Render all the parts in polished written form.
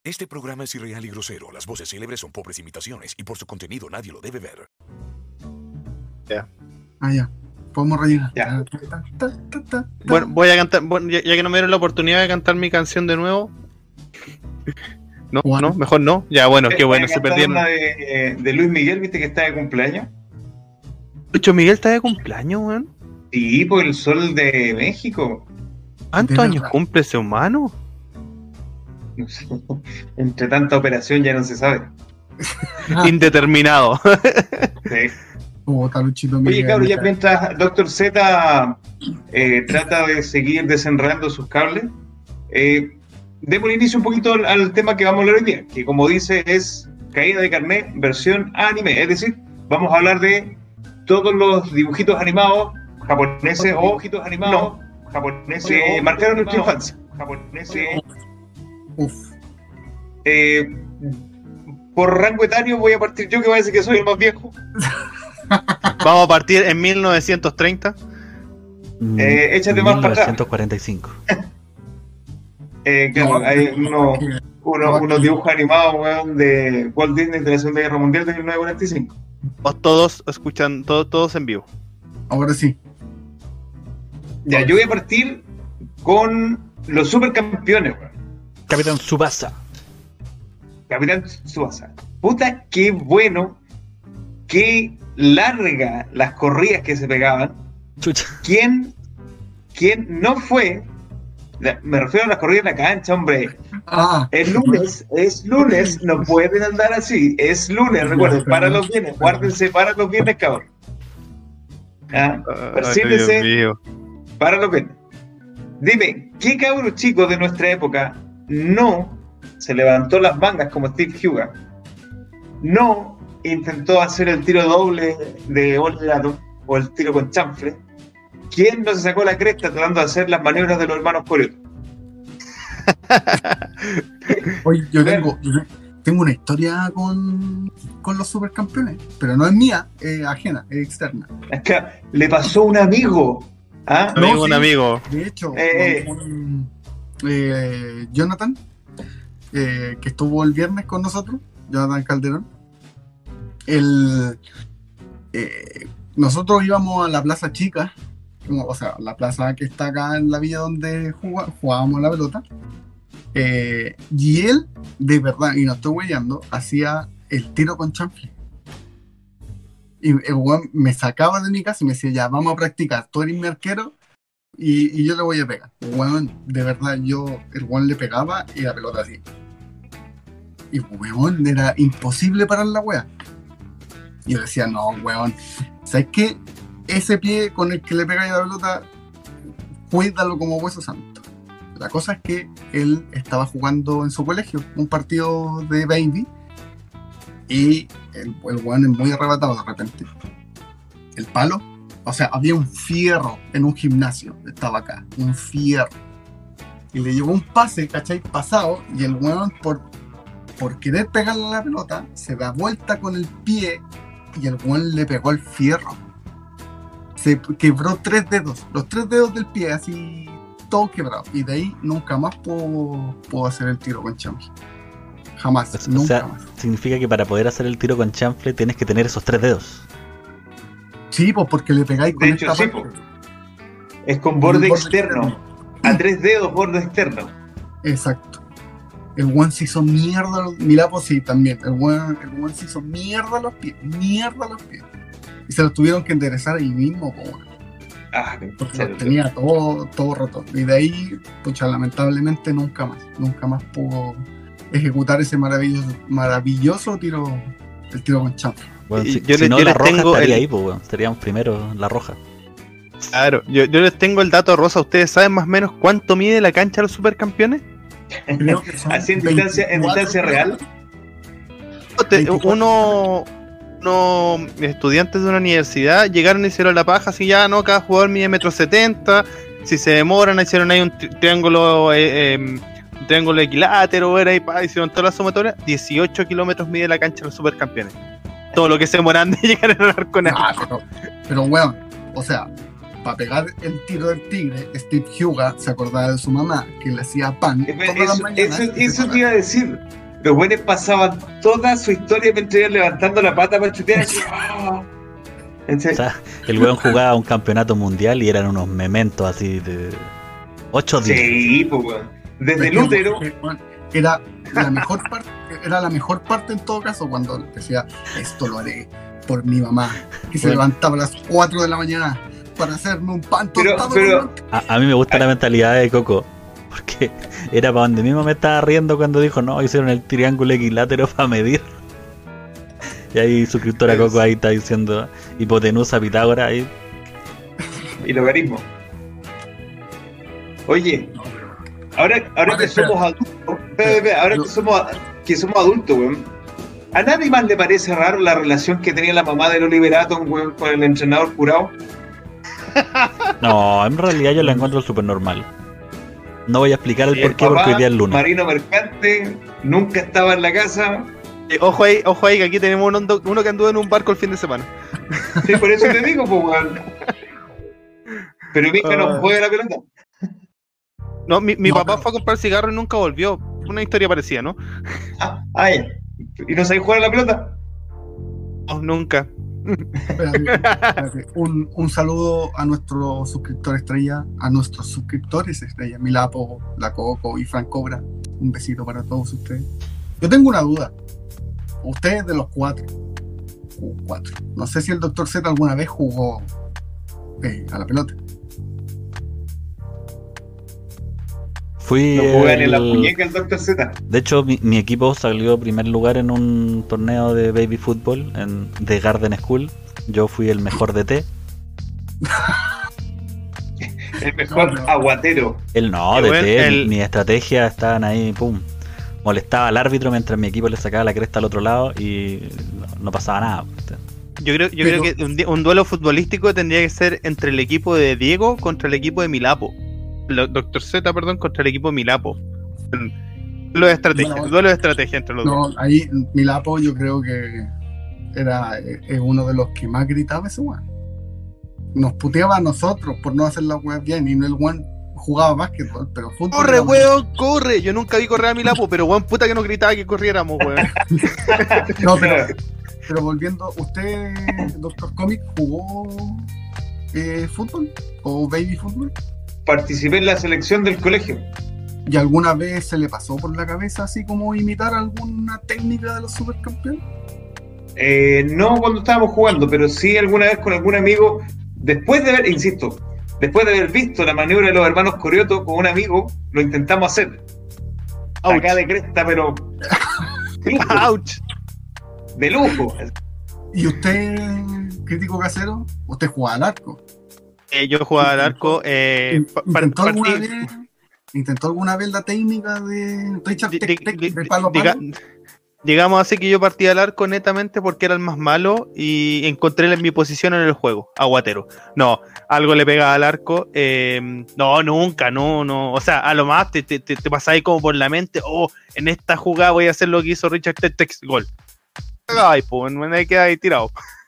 Este programa es irreal y grosero. Las voces célebres son pobres imitaciones y por su contenido nadie lo debe ver. Ya. Ya. Podemos rellenar. Ya. Bueno, voy a cantar. Bueno, ya que no me dieron la oportunidad de cantar mi canción de nuevo. No, Bueno. no, mejor no. Ya, bueno, qué bueno, se perdieron. Una de Luis Miguel, viste que está de cumpleaños. Lucho Miguel está de cumpleaños, weón. Sí, por el sol de México. ¿Cuántos De años verdad. cumple ese humano? No sé. Entre tanta operación ya no se sabe. Indeterminado. Sí. Puta, Luchito Oye, Miguel. cabrón, ya mientras Dr. Z trata de seguir desenredando sus cables, demos inicio un poquito al tema que vamos a hablar hoy día, que como dice es Caída de Carnet versión anime, es decir, vamos a hablar de todos los dibujitos animados japoneses o dibujitos animados japoneses que marcaron nuestra infancia. Uf. Por rango etario voy a partir yo, que parece que soy el más viejo. Vamos a partir en 1930. Échate más para atrás. 1945. Claro, No, hay no, unos dibujos animados, weón, de Walt Disney de la Segunda Guerra Mundial de 1945. Todos escuchan, todos en vivo. Ahora sí. Ya, yo voy a partir con los supercampeones, weón. Capitán Tsubasa. Capitán Tsubasa. Puta, qué bueno, qué larga las corridas que se pegaban. Chucha. ¿Quién no fue? Me refiero a las corridas en la cancha, hombre. Es lunes, no pueden andar así. Es lunes, recuerden, para los viernes, guárdense para los viernes, cabrón. Persíguense para los viernes. Dime, ¿qué cabro chico de nuestra época no se levantó las mangas como Steve Huga? No intentó hacer el tiro doble de Olgato o el tiro con chanfle. ¿Quién no se sacó la cresta tratando de hacer las maniobras de los hermanos Coreos? Oye, yo tengo una historia con los supercampeones, pero no es mía, es ajena, es externa. Es que le pasó a un amigo. ¿Ah? Amigo, No, un sí. amigo. De hecho, Jonathan, que estuvo el viernes con nosotros, Jonathan Calderón, nosotros íbamos a la Plaza Chica, o sea, la plaza que está acá en la villa donde jugábamos la pelota, y él, de verdad, y no estoy huellando, hacía el tiro con chanfle. Y el weón me sacaba de mi casa y me decía, ya, vamos a practicar, tú eres mi arquero y yo le voy a pegar. Weón, de verdad, el weón le pegaba y la pelota así. Y weón, era imposible parar la wea. Y yo decía, no, weón, ¿sabes qué? Ese pie con el que le pegáis la pelota, cuídalo como hueso santo. La cosa es que él estaba jugando en su colegio un partido de baby y el weón es muy arrebatado de repente. El palo, o sea, había un fierro en un gimnasio, estaba acá, un fierro. Y le llegó un pase, ¿cachai? Pasado, y el weón por querer pegarle a la pelota, se da vuelta con el pie y el weón le pegó al fierro. Se quebró 3 dedos, los 3 dedos del pie, así, todo quebrado. Y de ahí nunca más puedo hacer el tiro con chanfle. Jamás, nunca más. Significa que para poder hacer el tiro con chanfle tienes que tener esos 3 dedos. Sí, pues porque le pegáis con De hecho, esta sí, parte. es con borde externo. A 3 dedos, borde externo. Exacto. El one se hizo mierda. Mira, pues sí, también. El one se hizo mierda a los pies. Y se los tuvieron que enderezar ahí mismo, pues, porque los tenía todo roto. Y de ahí, pucha, lamentablemente nunca más pudo ejecutar ese maravilloso tiro, el tiro con chanfle. Bueno, si Yo no, les la roja tengo estaría ahí, pues, bueno, estaríamos primero en la roja. Claro, yo les tengo el dato rosa. ¿Ustedes saben más o menos cuánto mide la cancha de los supercampeones? Creo que son Así en distancia real. Unos estudiantes de una universidad llegaron y hicieron la paja, así ya, no, cada jugador mide 1,70 m, si se demoran, hicieron ahí un triángulo equilátero, era ahí, hicieron toda la sumatoria, 18 kilómetros mide la cancha de los supercampeones. Todo lo que se demoran de llegar al arco. Pero weón, o sea, para pegar el tiro del tigre, Steve Huga se acordaba de su mamá, que le hacía pan todas las mañanas. Eso te iba a decir. Los buenos pasaban toda su historia mientras iban levantando la pata para chutear. Así, O sea, el weón jugaba un campeonato mundial y eran unos mementos así de 8 días. sí, pues, weón. Desde el útero. Era la mejor parte en todo caso cuando decía, esto lo haré por mi mamá, que se levantaba a las 4 de la mañana para hacerme un pan tostado. Pero A mí me gusta la mentalidad de Coco, porque era para donde mismo me estaba riendo cuando dijo, no, hicieron el triángulo equilátero para medir. Y ahí suscriptora Coco ahí está diciendo hipotenusa Pitágoras ahí. y logaritmo. Oye, ahora que somos adultos, ahora que somos adultos, weón, ¿a nadie más le parece raro la relación que tenía la mamá del Oliver Atom, weón, con el entrenador curado? No, en realidad yo la encuentro súper normal. No voy a explicar el Y porqué porque hoy día es lunes. marino mercante, nunca estaba en la casa. Ojo ahí, que aquí tenemos uno que anduvo en un barco el fin de semana. Sí, por eso te digo, pues, weón. Pero mi hija no juega la pelota. No, mi No, papá pero- fue a comprar cigarro y nunca volvió. Una historia parecida, ¿no? Ya. ¿Y no sabéis jugar a la pelota? No, nunca. Espérate. Un saludo a nuestros suscriptores estrella, Milapo, La Coco y Frank Cobra. Un besito para todos ustedes. Yo tengo una duda. Ustedes de los cuatro. No sé si el Dr. Z alguna vez jugó a la pelota. Fui No juegan en la el- muñeca el Dr. Z. De hecho, mi equipo salió primer lugar en un torneo de baby fútbol de Garden School. Yo fui el mejor DT. El mejor No, no. aguatero. Él no, Qué DT, buen- mi estrategia estaban ahí, pum. Molestaba al árbitro mientras mi equipo le sacaba la cresta al otro lado y no pasaba nada. Yo creo que un duelo futbolístico tendría que ser entre el equipo de Diego contra el equipo de Milapo. Dr. Z, perdón, contra el equipo de Milapo. Duelo de estrategia, Bueno, duelo de estrategia entre los dos. No, ahí Milapo yo creo que es uno de los que más gritaba ese weón. Nos puteaba a nosotros por no hacer la weá bien y no el weón jugaba básquetbol, pero fútbol. ¡Corre, era- weón, corre! Yo nunca vi correr a Milapo, pero weón, puta que nos gritaba que corriéramos, weón. No, pero volviendo, ¿usted, Doctor Comic, jugó fútbol o baby fútbol? Participé en la selección del colegio. ¿Y alguna vez se le pasó por la cabeza así como imitar alguna técnica de los supercampeones? No cuando estábamos jugando, pero sí alguna vez con algún amigo, después de haber visto la maniobra de los hermanos Corioto con un amigo, lo intentamos hacer. Ouch. Acá de cresta, pero de lujo, ¡Auch! de lujo. ¿Y usted, crítico casero, usted jugaba al arco? Yo jugaba al arco. ¿Intentó alguna vez la técnica de Richard Tec de palo a palo? Digamos así que yo partí al arco netamente porque era el más malo y encontré mi posición en el juego, aguatero. No, algo le pegaba al arco. No, nunca, no. O sea, a lo más te pasáis como por la mente, en esta jugada voy a hacer lo que hizo Richard Tec, gol. Ay, pues, me quedé ahí tirado.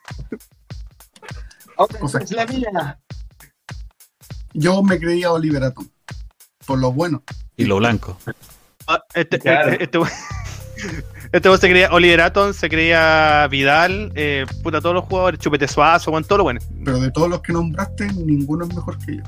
O sea, es la mía. yo me creía Oliver Atom, por lo bueno. Y lo blanco. Claro. Este se creía Oliver Atom, se creía Vidal, todos los jugadores, Chupete Suazo, con todo lo bueno. Pero de todos los que nombraste, ninguno es mejor que yo.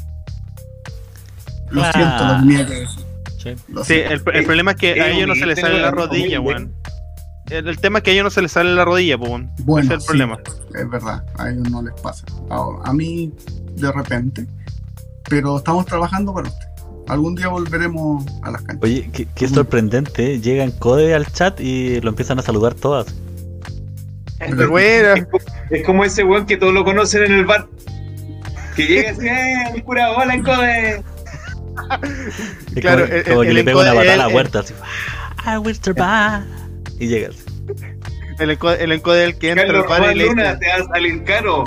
Lo Ah. siento, lo tenía que decir. Sí. Lo Sí, siento. el problema es que a ellos no se les sale la rodilla, weón. El tema es que a ellos no se les sale la rodilla, pues, weón. Bueno, Ese es el problema. es verdad, a ellos no les pasa. A mí, de repente. Pero estamos trabajando para usted. Algún día volveremos a las canchas. Oye, qué sorprendente. Llegan Code al chat y lo empiezan a saludar todas. Pero bueno, Es como ese weón que todos lo conocen en el bar. Que llega así, el cura, hola, Encode. Es Claro, como que el le pega una encode- patada a la el- puerta así. I will survive. Y llegas. el encode del que entra al Carlos bar y Román le Luna, dice, te va a salir caro.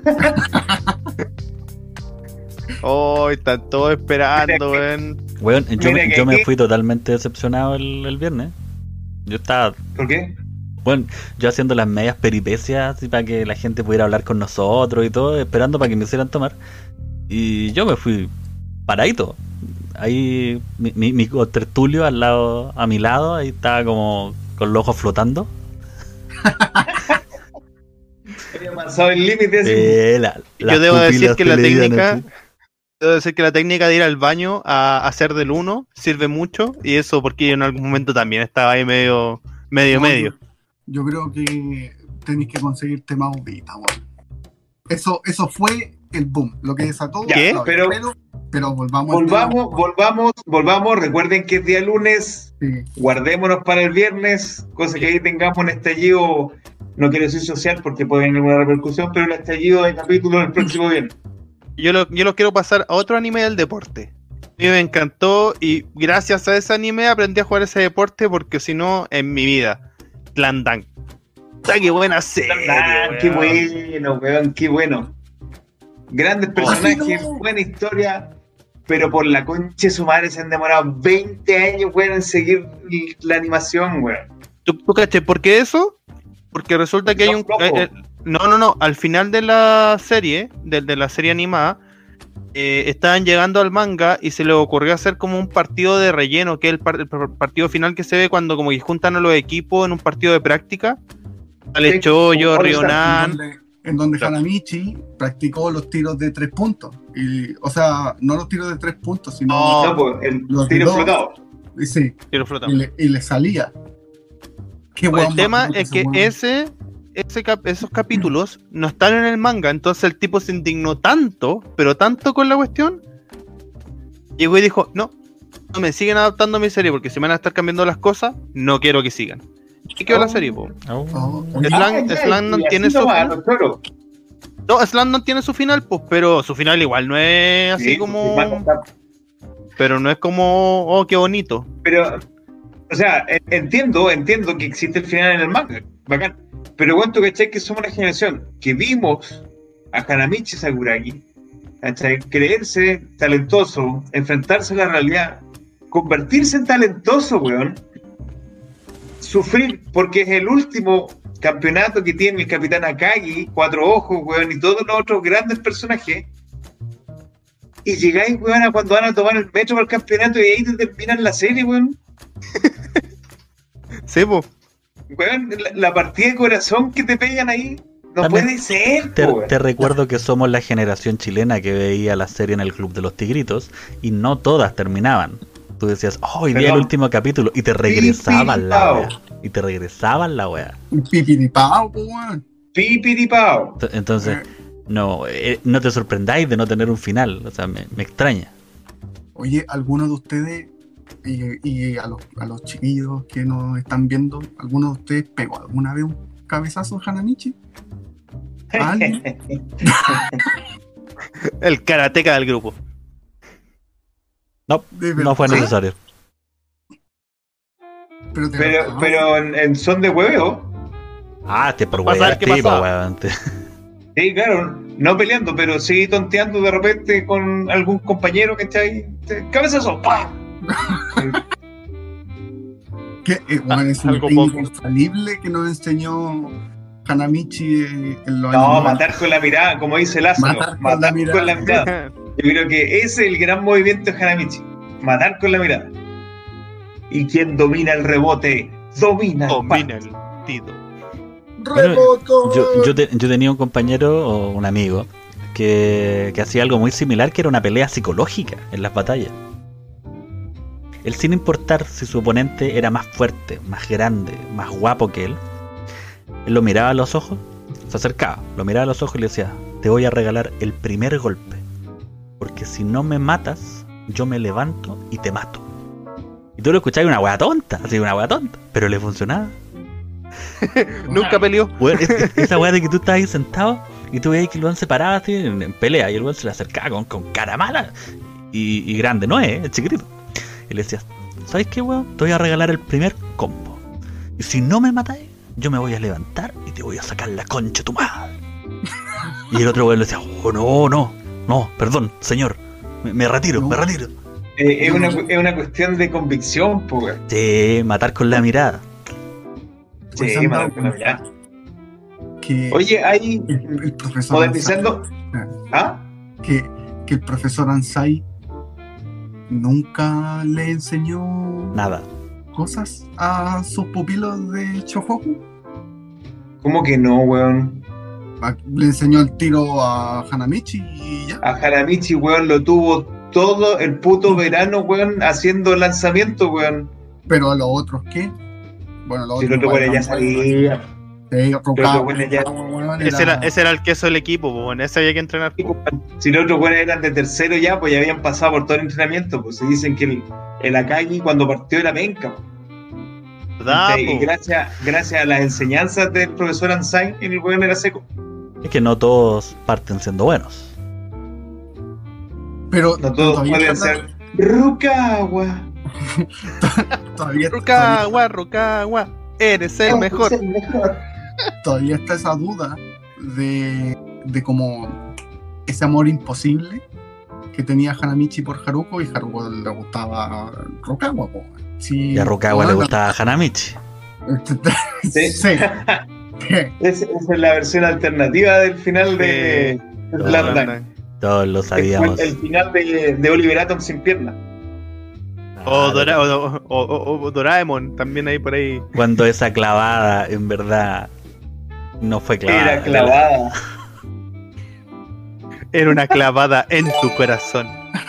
están todos esperando, weón. Weón, Mira que yo me aquí- fui totalmente decepcionado el viernes. Yo estaba, ¿Por qué? bueno, yo haciendo las medias peripecias así para que la gente pudiera hablar con nosotros y todo, esperando para que me hicieran tomar. Y yo me fui paradito. Ahí mi tertulio al lado, a mi lado, ahí estaba como con los ojos flotando. Había pasado el límite así. Yo debo decir que la técnica... Debo decir que la técnica de ir al baño a hacer del 1 sirve mucho, y eso porque yo en algún momento también estaba ahí medio. Yo creo que tenéis que conseguirte más uvita, weón. Eso fue el boom, lo que desató. ¿Qué? Pero Volvamos. Recuerden que es día lunes. Sí. Guardémonos para el viernes, cosa que ahí tengamos un estallido, no quiero decir social porque puede haber alguna repercusión, pero un estallido de capítulo el próximo viernes. Yo lo quiero pasar a otro anime del deporte. A mí me encantó y gracias a ese anime aprendí a jugar ese deporte, porque si no, en mi vida. Slam-Dunk. ¡Qué buena serie! Qué bueno, weón, qué bueno. Grandes personajes, no. Buena historia, pero por la concha de su madre se han demorado 20 años, weón, en seguir la animación, weón. ¿Tú caché por qué eso? Porque resulta que hay un... No. Al final de la serie, de la serie animada, estaban llegando al manga y se les ocurrió hacer como un partido de relleno, que es el partido final que se ve cuando como que juntan a los equipos en un partido de práctica. Sale Choyo, Rionan... En donde Hanamichi practicó los tiros de 3 puntos. O sea, no los tiros de 3 puntos, sino... No, pues, el los tiro dos. flotado. Sí, Tiro flotado. y le salía. Qué El weón tema más es que weón. esos capítulos no están en el manga, entonces el tipo se indignó tanto, pero tanto con la cuestión, llegó y dijo, no me siguen adaptando a mi serie, porque si me van a estar cambiando las cosas, no quiero que sigan. ¿Qué quedó la serie, po? Oye, Slam tiene su final. No, Slam no tiene su final, pues, pero su final igual no es así como... Pero no es como, oh, qué bonito. Pero, o sea, entiendo que existe el final en el manga, bacán. Pero cuánto, ¿cachai? Que somos una generación que vimos a Hanamichi Sakuragi, ¿cachai? Creerse talentoso, enfrentarse a la realidad, convertirse en talentoso, weón. Sufrir porque es el último campeonato que tiene el Capitán Akagi, Cuatro Ojos, weón, y todos los otros grandes personajes. Y llegáis, weón, a cuando van a tomar el metro para el campeonato y ahí te terminan la serie, weón. Sí, po. Weón, la partida de corazón que te pegan ahí, no También puede ser, te recuerdo que somos la generación chilena que veía la serie en el Club de los Tigritos y no todas terminaban. Tú decías, oh, hoy día el último capítulo, y te regresaban la wea. Y te regresaban la wea. Pipiripao, weón. Pipiripao. Entonces, no te sorprendáis de no tener un final. O sea, me extraña. Oye, ¿alguno de ustedes y a los chiquillos que nos están viendo, alguno de ustedes pegó alguna vez un cabezazo a Hanamichi? ¿A alguien? El karateka del grupo. No fue necesario. Pero en son de hueveo. Por Pasar, ¿qué pasó? weón. Sí, claro, no peleando, pero sí tonteando de repente con algún compañero, ¿cachai? ¡Cabezazo! ¡Pah! Que bueno, es una Algo técnica poco infalible que nos enseñó Hanamichi en los No, años matar con la mirada, como dice Lázaro. Matar con la mirada. Yo creo que ese es el gran movimiento de Hanamichi. Matar con la mirada. Y quien domina el rebote, domina el tiro. Bueno, yo tenía un compañero o un amigo que hacía algo muy similar, que era una pelea psicológica en las batallas. Él, sin importar si su oponente era más fuerte, más grande, más guapo que él lo miraba a los ojos, se acercaba, lo miraba a los ojos y le decía, te voy a regalar el primer golpe, porque si no me matas, yo me levanto y te mato. Y tú lo escuchabas, una wea tonta, pero le funcionaba. Nunca peleó. Bueno, esa weá de que tú estabas ahí sentado y tú veías que el weón se paraba así en pelea y el weón se le acercaba con cara mala y grande, no es chiquitito. Y le decías, ¿sabes qué, weón? Te voy a regalar el primer combo. Y si no me matáis, yo me voy a levantar y te voy a sacar la concha de tu madre. Y el otro weón le decía, oh, no, perdón, señor, me retiro. Es una cuestión de convicción, pues. Sí, matar con la mirada. Sí, matar con la mirada. Que oye, hay el profesor modernizando. Lanza, ¿Ah? que que el profesor Ansai nunca le enseñó Nada. cosas a sus pupilos de Shohoku. ¿Cómo que no, weón? Le enseñó el tiro a Hanamichi y ya. A Hanamichi, weón, lo tuvo todo el puto verano, weón, haciendo lanzamiento, weón. Pero a los otros, ¿qué? Bueno, los Si el otro igual weón ya eran sabía. buenos. Sí, Pero bueno, ya- weón, Ese era el queso del equipo, po, en ese había que entrenar. Si los otros weones eran de tercero ya, pues ya habían pasado por todo el entrenamiento. Pues se dicen que el Akagi cuando partió era penca. ¿Verdad, Y po? gracias a las enseñanzas del profesor Ansai, el weón era seco. Es que no todos parten siendo buenos. Pero No todos todavía pueden está- ser Rukawa. todavía, Rukawa, eres el mejor. Es el mejor. todavía está esa duda de como ese amor imposible que tenía Hanamichi por Haruko, y Haruko le gustaba Rukawa, po. Sí, Y a Rukawa le bueno, gustaba Hanamichi. Sí. Sí. Esa es la versión alternativa del final de Slam Dunk. Todos lo sabíamos. El final de Oliver Atom sin pierna. O Doraemon, también hay por ahí. Cuando esa clavada, en verdad, no fue clavada. Era clavada. Era una clavada en tu corazón.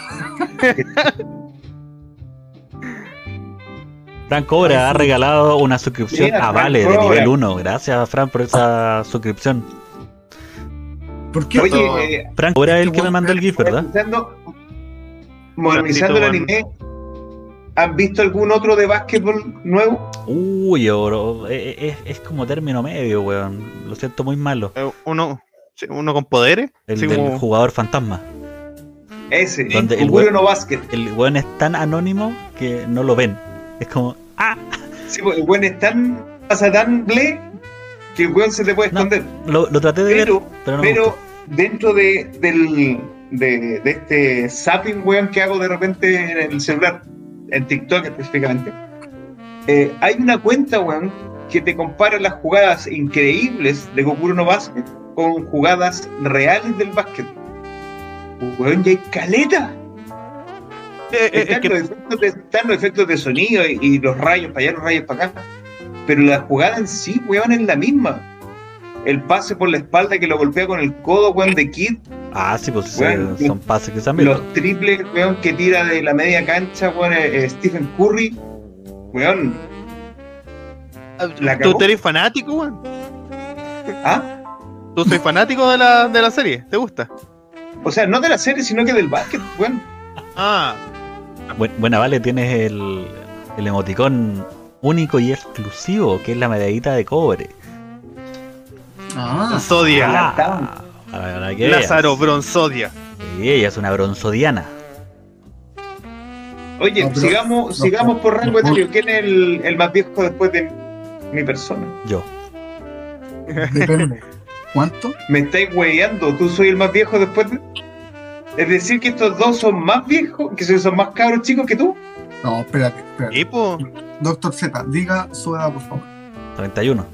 Fran Cobra ha regalado una suscripción Mira, a Fran Vale de Cobra. nivel 1. Gracias, Fran, por esa suscripción. ¿Por qué? Oye, Fran Cobra es el que me mandó el GIF, ¿verdad? modernizando el anime, ¿han visto algún otro de básquetbol nuevo? Uy, bro, es como término medio, weón. Lo siento, muy malo. Uno con poderes. El así del como- jugador fantasma. Ese, Donde el Kukuro weón- no Basket. El weón es tan anónimo que no lo ven. Es como, ¡ah! Sí, pues, el weón es pasa tan ble que el weón se te puede No, esconder. Lo traté de ver, pero no me Pero gustó. dentro de este zapping, weón, que hago de repente en el celular, en TikTok específicamente, hay una cuenta, weón, que te compara las jugadas increíbles de Kukuro no Basket con jugadas reales del básquet. Weón, ya hay caleta. Están los efectos de sonido y los rayos para allá, los rayos para acá. Pero la jugada en sí, weón, es la misma. El pase por la espalda que lo golpea con el codo, weón, de Kid. Ah, sí, pues Bueno, son pases que se han visto. Los triples, weón, que tira de la media cancha, weón, Stephen Curry. Weón, la ¿Tú cagó. eres fanático, weón? ¿Ah? ¿Tú soy fanático de la serie? ¿Te gusta? O sea, no de la serie, sino que del básquet, weón. Ah, Buena, Vale, tienes el emoticón único y exclusivo, que es la medallita de cobre. Ah, Zodia. Para que veas. Lázaro Bronzodia. Sí, ella es una bronzodiana. Oye, No, pero- sigamos por rango etario. ¿Quién es el más viejo después de mi persona? Yo. depende. ¿Cuánto? ¿Me estáis hueveando? ¿Tú soy el más viejo después de...? Es decir, que estos dos son más viejos, que son más cabros chicos que tú. No, espérate. ¿Y po? Doctor Z, diga su edad, por favor. 31.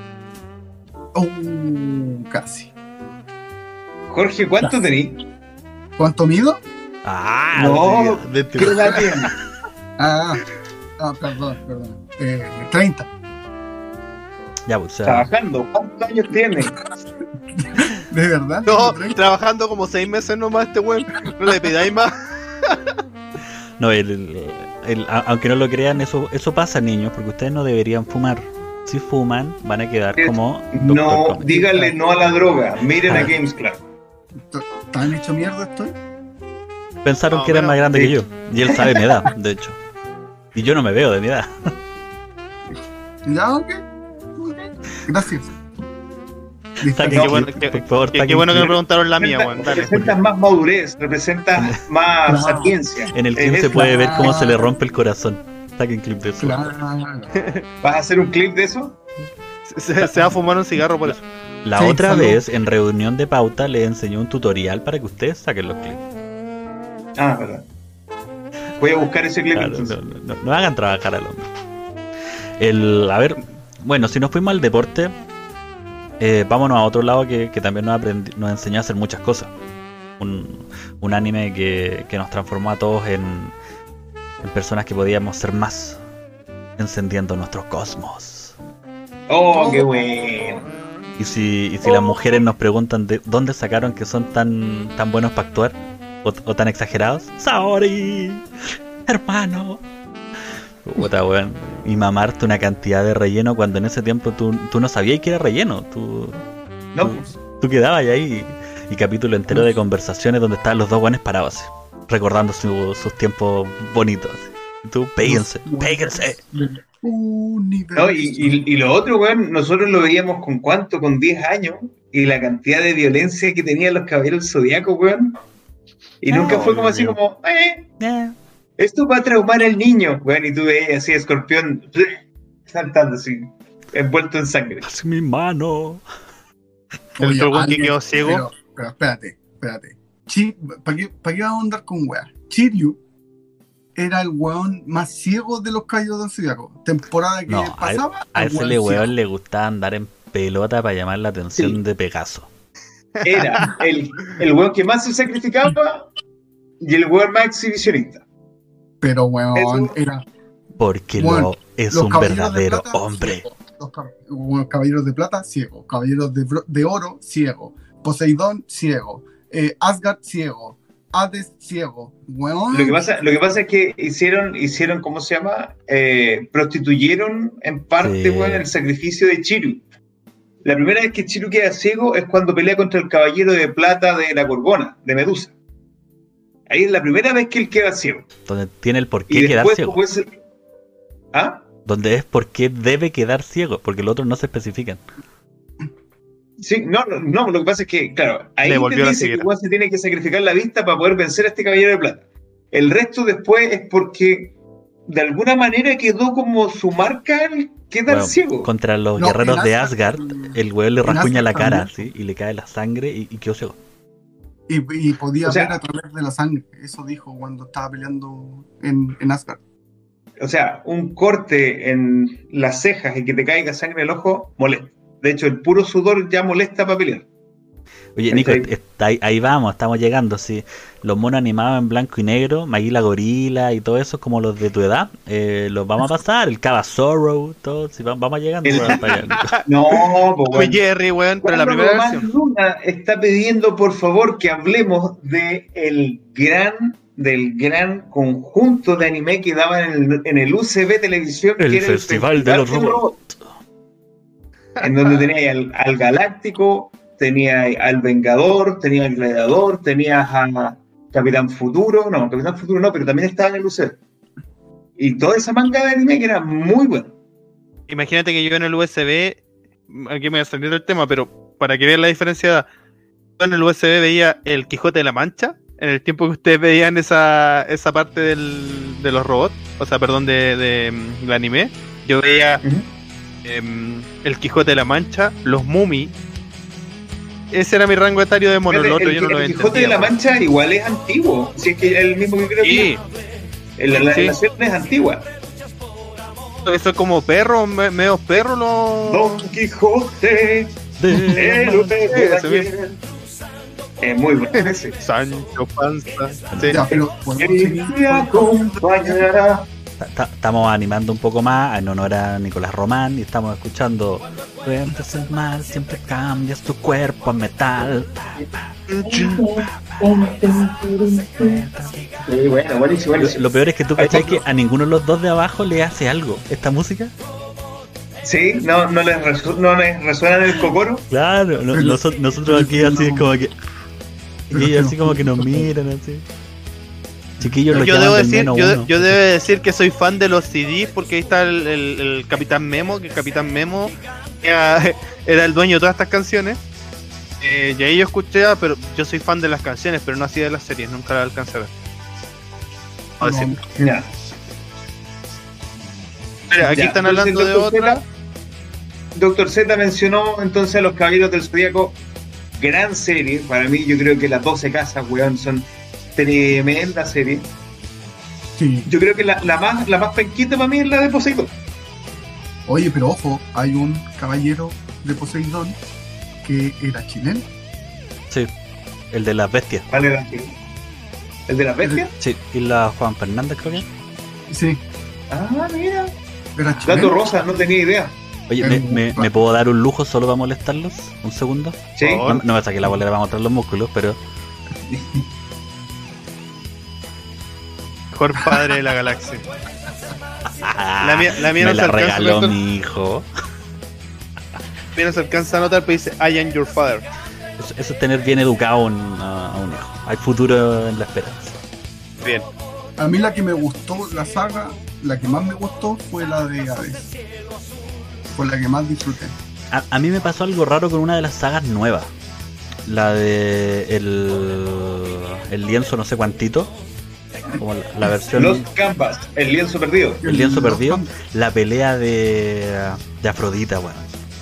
Casi. Jorge, ¿cuánto tenés? ¿Cuánto mido? Ah, No, vete. ¿qué edad tienes? Perdón. 30. Ya, pues, o sea, Trabajando, ¿cuántos años tienes? ¿De verdad? No, ¿Tengo 30? trabajando como 6 meses nomás este weón. No le pidáis más. no, aunque no lo crean, eso pasa, niños, porque ustedes no deberían fumar. Si fuman, van a quedar como Dr. No, Comics. díganle no a la droga. Miren a Games Club. ¿Tan hecho mierda estoy? Pensaron No, que era bueno, más grande sí. que yo. Y él sabe mi edad, de hecho. Y yo no me veo de mi edad. Ya, ok. Gracias. Listo. Saquen Qué bueno, clip, por favor, qué saquen bueno que me clip. preguntaron la mía, weón. Dale. Representas más madurez, representas más Claro. sapiencia. En el clip Es se eso. puede ver cómo se le rompe el corazón. Saquen clip de eso. Claro. ¿Vas a hacer un clip de eso? Se va a fumar un cigarro por eso. La Sí, otra salud. vez, en reunión de pauta, le enseñó un tutorial para que ustedes saquen los clips. Ah, verdad. Voy a buscar ese clip. Claro, entonces. no hagan trabajar al hombre. A ver, bueno, si nos fuimos al deporte, vámonos a otro lado que también nos enseñó a hacer muchas cosas. un anime que nos transformó a todos en personas que podíamos ser más, encendiendo nuestros cosmos. Oh, qué bueno. Y si las mujeres nos preguntan de dónde sacaron que son tan buenos para actuar o tan exagerados, ¡Saori! ¡Hermano! Puta, weón. Y mamarte una cantidad de relleno cuando en ese tiempo tú no sabías que era relleno. No. Tú quedabas ahí y capítulo entero de conversaciones donde estaban los dos weones parados así, recordando sus tiempos bonitos. Y tú, péguense. No, y lo otro, weón, nosotros lo veíamos con cuánto, con 10 años, y la cantidad de violencia que tenían los caballeros del Zodiaco, weón. Y nunca fue como así como, esto va a traumar al niño, weón, y tú veías así Escorpión saltando así, envuelto en sangre. ¡Es mi mano! El dragón que quedó ciego. Pero espérate. ¿Para qué vamos a andar con weas? Chiryu era el weón más ciego de los Caballeros del Zodiaco. Temporada que pasaba. A ese weón le gustaba andar en pelota para llamar la atención de Pegaso. Era el weón que más se sacrificaba y el weón más exhibicionista. Pero weón, era. Porque es un verdadero hombre. Los caballeros de plata, ciego. Caballeros de oro, ciego. Poseidón, ciego. Asgard, ciego. Hades, ciego. Weón. Lo que pasa es que hicieron ¿cómo se llama? Prostituyeron en parte, weón, el sacrificio de Chiryu. La primera vez que Chiryu queda ciego es cuando pelea contra el caballero de plata de la Gorgona, de Medusa. Ahí es la primera vez que él queda ciego. Donde tiene el por qué quedar ciego. ¿Ah? Donde es por qué debe quedar ciego, porque los otros no se especifican. Sí, no, lo que pasa es que, claro, ahí te dice que igual se tiene que sacrificar la vista para poder vencer a este caballero de plata. El resto después es porque de alguna manera quedó como su marca el quedar ciego. Contra los guerreros de Asgard, el weón le rasguña la cara, ¿sí? Y le cae la sangre y quedó ciego. Y podía ver a través de la sangre. Eso dijo cuando estaba peleando en Asgard. O sea, un corte en las cejas y que te caiga sangre en el ojo molesta. De hecho, el puro sudor ya molesta para pelear. Oye, Nico, ahí vamos, estamos llegando. Sí. Los monos animados en blanco y negro, Maguila Gorila y todo eso, como los de tu edad, los vamos a pasar. El Cava Zorro, todo. Sí, vamos llegando. No, pues bueno. Jerry, weón, pero la primera versión. Luna está pidiendo, por favor, que hablemos del gran conjunto de anime que daban en el UCB Televisión, el que era Festival de los Robots. En donde tenía al Galáctico, tenía al Vengador, tenía al Gladiador, tenía a Capitán Futuro no, pero también estaba en el UCB. Y toda esa manga de anime que era muy buena. Imagínate que yo en el USB, aquí me voy a salir del tema, pero para que vean la diferencia, yo en el USB veía el Quijote de la Mancha, en el tiempo que ustedes veían esa parte de los robots, o sea, perdón, del anime, yo veía el Quijote de la Mancha, los Mumi. Ese era mi rango etario de mono. El Quijote de la Mancha igual es antiguo, si es que es el mismo que creo que la serie es antigua. Eso es como perro, medio perro. Don Quijote es muy bueno ese. Sancho Panza. Sí. Ya, pero estamos animando un poco más en honor a Nicolás Román y estamos escuchando Cuentas el mal, siempre cambias tu cuerpo a metal. Buenísimo. Lo peor es que tú cachai que a ninguno de los dos de abajo le hace algo esta música. Sí, no les resuena en el cocoro. Claro, nosotros aquí así es como que y ellos así como que nos miran así. Chiquillos, yo debo decir que soy fan de los CDs porque ahí está el Capitán Memo, que el Capitán Memo era el dueño de todas estas canciones. Y ahí yo escuché, pero yo soy fan de las canciones, pero no así de las series, nunca las alcancé a ver. Mira, aquí están hablando de otra. Dr. Z mencionó entonces a los Caballeros del Zodíaco, gran serie. Para mí, yo creo que las 12 casas, weón, son tremenda serie. Sí. Yo creo que la más penquita para mí es la de Poseidón. Oye, pero ojo, hay un caballero de Poseidón que era chileno. Sí. El de las bestias. ¿Cuál era? ¿El de las bestias? Sí, y la Juan Fernández, creo que. Sí, Ah, mira. era Dato chileno. rosa, no tenía idea. Oye, ¿me puedo dar un lujo solo para molestarlos? ¿Un segundo? Sí. favor. No me saqué la bolera para mostrar los músculos, pero... Mejor padre de la galaxia. La mía me no se la alcanza, regaló doctor. mi hijo. Mira, se alcanza a notar, pero dice I am your father. Eso es tener bien educado a un hijo. Hay futuro en la esperanza. Bien. A mí la que me gustó, la saga, la que más me gustó fue la de Hades. Fue la que más disfruté. A mí me pasó algo raro con una de las sagas nuevas. La de el lienzo no sé cuantito. Como la versión... Los Canvas, el lienzo perdido. El lienzo perdido. La pelea de Afrodita, weón.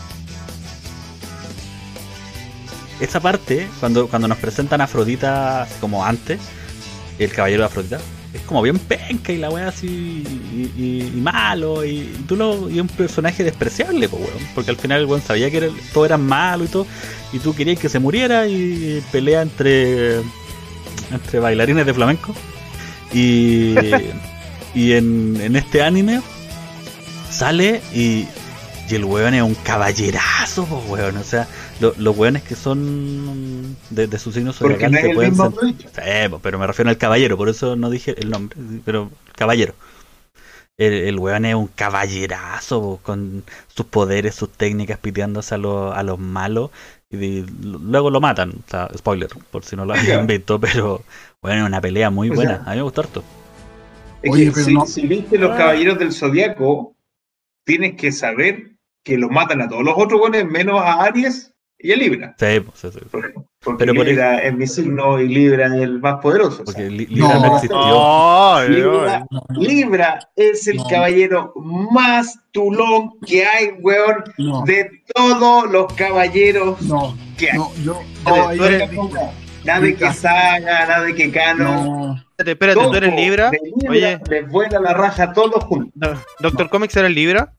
Esa parte, cuando nos presentan a Afrodita como antes, el caballero de Afrodita, es como bien penca y la weá así y malo y un personaje despreciable, po, weón, porque al final el weón sabía que todo era malo y tú querías que se muriera y pelea entre bailarines de flamenco y en este anime sale y el weón es un caballerazo, po, weón, o sea, los weones que son de su signo Porque zodiacal no es que el pueden mismo ser... Afrodita. Sí, pero me refiero al caballero, por eso no dije el nombre, pero caballero. El weón es un caballerazo con sus poderes, sus técnicas, piteándose a los malos y luego lo matan. O sea, spoiler, por si no lo habían visto, pero bueno, es una pelea muy buena. A mí me gustó harto. Es Oye, que pero si, no- si viste los Caballeros del Zodiaco, tienes que saber que los matan a todos los otros buenos, menos a Aries y a Libra. Sí, pues, sí. Porque Pero por Libra es mi signo y Libra es el más poderoso. o sea. Porque Libra no No. existió. Ay, Libra, Libra es el No. caballero más tulón que hay, weón, No, de todos los caballeros no, que hay. no, yo. Tú No, ahí eres- me diste. Nada de que Saga, nada de que Cano. No, espérate, ¿tú eres Libra? De Libra Oye, les vuela la raja a todos juntos. Doctor Comics, ¿eres Libra?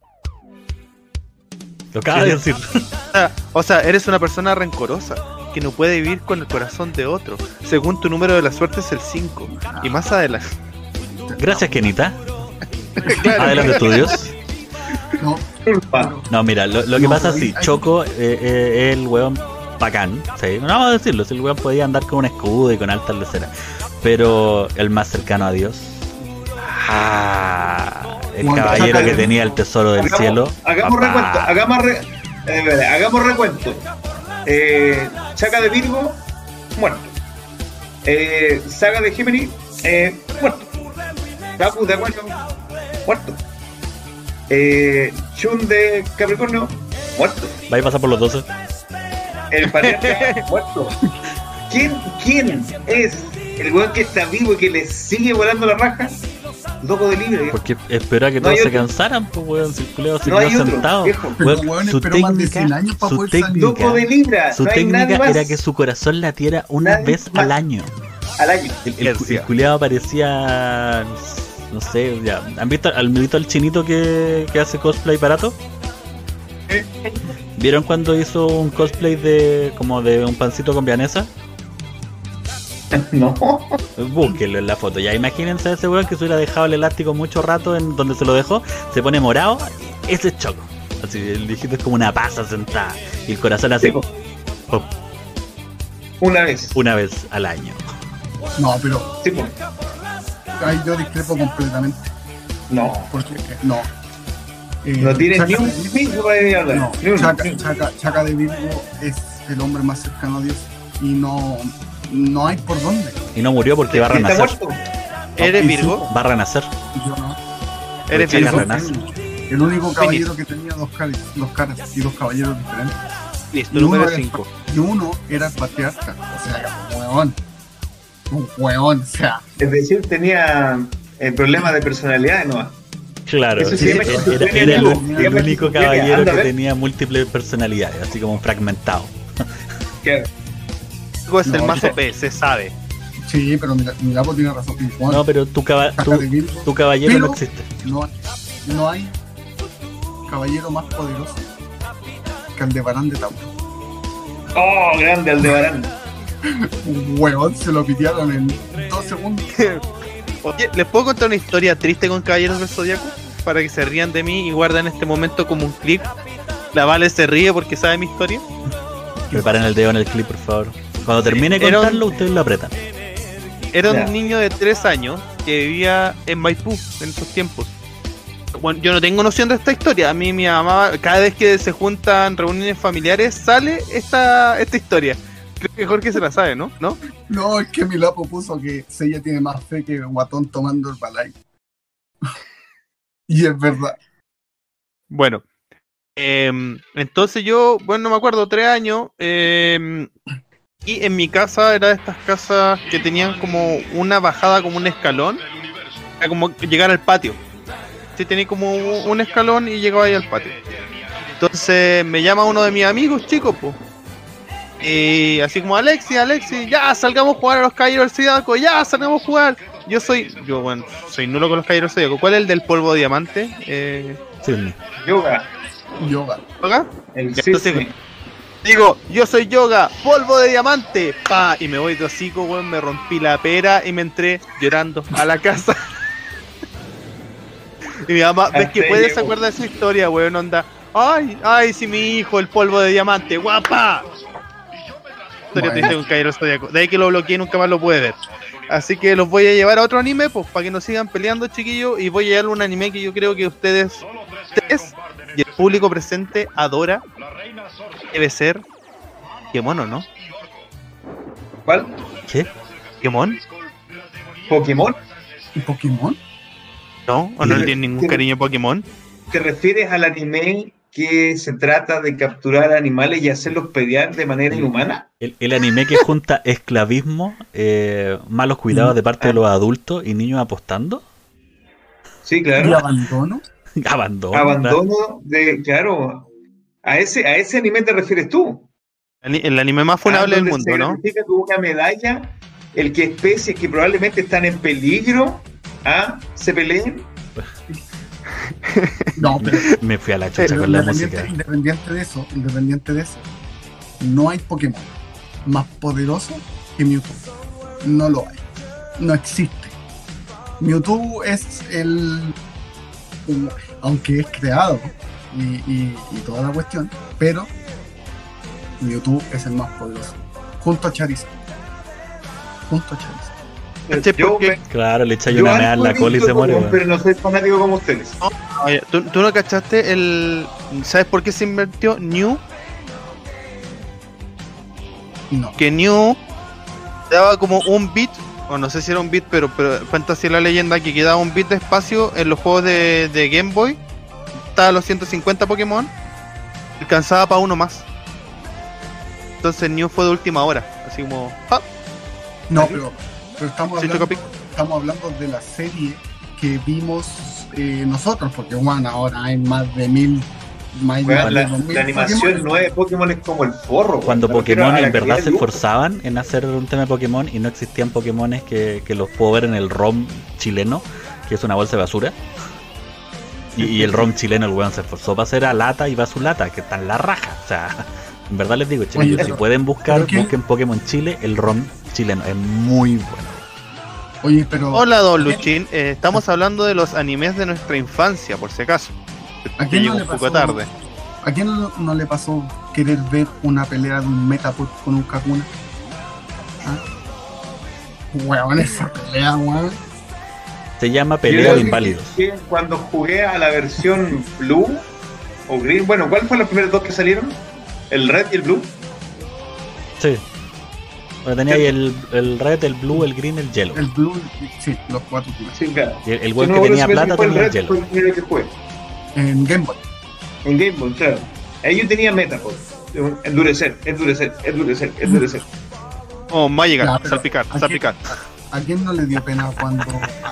Lo acaba de decir. O sea, eres una persona rencorosa que no puede vivir con el corazón de otro. Según tu número de la suerte es el 5. Y más adelante. Gracias, Kenita. Claro. Adelante, estudios. no. Culpa. No, mira, lo que No, pasa pero es sí, hay- Choco es el weón bacán, ¿sí? No vamos a decirlo, si el weón podía andar con un escudo y con altas leceras, pero el más cercano a Dios, el Bueno, caballero saca que de- tenía el tesoro del cielo, Hagamos papá. recuento, hagamos recuento. Saga de Virgo, muerto. Saga de Géminis, muerto. Capu de Acuario, muerto. Chun de Capricornio, muerto. Va a pasar por los 12. El patriarca, muerto. ¿Quién es el weón que está vivo y que le sigue volando la raja? Loco de Libra. Porque espera que No todos hay se otro. cansaran, pues weón, si el culeo se No quedó hay otro, sentado. viejo. Pero Weón, weón su esperó más de 100 años para su poder salir. Loco de Libra. su No hay nadie técnica más era que su corazón latiera una Nadie vez más. al año. al año. El culiado parecía, no sé, ya. ¿Han visto al chinito que hace cosplay barato? ¿Vieron cuando hizo un cosplay de como de un pancito con vianesa? No. Búsquenlo en la foto. Ya imagínense a ese weón que se hubiera dejado el elástico mucho rato en donde se lo dejó, se pone morado, ese es Choco. Así, el viejito es como una pasa sentada y el corazón así Sí, po. pop, Una vez. una vez al año. No, pero Sí, po. ahí yo discrepo completamente. No. Porque no. No tiene Chaka ni un de Virgo- piso para venir a hablar. No, Ni uno. Chaka de Virgo es el hombre más cercano a Dios y no hay por dónde. Y no murió porque va a ¿Está renacer. muerto? ¿Eres Y Virgo? Va a renacer. Yo no. ¿Eres Chaka Virgo? renace. El único caballero que tenía dos caras y dos caballeros diferentes. Listo, Y número uno era- 5. Y uno era el patriarca. O sea, era un hueón. Un hueón, o sea. Es decir, tenía el problema de personalidad nomás. Claro, Eso sí, se llama era esquizofrenia, el ¿no? único Se llama esquizofrenia. caballero Anda a que ver. tenía múltiples personalidades, así como fragmentado. Que- Virgo es el No, más no. OP, se sabe. Sí, pero Mirapo tiene razón. Un hueón. No, pero Chaka de Virgo, tu caballero Pero- no existe. no hay caballero más poderoso que Aldebarán de Tauro. Oh, grande Aldebarán. Un huevón se lo pitearon en 2 segundos. Oye, ¿les puedo contar una historia triste con Caballeros del Zodiaco? Para que se rían de mí y guarden este momento como un clip. La Vale se ríe porque sabe mi historia. Preparen el dedo en el clip, por favor. Cuando termine de Era un- contarlo, ustedes lo apretan. Era Ya. un niño de 3 años que vivía en Maipú en esos tiempos. Bueno, yo no tengo noción de esta historia. A mí mi mamá, cada vez que se juntan reuniones familiares, sale esta historia. Creo que Jorge se la sabe, ¿no? ¿No? No, es que mi lapo puso que Seiya tiene más fe que Guatón tomando el balay. Y es verdad. Bueno. Entonces yo, bueno, no me acuerdo, 3 años. Y en mi casa era de estas casas que tenían como una bajada, como un escalón. Era como llegar al patio. Sí, tenía como un escalón y llegaba ahí al patio. Entonces me llama uno de mis amigos, chicos, pues. Y así como Alexi, ya salgamos a jugar a los Caballeros del Zodiaco, ya salgamos a jugar. Bueno, soy nulo con los Caballeros del Zodiaco. ¿Cuál es el del polvo diamante? Sidney. Yoga. Yoga. ¿Yoga? El Ya, entonces, Cisne. digo, yo soy Yoga, polvo de diamante, pa, y me voy de hocico, weón, me rompí la pera y me entré llorando a la casa. Y mi mamá, ves que puede se acuerda de esa historia, weón, onda, ay, si mi hijo, el polvo de diamante, guapa. Historia Bueno. triste con Caballero Zodiaco. De ahí que lo bloqueé y nunca más lo pude ver. Así que los voy a llevar a otro anime, pues, para que no sigan peleando, chiquillos, y voy a llevarle un anime que yo creo que ustedes tres y el público presente adora. Debe ser Pokémon, ¿o no? ¿Cuál? ¿Qué? ¿Pokémon? ¿Pokémon? ¿Y Pokémon? ¿No? ¿O no le tienen ningún cariño a Pokémon? ¿Te refieres al anime que se trata de capturar animales y hacerlos pelear de manera inhumana? El anime que junta esclavismo, malos cuidados de parte de los adultos y niños apostando. Sí, ¿Y claro. abandono? Abandono. Abandono de, claro. A ese anime te refieres tú. El anime más funable del Donde mundo, se ¿no? gratifica con una medalla el que especies que probablemente están en peligro se peleen. No, pero Me fui a la chucha pero con la música. independiente de eso, no hay Pokémon más poderoso que Mewtwo. No lo hay. No existe. Mewtwo es aunque es creado y toda la cuestión, pero Mewtwo es el más poderoso. Junto a Charizard. ¿Cachai? Yo Porque- me- Claro, le echáis yo una mea en algo la he cola y visto se muere, Pokémon, weón. pero no soy fanático como ustedes. Oye, ¿tú no cachaste el... ¿Sabes por qué se invirtió New? No. Que New daba como un bit, o no sé si era un bit, pero cuenta así la leyenda que quedaba un bit de espacio en los juegos de Game Boy. Estaba los 150 Pokémon, alcanzaba para uno más. Entonces New fue de última hora, así como... ¡ah! No, pero estamos Sí, hablando, Chocopic. de la serie que vimos nosotros, porque bueno, ahora hay más de 1000. Más Weón, de la 2000 animación Pokémon. 9 de Pokémon es como el forro. weón. Cuando Me refiero Pokémon a la en verdad calidad se de dibujo. esforzaban en hacer un tema de Pokémon y no existían Pokémones que los puedo ver en el ROM chileno, que es una bolsa de basura. Y el ROM chileno, el weón se esforzó para hacer a lata y va a su lata, que está en la raja. O sea, en verdad les digo, chicos, Oye, si pero- pueden buscar, pero ¿quién? busquen Pokémon Chile, el ROM chileno, es muy bueno. Oye, pero Hola, Don Luchín. Estamos hablando de los animes de nuestra infancia, por si acaso. ¿a Que quién llegó no le un poco pasó? tarde. ¿A quién no le pasó querer ver una pelea de un Metapod con un Kakuna? ¿Ah? Weón, esa pelea, weón. Se llama Yo Pelea creo de que- Inválidos. que Cuando jugué a la versión Blue o Green, bueno, ¿cuál fue los primeros dos que salieron? ¿El Red y el Blue? Sí. Bueno, tenía ahí el red, el blue, el green, el yellow. El Blue, sí, los 4 primeros. Sí, claro. Y el Yo weón no que me tenía acuerdo si plata fue el tenía el Red, fue yellow. el primero que jugué. En Game Boy. En Game Boy, claro. Ahí yo tenía Metapod. Endurecer. Oh, Magikarp, Ya, pero salpicar, aquí- salpicar. ¿A quién no le dio pena cuando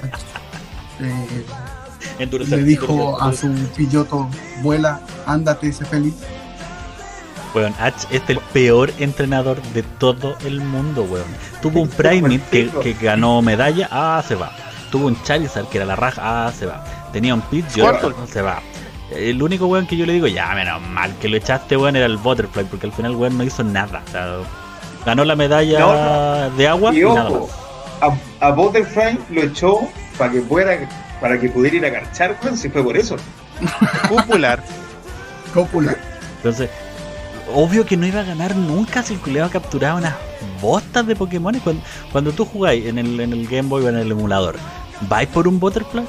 Endurecer, le dijo endurecer, a su pilloto, vuela, ándate, sé feliz? Weón, Ash es el peor entrenador de todo el mundo, weón. Tuvo un Primate que ganó medalla, se va. Tuvo un Charizard que era la raja, se va. Tenía un Pidgeot, Squirtle. se va. El único weón que yo le digo, ya, menos mal que lo echaste, weón, era el Butterfly, porque al final, weón, no hizo nada. O sea, Ganó la medalla de agua Y y nada ojo, más. a Butterfly lo echó para que pudiera ir a garchar, weón, si fue por eso. Popular. Cópula. Entonces, obvio que no iba a ganar nunca si el culiao capturaba unas bostas de Pokémon. Cuando tú jugáis en el Game Boy o en el emulador, ¿vais por un Butterfly?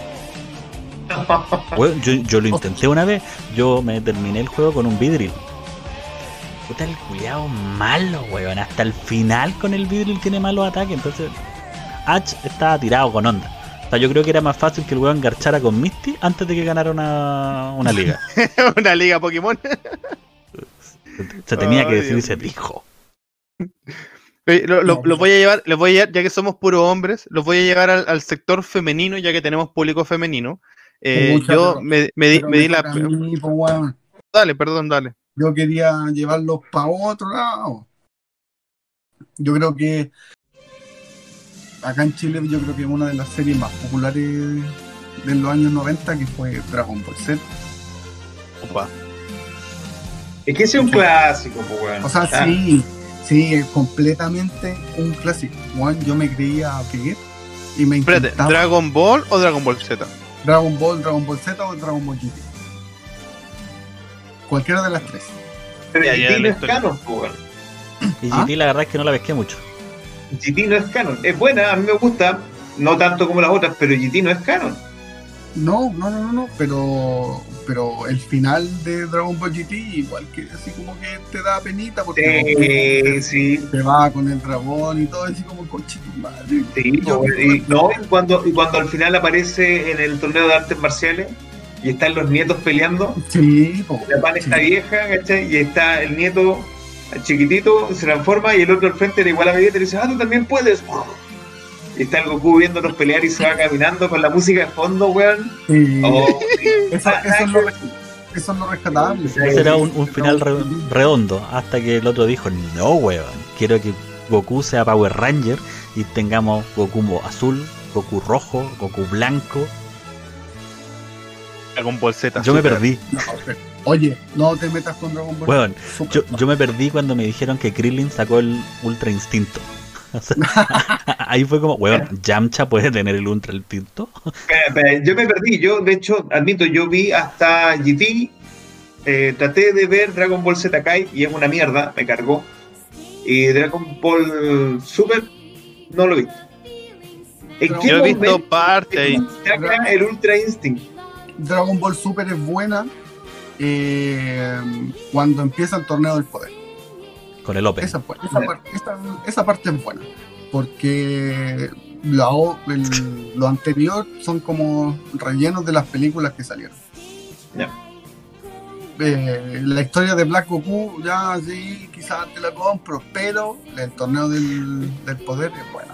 Bueno, yo lo intenté una vez. Yo me terminé el juego con un Vidril. Puta, el culiao malo, weón. Hasta el final con el Vidril tiene malos ataques. Entonces, Ash estaba tirado con onda. O sea, yo creo que era más fácil que el weón garchara con Misty antes de que ganara una liga. Una liga Pokémon. Se tenía que Ay, decir y Dios se mío. dijo. Oye, los voy a llevar, les voy a llevar, ya que somos puros hombres, los voy a llevar al sector femenino, ya que tenemos público femenino. Pucha, Yo pero- me di Pero me la. toca a mí, po, weón. Dale, perdón, dale. Yo quería llevarlos para otro lado. Yo creo que acá en Chile, yo creo que una de las series más populares de los años 90, que fue Dragon Ball Z. Opa. Es que ese es un clásico, pues, weón. O sea, Ah, sí, es completamente un clásico. Weón, yo me creía Vegeta y me Espérate, intentaba ¿Dragon Ball o Dragon Ball Z? Dragon Ball Z o Dragon Ball GT. Cualquiera de las tres. Pero Ya, ya, GT no la es historia. canon, pues, weón. Y ¿Ah? GT la verdad es que no la pesqué mucho. GT no es canon. Es buena, a mí me gusta, no tanto como las otras, pero GT no es canon. No, pero el final de Dragon Ball GT igual que así como que te da penita porque Sí, te va con el dragón y todo, así como conchito madre. sí. Yo- Y cuando al final aparece en el torneo de artes marciales y están los nietos peleando, Sí, po, la pan está sí. vieja, ¿cachai? Y está el nieto chiquitito, se transforma y el otro al frente era igual a Vegeta y le dice, tú también puedes. Y está el Goku viéndolos pelear y se va caminando con la música de fondo, weón. Sí. Oh, Eso es lo rescatable. Sí. Ese era un final redondo. Hasta que el otro dijo, no, weón. Quiero que Goku sea Power Ranger y tengamos Goku azul, Goku rojo, Goku blanco. Dragon Ball Z. Yo me super. perdí. No, oye, no te metas con Dragon Ball. Weón, Super. yo me perdí cuando me dijeron que Krillin sacó el Ultra Instinto. O sea, ahí fue como, weón, Yamcha puede tener el Ultra Instinto. Espera, yo me perdí, yo de hecho, admito, yo vi hasta GT, traté de ver Dragon Ball Z Kai y es una mierda, me cargó. Y Dragon Ball Super no lo vi. ¿En qué Yo he visto momento parte ahí. saca el Ultra Instinct? Dragon Ball Super es buena cuando empieza el torneo del poder. Con el Open. Esa parte es buena. Porque lo anterior son como rellenos de las películas que salieron. Ya. La historia de Black Goku, ya sí, quizás te la compro, pero el torneo del poder es buena.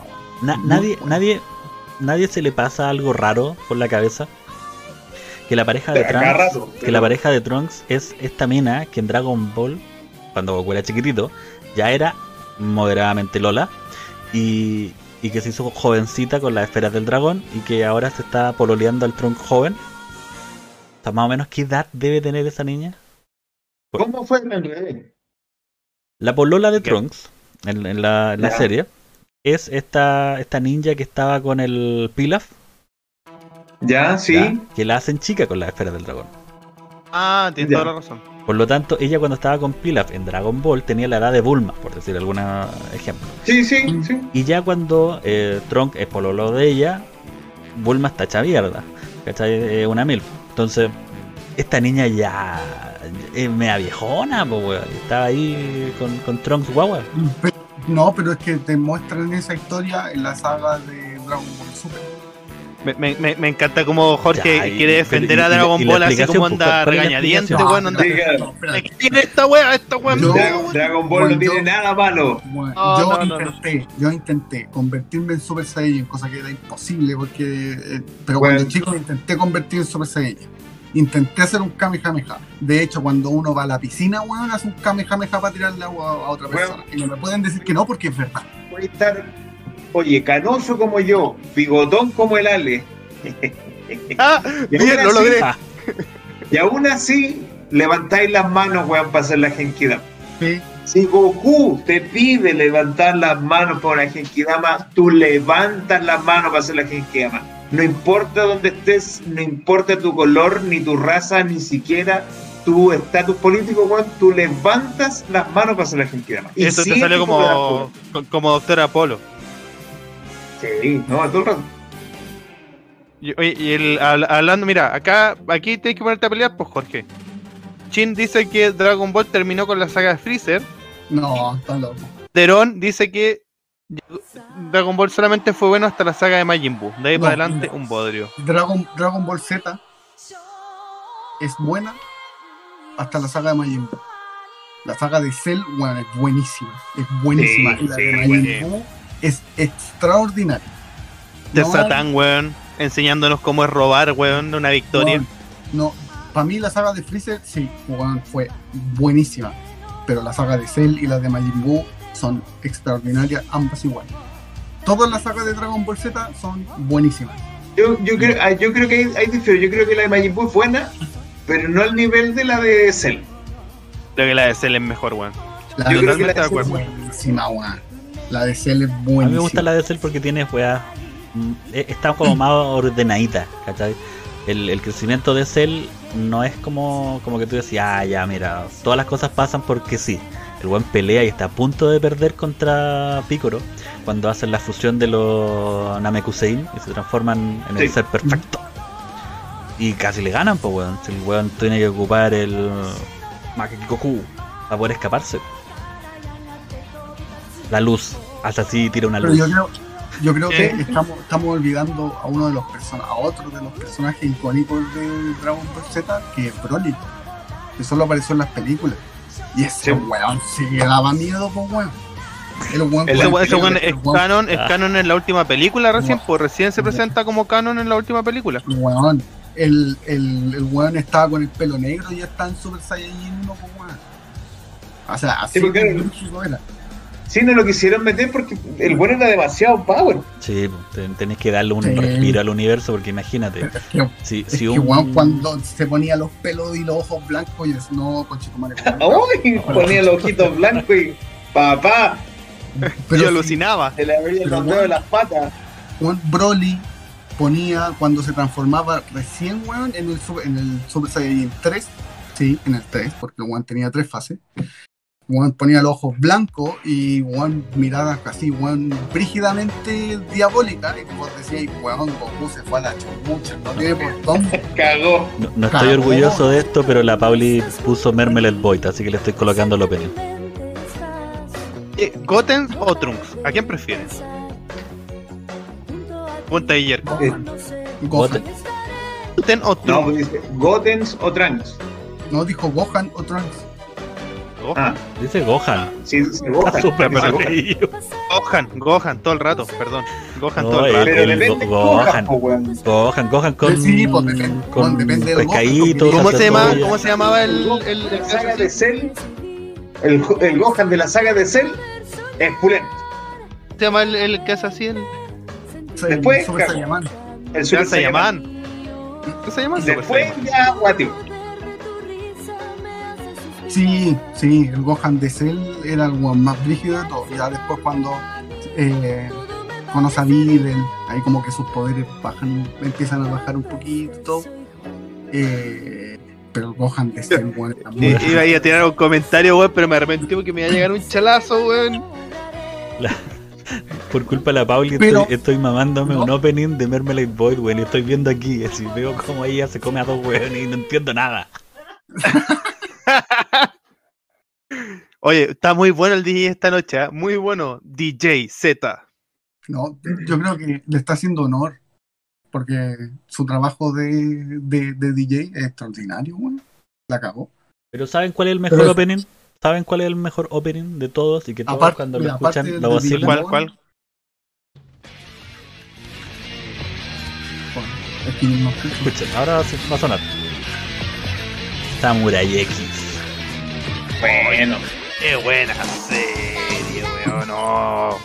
Nadie se le pasa algo raro por la cabeza. Que la pareja de Pero a cada Trunks, rato, que pero- la pareja de Trunks es esta mina que en Dragon Ball, cuando Goku era chiquitito, ya era moderadamente Lola y que se hizo jovencita con las esferas del dragón y que ahora se está pololeando al Trunks joven. O sea, más o menos, ¿qué edad debe tener esa niña? ¿Cómo fue en revés? La polola de ¿Qué? Trunks en la Ya. serie es esta ninja que estaba con el Pilaf, Ya, sí. ¿ya? Que la hacen chica con las esferas del dragón. Ah, tienes Ya. toda la razón. Por lo tanto, ella cuando estaba con Pilaf en Dragon Ball tenía la edad de Bulma, por decir algún ejemplo. Sí, sí, sí. Y ya cuando Trunks es pololo de ella, Bulma está hecha mierda, ¿cachai? Una milf. Entonces, esta niña ya es media viejona, pues, weón. Estaba ahí con Trunks guagua. No, pero es que te muestran esa historia en la saga de Dragon Ball Super. Me encanta como Jorge Ya, y- quiere defender pero- a y la Dragon Ball así explicación, como pues, anda ¿cuál es la regañadiente, explicación? weón. Anda. Sí, claro. No, espérate. ¿Qué tiene esta wea? Esta wea Yo- no, Dragon Ball no Bueno, tiene nada malo. Bueno, No, yo intenté convertirme en Super Saiyan, cosa que era imposible porque pero Bueno. cuando chico me intenté convertir en Super Saiyan. Intenté hacer un Kamehameha. De hecho, cuando uno va a la piscina, weón, hace un Kamehameha para tirarle agua a otra Bueno. persona. Y no me pueden decir que no porque es verdad. Puede estar, oye, canoso como yo, bigotón como el Ale. Ah, Y bien, aún lo así- logré. Y aún así, levantáis las manos, weón, para hacer la genkidama. Sí, Si Goku te pide levantar las manos para la Genkidama, tú levantas las manos para hacer la Genkidama. No importa dónde estés, no importa tu color, ni tu raza, ni siquiera tu estatus político, weón, tú levantas las manos para hacer la Genkidama. Y esto te salió como Doctor Apolo. Sí, no, todo el rato. Hablando, mira, aquí tienes que ponerte a pelear, pues Jorge. Chin dice que Dragon Ball terminó con la saga de Freezer. No, está loco. Derón dice que Dragon Ball solamente fue bueno hasta la saga de Majin Buu. De ahí para adelante, un bodrio. Dragon Ball Z es buena hasta la saga de Majin Buu. La saga de Cell, bueno, es buenísima. Es buenísima. Sí, y la de Majin Buu es extraordinaria. De Satán, weón, enseñándonos cómo es robar, weón, una victoria. No, para mí la saga de Freezer, sí, weón, fue buenísima. Pero la saga de Cell y la de Majin Buu son extraordinarias, ambas igual. Todas las sagas de Dragon Ball Z son buenísimas. Yo creo que hay difiero. Yo creo que la de Majin Buu es buena, pero no al nivel de la de Cell. Creo que la de Cell es mejor, weón. Yo creo que la de Cell es buenísima, weón. La de Cell es buenísima. A mí me gusta la de Cell porque tiene weas. Está como más ordenadita, ¿cachai? El crecimiento de Cell no es como que tú decías, ya, mira, todas las cosas pasan porque sí. El buen pelea y está a punto de perder contra Piccolo cuando hacen la fusión de los Namekusein y se transforman en el ser perfecto. Y casi le ganan, pues, weón. Si el weón tiene que ocupar el Goku para poder escaparse. La luz, hasta así tira una luz. Yo creo que estamos olvidando a otro de los personajes icónicos de Dragon Ball Z, que es Broly, que solo apareció en las películas. Y ese weón sí que daba miedo, pues weón. Ese weón es canon en la última película recién, pues recién se presenta como canon en la última película. Weón, el weón estaba con el pelo negro y ya está en Super Saiyajin 1, pues weón. O sea, así era. Sí, no lo quisieron meter porque el bueno era demasiado power. Sí, tenés que darle un respiro al universo porque imagínate. Weón, cuando se ponía los pelos y los ojos blancos, y es no, conchetumare. ¡Uy! Ponía los ojitos blancos y papá. Pero yo alucinaba. Se le abría el rondeo de las patas. Juan Broly ponía cuando se transformaba recién, weón, en el Super Saiyajin 3. Sí, en el 3, porque el weón tenía 3 fases. Juan ponía los ojos blancos y Juan miraba así, Juan brígidamente diabólica. Y vos decías, weón, Goku se fue a la chumucha, no tiene por dónde. Cagó. No estoy orgulloso de esto, pero la Pauli puso Mermeled Void, así que le estoy colocando el opening. ¿Goten o Trunks? ¿A quién prefieres? Punta de Yerko. Gohan. ¿Goten o Trunks? No, dice Gotens o Trunks. No, dijo Gohan o Trunks. Dice Gohan. Sí, dice Gohan. Súper Gohan, todo el rato, perdón. Gohan no, todo el rato. Pero depende Gohan Sí, con, pues depende del pescadito. ¿Cómo se llamaba el la saga de Cell? El Gohan de la saga de Cell es pulento. ¿Se llama el que es así? Después, Super Saiyaman. El Super Saiyaman. Después ya Guatio. Sí, el Gohan de Cell era el weón más brígido de todo. Ya después cuando conoce a Videl, ahí como que sus poderes empiezan a bajar un poquito. Pero el Gohan de Cell, weón, era muy iba a tirar un comentario, weón, pero me arrepentí porque me iba a llegar un chalazo, weón. Por culpa de la Pauli estoy mamándome un opening de Mermelade Void, weón, y estoy viendo aquí, así veo como ella se come a dos weones y no entiendo nada. Oye, está muy bueno el DJ esta noche, ¿eh? Muy bueno, DJ Z. No, yo creo que le está haciendo honor, porque su trabajo de DJ es extraordinario, güey. La cagó. Pero ¿saben cuál es el mejor opening? ¿Saben cuál es el mejor opening de todos? Y que todos cuando lo escuchan lo vacilan. ¿Cuál? Escuchen, ahora va a sonar. Samurai X. Bueno. Qué buena serie, weón. No.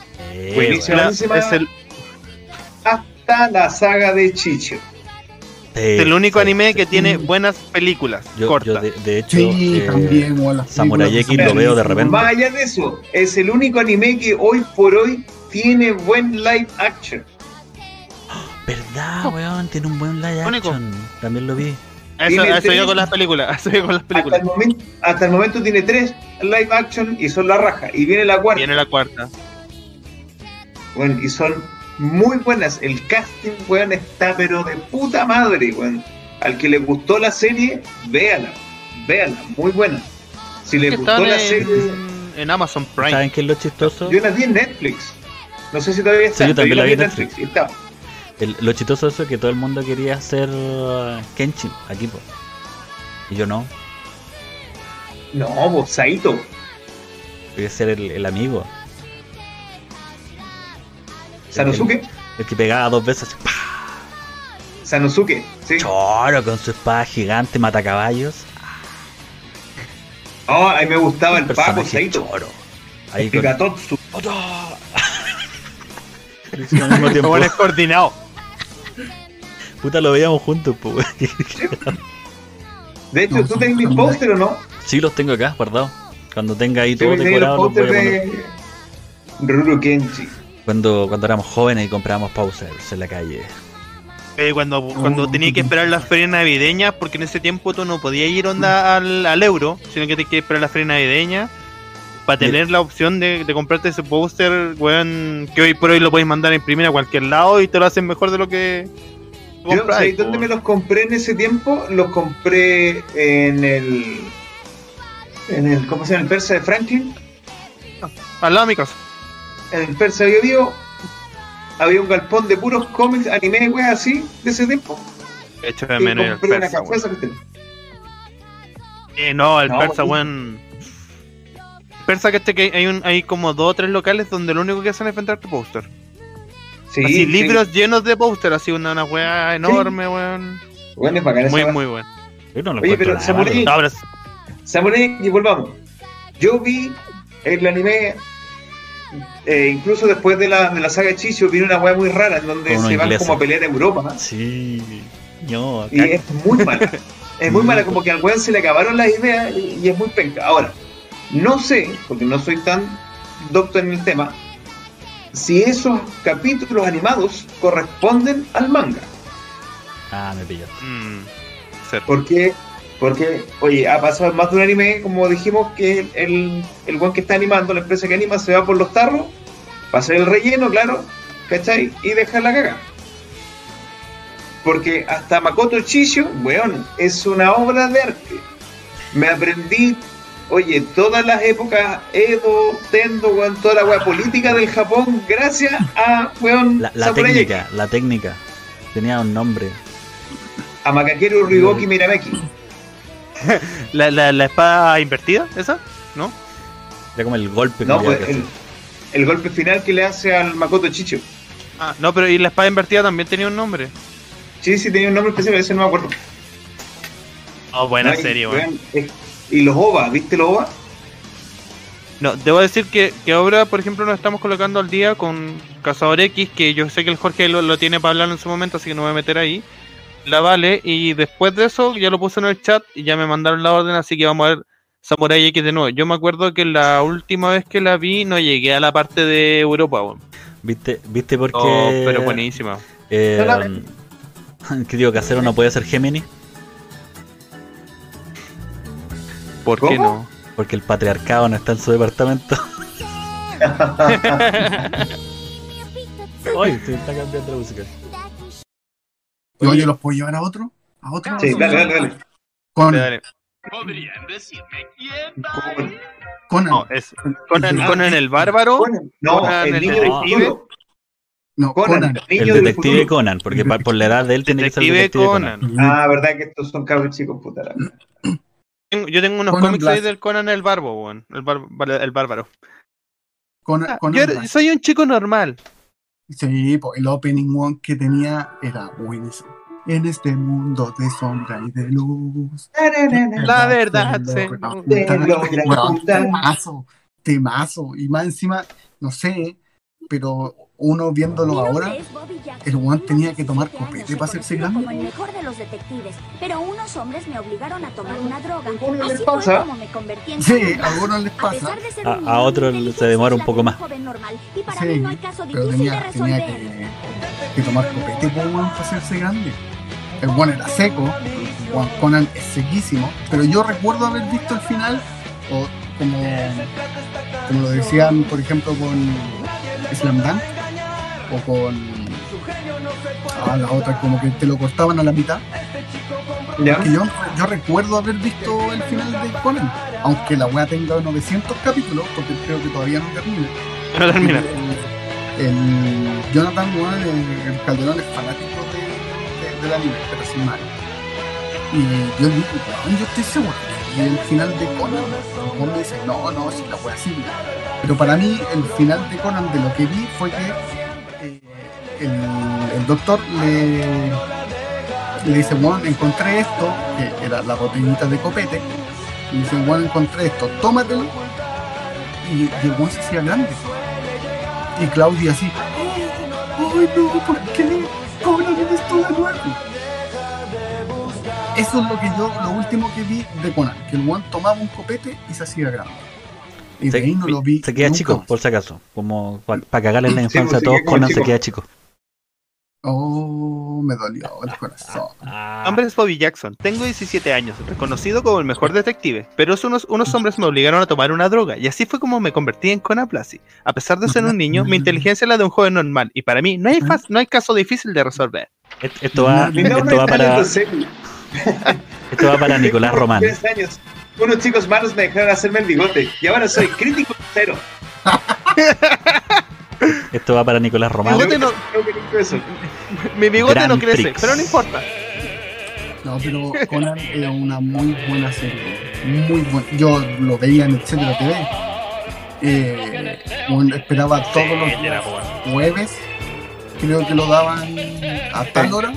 Buenísima. Es el... Hasta la saga de Chicho. Es el único sí, anime sí. que tiene buenas películas Yo cortas. de hecho, Sí, también, weón, las Samurai películas X son lo veo de repente. Más allá de eso, es el único anime que hoy por hoy tiene buen live action. ¿Verdad, weón? Tiene un buen live Único. action. También lo vi. Eso Tiene yo tres- con las películas. Eso yo con las películas. Hasta el momento tiene 3 live action y son la raja. Y viene la cuarta. Viene la cuarta. Bueno, y son muy buenas. El casting, weón, está pero de puta madre, weón. Al que le gustó la serie, véala. Véala, muy buena. Si le Que gustó están la serie, en Amazon Prime. ¿Saben qué es lo chistoso? yo la vi en Netflix. No sé si todavía está. Sí, yo también pero la vi en y está. Lo chistoso es que todo el mundo quería ser Kenshin aquí, po. Y yo no. No, vos, Saito. Quería ser el amigo. Sanosuke. El que pegaba 2 veces. ¡Pah! Sanosuke, sí. Choro con su espada gigante, mata caballos. Oh, a mí me gustaba el Paco Personaje Saito. choro. Ahí El con... Gatotsu. ¡Oto! Al mismo tiempo. Como es coordinado. Puta, lo veíamos juntos, pues, weón. De hecho, No, ¿tú tenés mis son póster o no? Sí, los tengo acá guardados. Cuando tenga ahí Sí, todo me tenía los decorado, los voy a pósters poner. de Ruru Kenshi. Cuando éramos jóvenes y comprábamos pausers en la calle. Cuando tenía que esperar las ferias navideñas, porque en ese tiempo tú no podías ir onda al euro, sino que tenías que esperar las ferias navideñas para tener la opción de comprarte ese póster, weón, que hoy por hoy lo podéis mandar a imprimir a cualquier lado y te lo hacen mejor de lo que Yo, compráis, ¿sabéis dónde po. me los compré en ese tiempo? Los compré en el. ¿Cómo se llama? El Persa de Franklin. Al lado de mi casa. En el Persa Bio había un galpón de puros cómics, anime, weón, así, de ese tiempo. De hecho, de Y menos el compré una persa, weón. café, ¿sabes? No, el No, persa, sí. weón. Persa que hay como 2 o 3 locales donde lo único que hacen es vender tu póster. Sí, Así, sí. libros llenos de póster, así una weá enorme, weón. Bueno, es bacán esa Muy, weá. muy bueno. Yo no lo Oye, encuentro pero nada Samurai- malo. Ahora, Samurai, y volvamos. Yo vi el anime, incluso después de la saga de Chicho, vi una weá muy rara en donde Con unos se van ingleses. como a pelear en Europa. Sí. No, Y es muy mala. Es muy mala, como que al weón se le acabaron las ideas y es muy penca. Ahora, no sé, porque no soy tan doctor en el tema, si esos capítulos animados corresponden al manga. Ah, me pillaste. cero. Porque, oye, ha pasado más de un anime, como dijimos, que el weón que está animando, la empresa que anima, se va por los tarros, para hacer el relleno, claro, ¿cachai? Y dejar la caga. Porque hasta Makoto Shisho, weón, es una obra de arte. Me aprendí, oye, todas las épocas, Edo, Tendo, weón, toda la weá política del Japón, gracias a, weón, La Samurai técnica. Tenía un nombre. X, a Makakeru Ryugoki Mirameki. ¿La espada invertida, esa? ¿No? Era como el golpe. No, que pues había que hacer. el golpe final que le hace al Makoto Shisho. Ah, no, pero y la espada invertida también tenía un nombre. Sí, sí, tenía un nombre especial, ese no me acuerdo. Oh, buena No, y, serie, weón. Y los OVA, ¿viste los OVA? No, debo decir que ahora, por ejemplo, nos estamos colocando al día con Cazador X, que yo sé que el Jorge lo tiene para hablar en su momento, así que no me voy a meter ahí. La vale, y después de eso ya lo puse en el chat y ya me mandaron la orden, así que vamos a ver Samurai X de nuevo. Yo me acuerdo que la última vez que la vi no llegué a la parte de Europa, weón. ¿Viste por qué? Oh, pero buenísima. Que digo, Casero no puede ser Gemini. ¿Por qué ¿Cómo? no? Porque el patriarcado no está en su departamento. Oye, se está cambiando la música. Y oye, ¿los puedo llevar a otro? ¿A otro? Sí, dale. Conan. Dale. Conan. No, es Conan el Bárbaro. No, Conan, el el niño del detective. futuro. No, Conan, Conan. el niño El del detective futuro. Conan, porque por la edad de él tiene que ser el Detective detective Conan. Conan. Ah, verdad que estos son cabros chicos, puta la verdad. Yo tengo unos Conan cómics ahí Blast. del Conan el Barbo, weón. El Bárbaro. Conan, Yo soy un chico normal. Sí, pues el opening one que tenía era buenísimo. En este mundo de sombra y de luz. La verdad, se sí. logra Te logra Weón, ocultar. temazo. Y más encima, no sé, pero uno viéndolo ahora, el weón tenía que tomar copete para hacerse como grande. el mejor de los detectives, pero unos hombres me obligaron a tomar una droga. ¿Alguno les Así fue pasa? como me convertí en Sí, Conan. a algunos les A pasa. pesar de ser A- un niño a otros inteligente, se demora un la poco de más. joven normal, y para Sí, mí no hay caso pero difícil de tenía resolver. que tomar copete pues, weón, para hacerse grande. El weón era seco, Juan Conan es sequísimo, pero yo recuerdo haber visto el final, o como lo decían, por ejemplo, con Slam Dunk, o con la otra, como que te lo cortaban a la mitad. ¿Ya? Que yo recuerdo haber visto el final de Conan, aunque la weá tenga 900 capítulos, porque creo que todavía no termina. No termina. El Jonathan, weón, el Calderón es fanático del anime, pero sin mal. Y yo digo, weón, yo estoy seguro que el final de Conan, vos me dices, no, si la weá sigue. Pero para mí, el final de Conan, de lo que vi, fue que el doctor le dice, weón, encontré esto, que era la botellita de copete. Y dice, weón, encontré esto, tómatelo. Y el weón se hacía grande. Y Claudia así, ¡ay no! ¿Por qué? ¡Conan esto de nuevo! Eso es lo último que vi de Conan, que el weón tomaba un copete y se hacía grande. Y de ahí no lo vi. Se queda nunca chico, más. por si acaso. Como para cagarle en la Sí, infancia a pues, se todos, queda como Conan se chico. queda chico. Oh, me dolió el corazón. Nombre es Bobby Jackson, tengo 17 años, reconocido como el mejor detective, pero unos hombres me obligaron a tomar una droga, y así fue como me convertí en Conan Blasi. A pesar de ser un niño, mi inteligencia es la de un joven normal, y para mí no hay caso difícil de resolver. Esto va, esto va para Nicolás Román. 3 años. Unos chicos malos me dejaron hacerme el bigote y ahora soy crítico cero. Esto va para Nicolás Román. Bigote no- Creo que nunca eso. Mi bigote Grand no crece, Prix. pero no importa. No, pero Conan era una muy buena serie. Muy buena. Yo lo veía en Etcétera TV. Bueno, esperaba todos los días, jueves. Creo que lo daban a tal hora.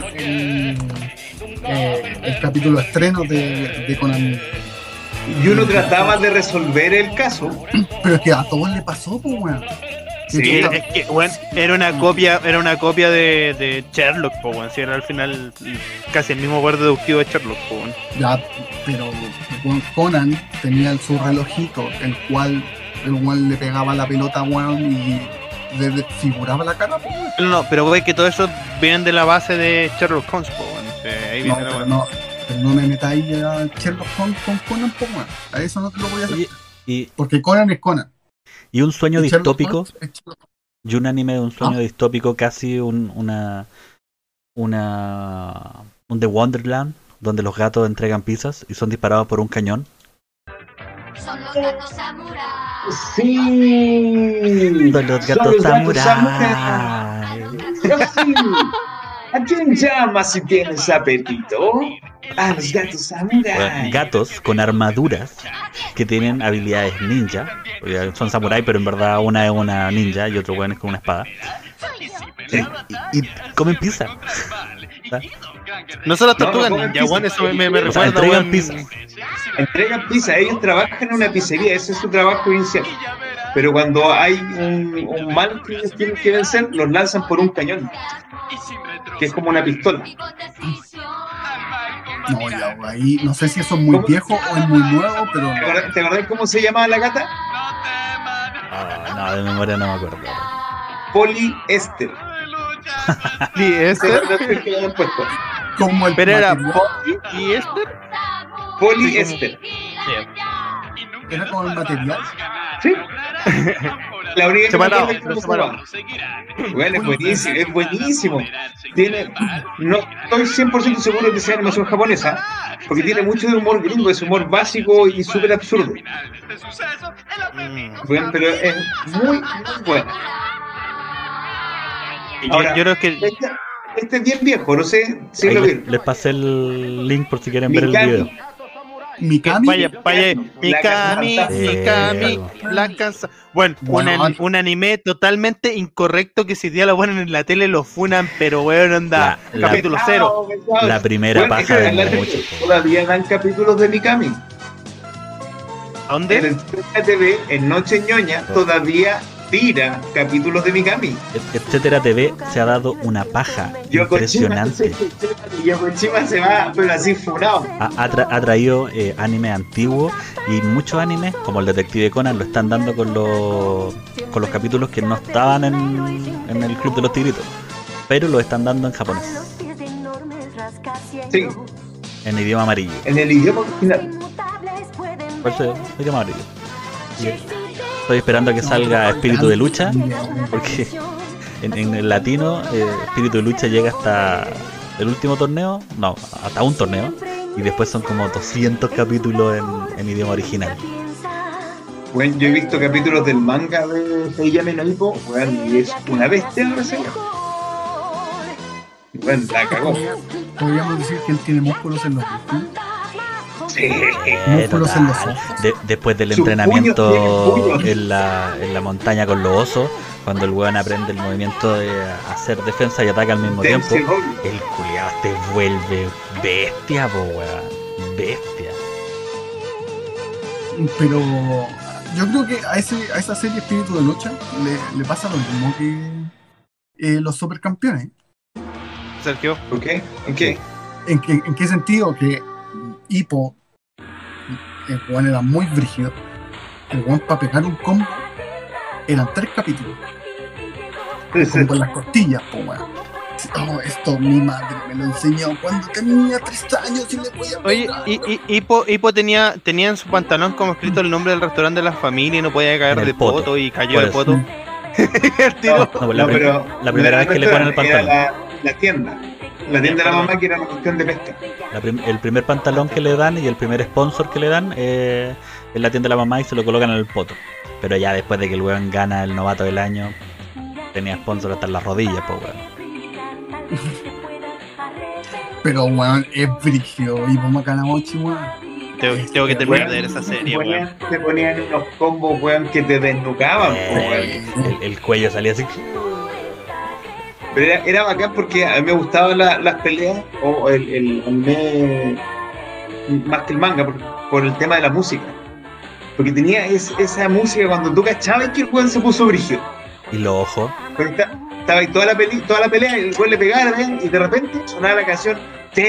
El capítulo estreno de Conan. Y uno trataba de resolver el caso. Pero es que a todos le pasó, pues, weón. Sí. Es que, bueno, era una copia de Sherlock, po, weón. Si era al final casi el mismo poder deductivo de Sherlock, po, weón. Ya, pero Conan tenía su relojito, el cual le pegaba la pelota, weón, y le desfiguraba la cara, pues, weón. No, pero ve que todo eso viene de la base de Sherlock Holmes, po, weón. Ahí No, viene la pero base. pero no me metáis a Sherlock Holmes con Conan, pues, weón. A eso no te lo voy a hacer. Oye, y, Porque Conan es Conan. y un sueño Y Sherlock distópico, Holmes es Sherlock Holmes. y un anime de un sueño ¿Ah? distópico, casi un The Wonderland, donde los gatos entregan pizzas y son disparados por un cañón. Son los gatos samurai. Sí. Son los gatos samurai. Sí. ¿A quién llamas si tienes apetito? A los gatos Bueno, samurai. gatos con armaduras que tienen habilidades ninja. Porque son samurai, pero en verdad una es una ninja y otro bueno es con una espada. Y comen pizza. No son las No, tortugas no comen ninja, pizza. weón, eso me O sea, recuerda, entregan weón. pizza. Entregan pizza, ellos trabajan en una pizzería, ese es su trabajo inicial. Pero cuando hay un mal que ellos tienen que vencer, los lanzan por un cañón, que es como una pistola. No, ya, ahí no sé si eso es muy ¿Cómo? viejo o es muy nuevo, pero ¿Te acordás cómo se llamaba la gata? Ah, no, de memoria no me acuerdo. Poliéster. Sí, ¿Te este, acordás que le habían puesto? como el pero era material, Poppy y este. Poliéster. era como el material. ¿Sí? La única que me Separado, acuerdo es cómo se separado. llama. Bueno, es buenísimo. Tiene, no estoy 100% seguro que sea animación japonesa, porque tiene mucho de humor gringo, es humor básico y súper absurdo. Bueno, pero es muy, muy buena. Ahora, Yo creo que este es bien viejo, no sé si Ahí lo les, vieron. les pasé el link por si quieren ver el Mikami. video. Mikami. vaya, La Mikami, la cansa. Bueno, Bueno, un anime totalmente incorrecto que si día lo ponen en la tele lo funan, pero weón, anda, La- capítulo cero. La primera Bueno, paja es que de mucho. todavía dan capítulos de Mikami. ¿A En dónde? el TV, en Noche Ñoña, todavía tira capítulos de Mikami. Etcétera TV se ha dado una paja impresionante. Yokochima se va, pero así funado. Ha traído anime antiguos y muchos animes, como el Detective Conan, lo están dando con los capítulos que no estaban en el Club de los Tigritos, pero lo están dando en japonés. Sí. En idioma amarillo. En el idioma original. ¿Cuál es el idioma amarillo? Estoy esperando a que salga Espíritu de Lucha, porque en el latino Espíritu de Lucha llega hasta el último torneo, no, hasta un torneo, y después son como 200 capítulos en idioma original. Bueno, yo he visto capítulos del manga de Seiyame no Ippo, bueno, y es una bestia ahora señor. Bueno, la cagó. Podríamos decir que él tiene músculos en los ojos. Sí. Músculos en los ojos. Después del Sus entrenamiento puños en la montaña con los osos, cuando el weón aprende el movimiento de hacer defensa y ataque al mismo tiempo, el culiao te vuelve bestia, po weón. Bestia. Pero yo creo que a esa serie Espíritu de Lucha le pasa lo mismo que los supercampeones. Sergio. ¿Por qué? ¿En qué? ¿En qué sentido? Que Hippo, el weón era muy brígido. El weón para pegar un combo eran 3 capítulos. Como en las costillas, po weón. Oh, esto mi madre me lo enseñó cuando tenía 3 años y le podía pegar. Oye, Hippo tenía en su pantalón como escrito el nombre del restaurante de la familia y no podía caer En el de poto y cayó por de eso. poto. El tiro. No, la primera vez que le ponen el pantalón. La tienda. La tienda de la mamá, que era una cuestión de pesca. El primer pantalón que le dan y el primer sponsor que le dan es la tienda de la mamá y se lo colocan en el poto. Pero ya después de que el weón gana el novato del año, tenía sponsor hasta en las rodillas, pues weón. Pero weón, es brígido. Hippo Makanamochi, weón. Tengo que terminar de ver esa serie, weón. Te ponían unos combos, weón, que te desnucaban, weón. El cuello salía así. Pero era bacán porque a mí me gustaban las peleas o el anime más que el manga por el tema de la música. Porque tenía esa música cuando tú cachabas que el weón se puso brígido. Y los ojos. Pero estaba ahí toda la pelea y el weón le pegaba ¿ven? Y de repente sonaba la canción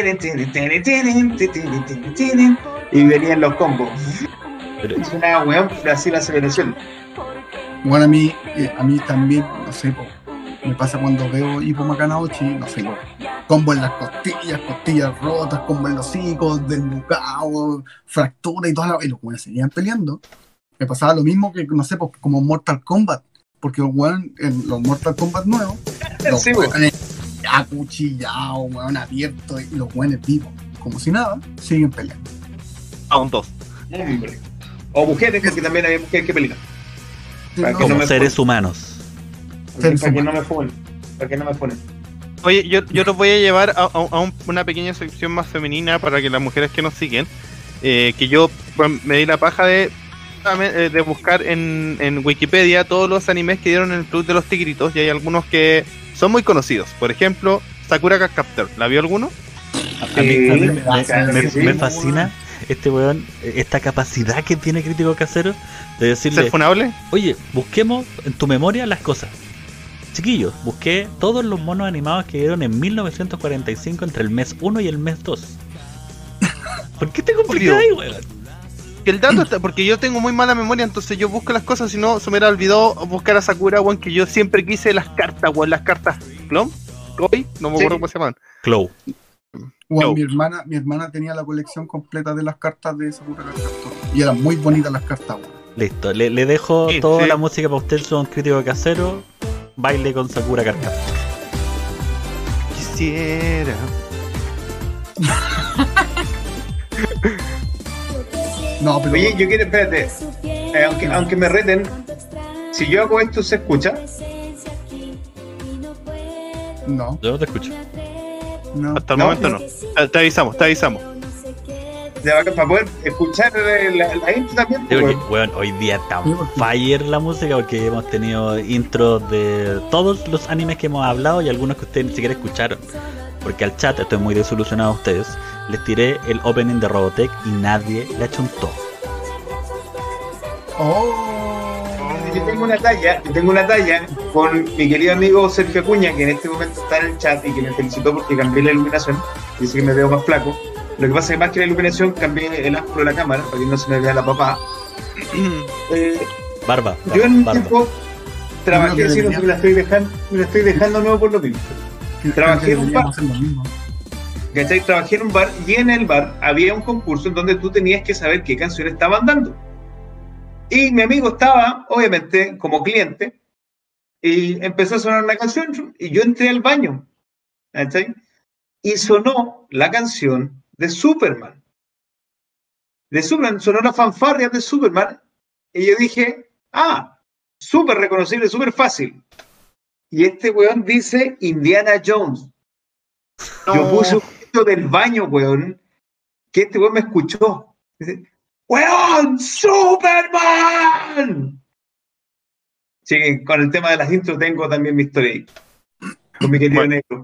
y venían los combos. Y sonaba weón así la aceleración. Bueno, a mí también, no sé, me pasa cuando veo Hippo Makanaochi, no sé, combo en las costillas rotas, combo en los hocicos, desnucados, fractura y todas las... Y los weones seguían peleando. Me pasaba lo mismo que, no sé, como Mortal Kombat, porque los weones, en los Mortal Kombat nuevos, los Sí, weones acuchillados, weón abiertos, y los weones vivos, como si nada, siguen peleando. Aún 2. Hombre. O mujeres, porque también hay mujeres que pelean. Para que Como no me seres humanos. Para que no me funen. Para que no me funen. Oye, yo los voy a llevar a una pequeña sección más femenina para que las mujeres que nos siguen, que yo me di la paja de buscar en Wikipedia todos los animes que dieron en el Club de los Tigritos, y hay algunos que son muy conocidos. Por ejemplo, Sakura Card Captor. ¿La vio alguno? A mí me fascina este weón, esta capacidad que tiene Crítico Casero de decirle, ¿Ser funable? oye, busquemos en tu memoria las cosas. Chiquillos, busqué todos los monos animados que dieron en 1945 entre el mes 1 y el mes 2. ¿Por qué te complicas ahí, weón? Que el dato está, porque yo tengo muy mala memoria, entonces yo busco las cosas, si no se me hubiera olvidado buscar a Sakura, weón, que yo siempre quise las cartas, weón, las cartas Clon, Koi, no me acuerdo cómo se llaman. Clow. Bueno, mi hermana tenía la colección completa de las cartas de Sakura Card Captor, y eran muy bonitas las cartas, weón. Listo, le dejo Sí, toda sí. la música para usted, son Crítico Casero. Baile con Sakura Card Captor. Quisiera. No, pero Oye, yo quiero, espérate. Aunque me reten, si yo hago esto, ¿se escucha? no, Yo no te escucho. no. Hasta el No, momento no. Te avisamos. Ya, para poder escuchar la intro también. Digo pues, que, weón, hoy día está on fire la música porque hemos tenido intros de todos los animes que hemos hablado y algunos que ustedes ni siquiera escucharon. Porque al chat, estoy muy desilusionado a ustedes, les tiré el opening de Robotech y nadie le achuntó. Oh, yo tengo una talla con mi querido amigo Sergio Acuña, que en este momento está en el chat y que me felicitó porque cambié la iluminación. Dice que me veo más flaco. Lo que pasa es que más que la iluminación, cambié el ángulo de la cámara para que no se me vea la papada. Barba. Yo en un barba. tiempo trabajé así, no sé, me la estoy dejando nuevo por lo mismo. Trabajé en un bar. ¿Cachai? Trabajé en un bar y en el bar había un concurso en donde tú tenías que saber qué canciones estaban dando. Y mi amigo estaba, obviamente, como cliente, y empezó a sonar una canción, y yo entré al baño, ¿cachai? Y sonó la canción de Superman. De Superman, sonó la fanfarria de Superman, y yo dije, súper reconocible, súper fácil. Y este weón dice Indiana Jones. Yo puse un grito del baño, weón, que este weón me escuchó. Dice, ¡weón! ¡Superman! Sí, con el tema de las intros tengo también mi historia ahí. Con mi querido negro.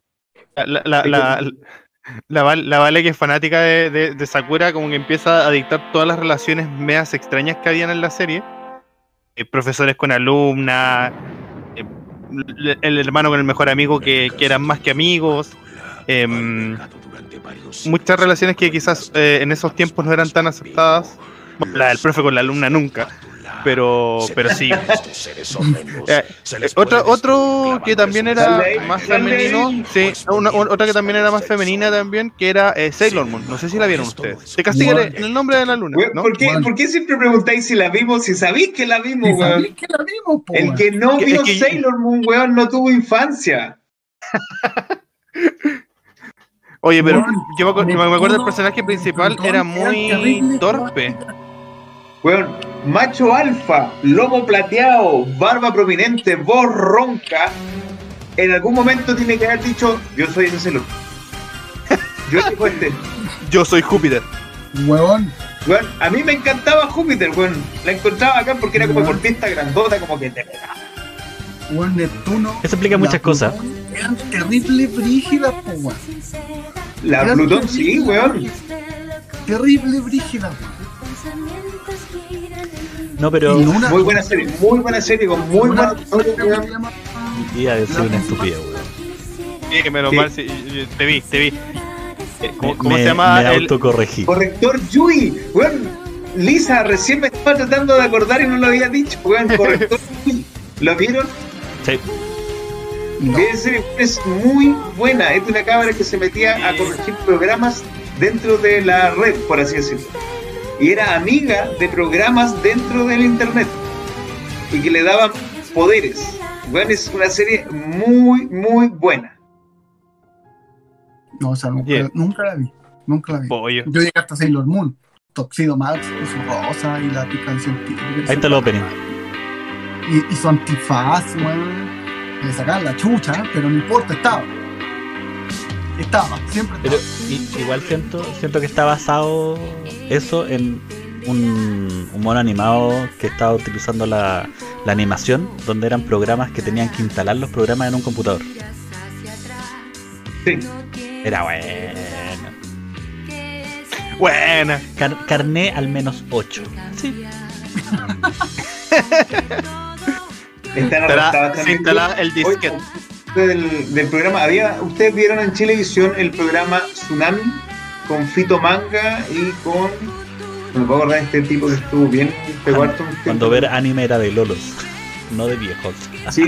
La Vale, que es fanática de Sakura, como que empieza a dictar todas las relaciones medias extrañas que habían en la serie. Profesores con alumnas, el hermano con el mejor amigo que eran más que amigos. Muchas relaciones que quizás en esos tiempos no eran tan aceptadas. Bueno, la del profe con la alumna nunca, pero sí. Otro que también era más femenino, sí, otra que también era más femenina también, que era Sailor Moon. No sé si la vieron ustedes. Te castigaré en el nombre de la luna, ¿no? ¿Por qué siempre preguntáis si la vimos? Si sabéis que la vimos, weón. El que no vio Sailor Moon, weón, no tuvo infancia. Oye, pero yo me acuerdo del personaje principal, era muy torpe. Weón, macho alfa, lomo plateado, barba prominente, voz ronca. En algún momento tiene que haber dicho, yo soy ese Sailor. Yo soy Júpiter. Weón, a mí me encantaba Júpiter, weón. La encontraba acá porque era como deportista grandota, como que te pegaba. Weón, Neptuno. Eso explica muchas cosas. Eran terrible brígidas, po, weón. La Plutón, sí, weón. Terrible brígida, weón. No, pero. Muy buena serie, con muy buena historia, weón. Iba a decir una estupidez, weón. Sí, menos mal, sí, te vi. ¿Cómo se llama? Me autocorregí. Corrector Yui, weón. Lisa, recién me estaba tratando de acordar y no lo había dicho, weón. Corrector Yui. ¿Lo vieron? Sí. No. Es muy buena. Es de una cámara que se metía a corregir programas dentro de la red, por así decirlo. Y era amiga de programas dentro del internet. Y que le daban poderes. Bueno, es una serie muy, muy buena. No, o sea, nunca la vi. Pollo. Yo llegué hasta Sailor Moon. Toxido Max, y su rosa y la pica científica. Ahí está el opening. Y su antifaz, weón. Le sacaban la chucha, pero no importa, siempre estaba. Pero igual siento que está basado eso en un mono animado que estaba utilizando la animación, donde eran programas que tenían que instalar los programas en un computador. Sí. Era bueno. Buena. Carné al menos 8. Sí. Se instalaba el disquete. Del programa, ustedes vieron en Chilevisión el programa Tsunami con Fito Manga y con, no me puedo acordar de este tipo que estuvo bien cuando ver anime era de lolos, no de viejos. Sí.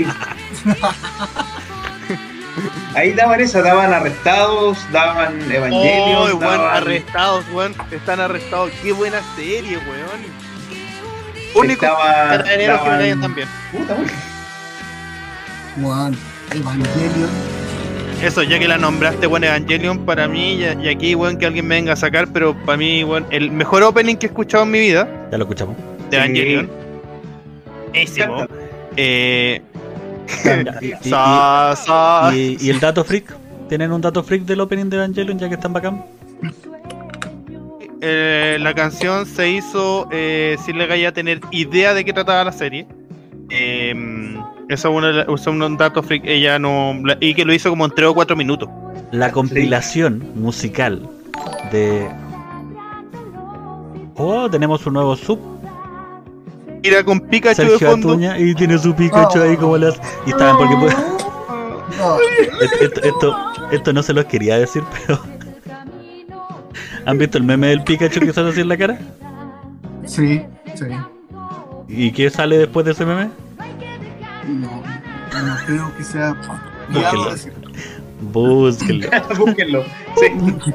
Ahí daban Arrestados, daban Evangelion, Arrestados, weón, están arrestados. Qué buena serie, weón. Único carabineros que me caen también. Puta, Weón, Evangelion. Eso, ya que la nombraste, weón, Evangelion, para mí, y aquí, weón, que alguien me venga a sacar, pero para mí, weón, el mejor opening que he escuchado en mi vida. Ya lo escuchamos. De Evangelion. Buenísimo. ¿Y el dato freak? ¿Tienen un dato freak del opening de Evangelion ya que están bacán? La canción se hizo sin llegar a tener idea de qué trataba la serie. Eso es un dato freak. Ella no. Y que lo hizo como en 3 o 4 minutos. La compilación musical de. Oh, tenemos un nuevo sub. Mira con Pikachu de Sergio fondo. Atuña y tiene su Pikachu ahí como las. Y estaban porque No, esto no se los quería decir, pero. ¿Han visto el meme del Pikachu que sale así en la cara? sí, sí. ¿Y qué sale después de ese meme? No creo que sea Búsquenlo. viable decir. Búsquenlo. Búsquenlo. Sí.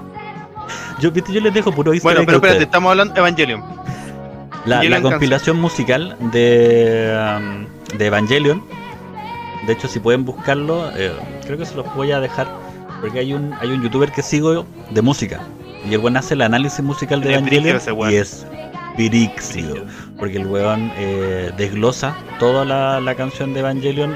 Yo les dejo puro Bueno, easter egg pero a espérate, ustedes. estamos hablando de Evangelion. La Evangelion compilación musical de Evangelion. De hecho, si pueden buscarlo, creo que se los voy a dejar. Porque hay un youtuber que sigo de música. Y el weón hace el análisis musical de Es Evangelion. brígido ese weón. Y es piríxido. Porque el weón desglosa toda la canción de Evangelion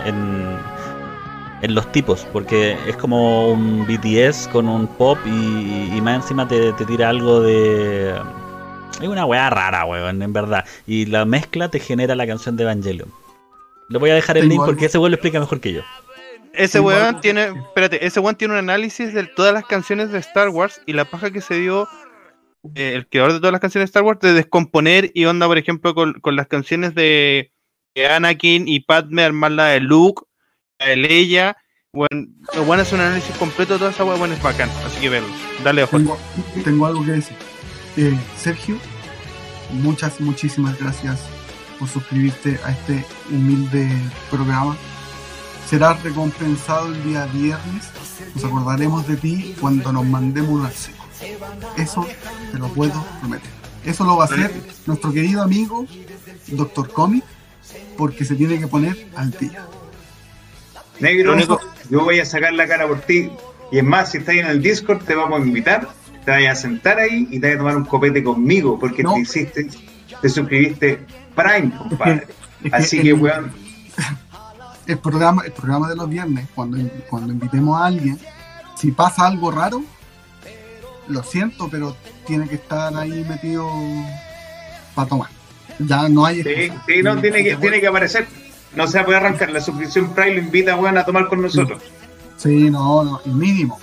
en los tipos. Porque es como un BTS con un pop y más encima te tira algo de. Es una weá rara, weón, en verdad. Y la mezcla te genera la canción de Evangelion. Le voy a dejar el Tengo link algo. porque ese weón lo explica mejor que yo. Ese Tengo weón algo- tiene, espérate, ese weón tiene un análisis de todas las canciones de Star Wars y la paja que se dio el creador de todas las canciones de Star Wars de descomponer y onda, por ejemplo, con las canciones de Anakin y Padme, armar la de Luke, la de Leia. Bueno, es un análisis completo de toda esa weá, bueno, es bacán, así que verlo. Dale, ojo. Tengo algo que decir. Sergio, muchísimas gracias por suscribirte a este humilde programa. Serás recompensado el día viernes. Nos acordaremos de ti cuando nos mandemos un al seco. Eso te lo puedo prometer. Eso lo va a hacer nuestro querido amigo Dr. Comic, porque se tiene que poner al día. Negro, Lo único- yo voy a sacar la cara por ti. Y es más, si estás en el Discord, te vamos a invitar. Te vas a sentar ahí y te vas a tomar un copete conmigo porque No. te suscribiste Prime, compadre. Es que Así que, weón, el programa de los viernes, cuando invitemos a alguien, si pasa algo raro, lo siento, pero tiene que estar ahí metido para tomar. Ya no hay sí, excusa. sí, no, tiene que aparecer. No se va a poder arrancar. La suscripción Prime lo invita, weón, a tomar con nosotros. Sí, no, y mínimo,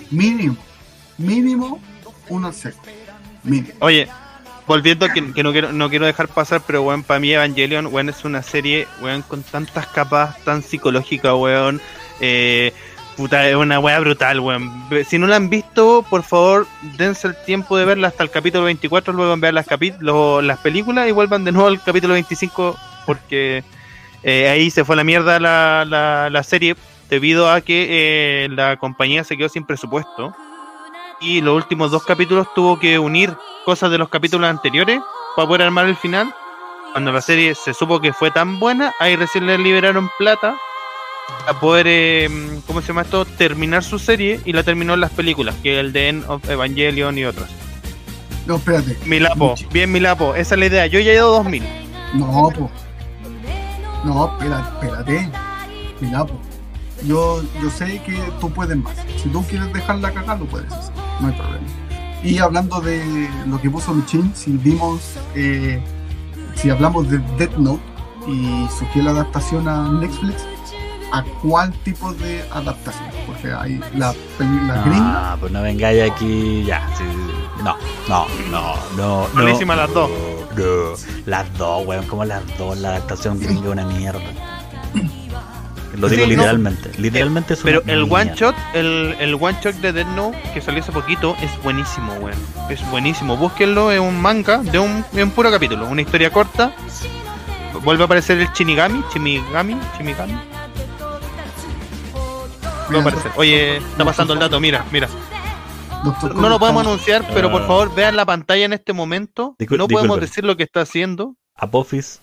uno al seco. Mínimo. Oye, volviendo que no quiero dejar pasar, pero weón, para mí Evangelion, weón, es una serie, weón, con tantas capas, tan psicológica, weón. Puta, es una weá brutal, weón. Si no la han visto, por favor, dense el tiempo de verla hasta el capítulo 24, luego vean las películas y vuelvan de nuevo al capítulo 25, porque ahí se fue a la mierda la serie, debido a que la compañía se quedó sin presupuesto. Y los últimos 2 capítulos tuvo que unir cosas de los capítulos anteriores para poder armar el final. Cuando la serie se supo que fue tan buena, ahí recién le liberaron plata a poder, ¿cómo se llama esto? Terminar su serie, y la terminó en las películas, que es el The End of Evangelion y otras. No, espérate. Milapo, bien Milapo, esa es la idea. Yo ya he ido 2000. No, po. No, espérate. Mira, po. Yo sé que tú puedes más. Si tú quieres dejarla cagar, lo puedes hacer. No hay problema. Y hablando de lo que puso Michin, si hablamos de Death Note y surgió la adaptación a Netflix, ¿a cuál tipo de adaptación? Porque hay la gringa. Ah, pues no vengáis aquí ya. Sí, no. Buenísimas las dos. No. Las dos, weón, como las dos. La adaptación gringa es una mierda. Lo digo Sí, no. literalmente es una Pero el one mierda. shot, el one shot de Death Note que salió hace poquito es buenísimo, weón. Es buenísimo. Búsquenlo, es un manga de un puro capítulo, una historia corta. Vuelve a aparecer el Shinigami. Va a aparecer. Oye, está pasando el dato, mira. Doctor No lo podemos Comic, anunciar, pero por favor vean la pantalla en este momento. No podemos Disculpen. decir lo que está haciendo. Apophis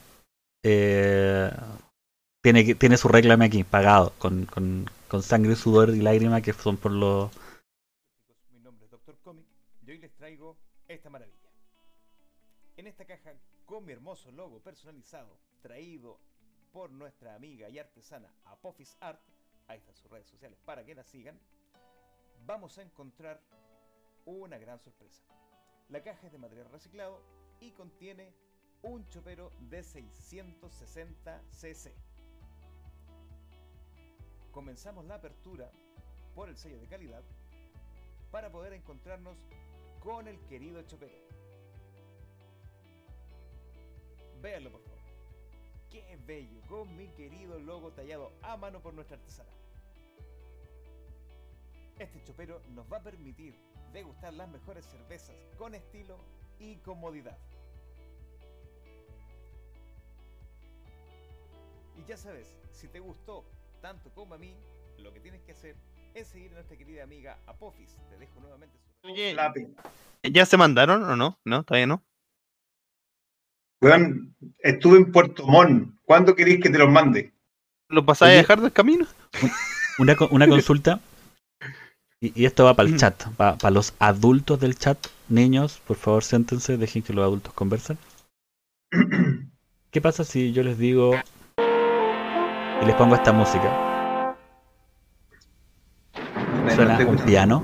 tiene su réclame aquí, pagado, con sangre, sudor y lágrimas que son por los... Mi nombre es Doctor Comic y hoy les traigo esta maravilla. En esta caja con mi hermoso logo personalizado, traído por nuestra amiga y artesana Apophis Art, ahí están sus redes sociales para que la sigan, vamos a encontrar una gran sorpresa. La caja es de material reciclado y contiene un chopero de 660 cc. Comenzamos la apertura por el sello de calidad para poder encontrarnos con el querido chopero. Véanlo por favor. ¡Qué bello! Con mi querido logo tallado a mano por nuestra artesana. Este chopero nos va a permitir degustar las mejores cervezas con estilo y comodidad. Y ya sabes, si te gustó tanto como a mí, lo que tienes que hacer es seguir a nuestra querida amiga Apophis. Te dejo nuevamente su... Oye, Lápiz. ¿ya se mandaron o no? No, todavía no. Weón, estuve en Puerto Montt. ¿Cuándo queréis que te los mande? ¿Lo pasáis a Oye. dejar del camino? Una consulta, y esto va para el chat, para los adultos del chat. Niños, por favor, siéntense, dejen que los adultos conversen. ¿Qué pasa si yo les digo y les pongo esta música? Suena un piano.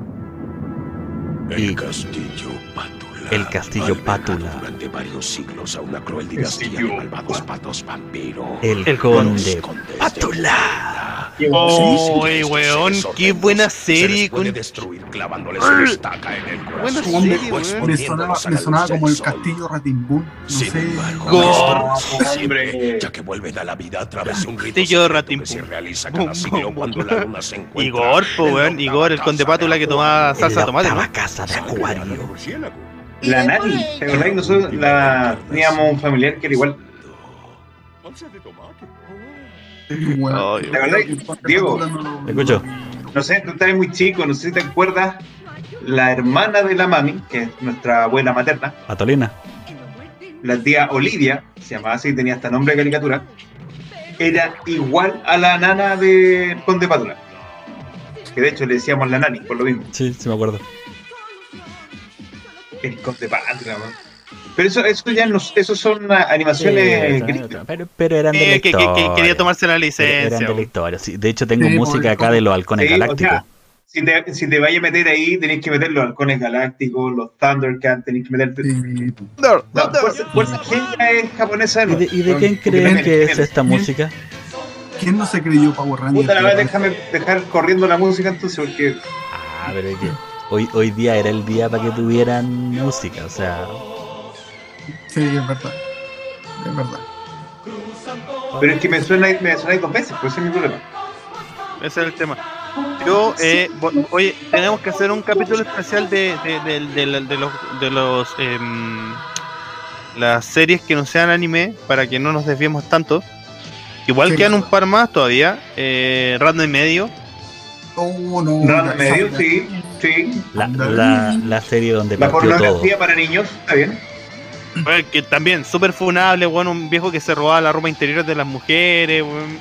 Y El castillo Pátula. el castillo albergado Pátula. Durante varios siglos a una cruel dinastía de malvados patos vampiro. El conde Pátula. Oh, weón, qué buena serie. Puede Con... destruir clavándoles una estaca en el Buena corazón. serie, Pues weón. Me sonaba como el castillo Ratimbun. No Sin sé. embargo, Gore. siempre, ya que vuelven a la vida a través de un rito Castillo secreto Ratimbun. que se realiza cada siglo cuando la luna se encuentra. Igor, po, weón. Igor, el conde Pátula que tomaba En salsa la de tomate, octava ¿no? casa de Acuario. La Nani. ¿Te acordás que nosotros teníamos un familiar que era igual? Bueno, Ay, ¿Te acordás? Diego, ¿Me escucho? no sé, tú estabas muy chico, no sé si te acuerdas. La hermana de la mami, que es nuestra abuela materna, Patolina. la tía Olivia, se llamaba así, tenía hasta nombre de caricatura, era igual a la nana de Conde Pátula. Que de hecho le decíamos la Nani, por lo mismo. Sí, sí me acuerdo. El Conde Pátula, man. Pero eso ya no, eso son animaciones gringas. Pero eran de la que historia. quería tomarse la Eran licencia. de la weón. historia, sí. De hecho, tengo Sí, música por acá de los halcones Sí, o galácticos. sea, si te vayas a meter ahí, tenés que meter los halcones galácticos, los Thundercats, tenés que meterte. sí, No, Fuerza Genja es japonesa de ¿Y nuevo. de quién Porque creen tiene- que es tiene- esta música? ¿quién no se creyó Power Rangers? Puta la verdad, déjame dejar corriendo la música entonces, porque Ah, pero es que hoy día era el día para que tuvieran música, o sea... Sí, es verdad. Es verdad. pero es que me suena dos veces, pues ese es mi problema. Ese es el tema. Yo, oye, tenemos que hacer un capítulo especial de los las series que no sean anime para que no nos desviemos tanto. Igual Sí. quedan un par más todavía. Random y medio. Oh, no. No, ya, medio, ya. sí. La serie donde La partió todo. pornografía para niños, está bien. Bueno, que también súper funable, bueno, un viejo que se robaba la ropa interior de las mujeres, bueno.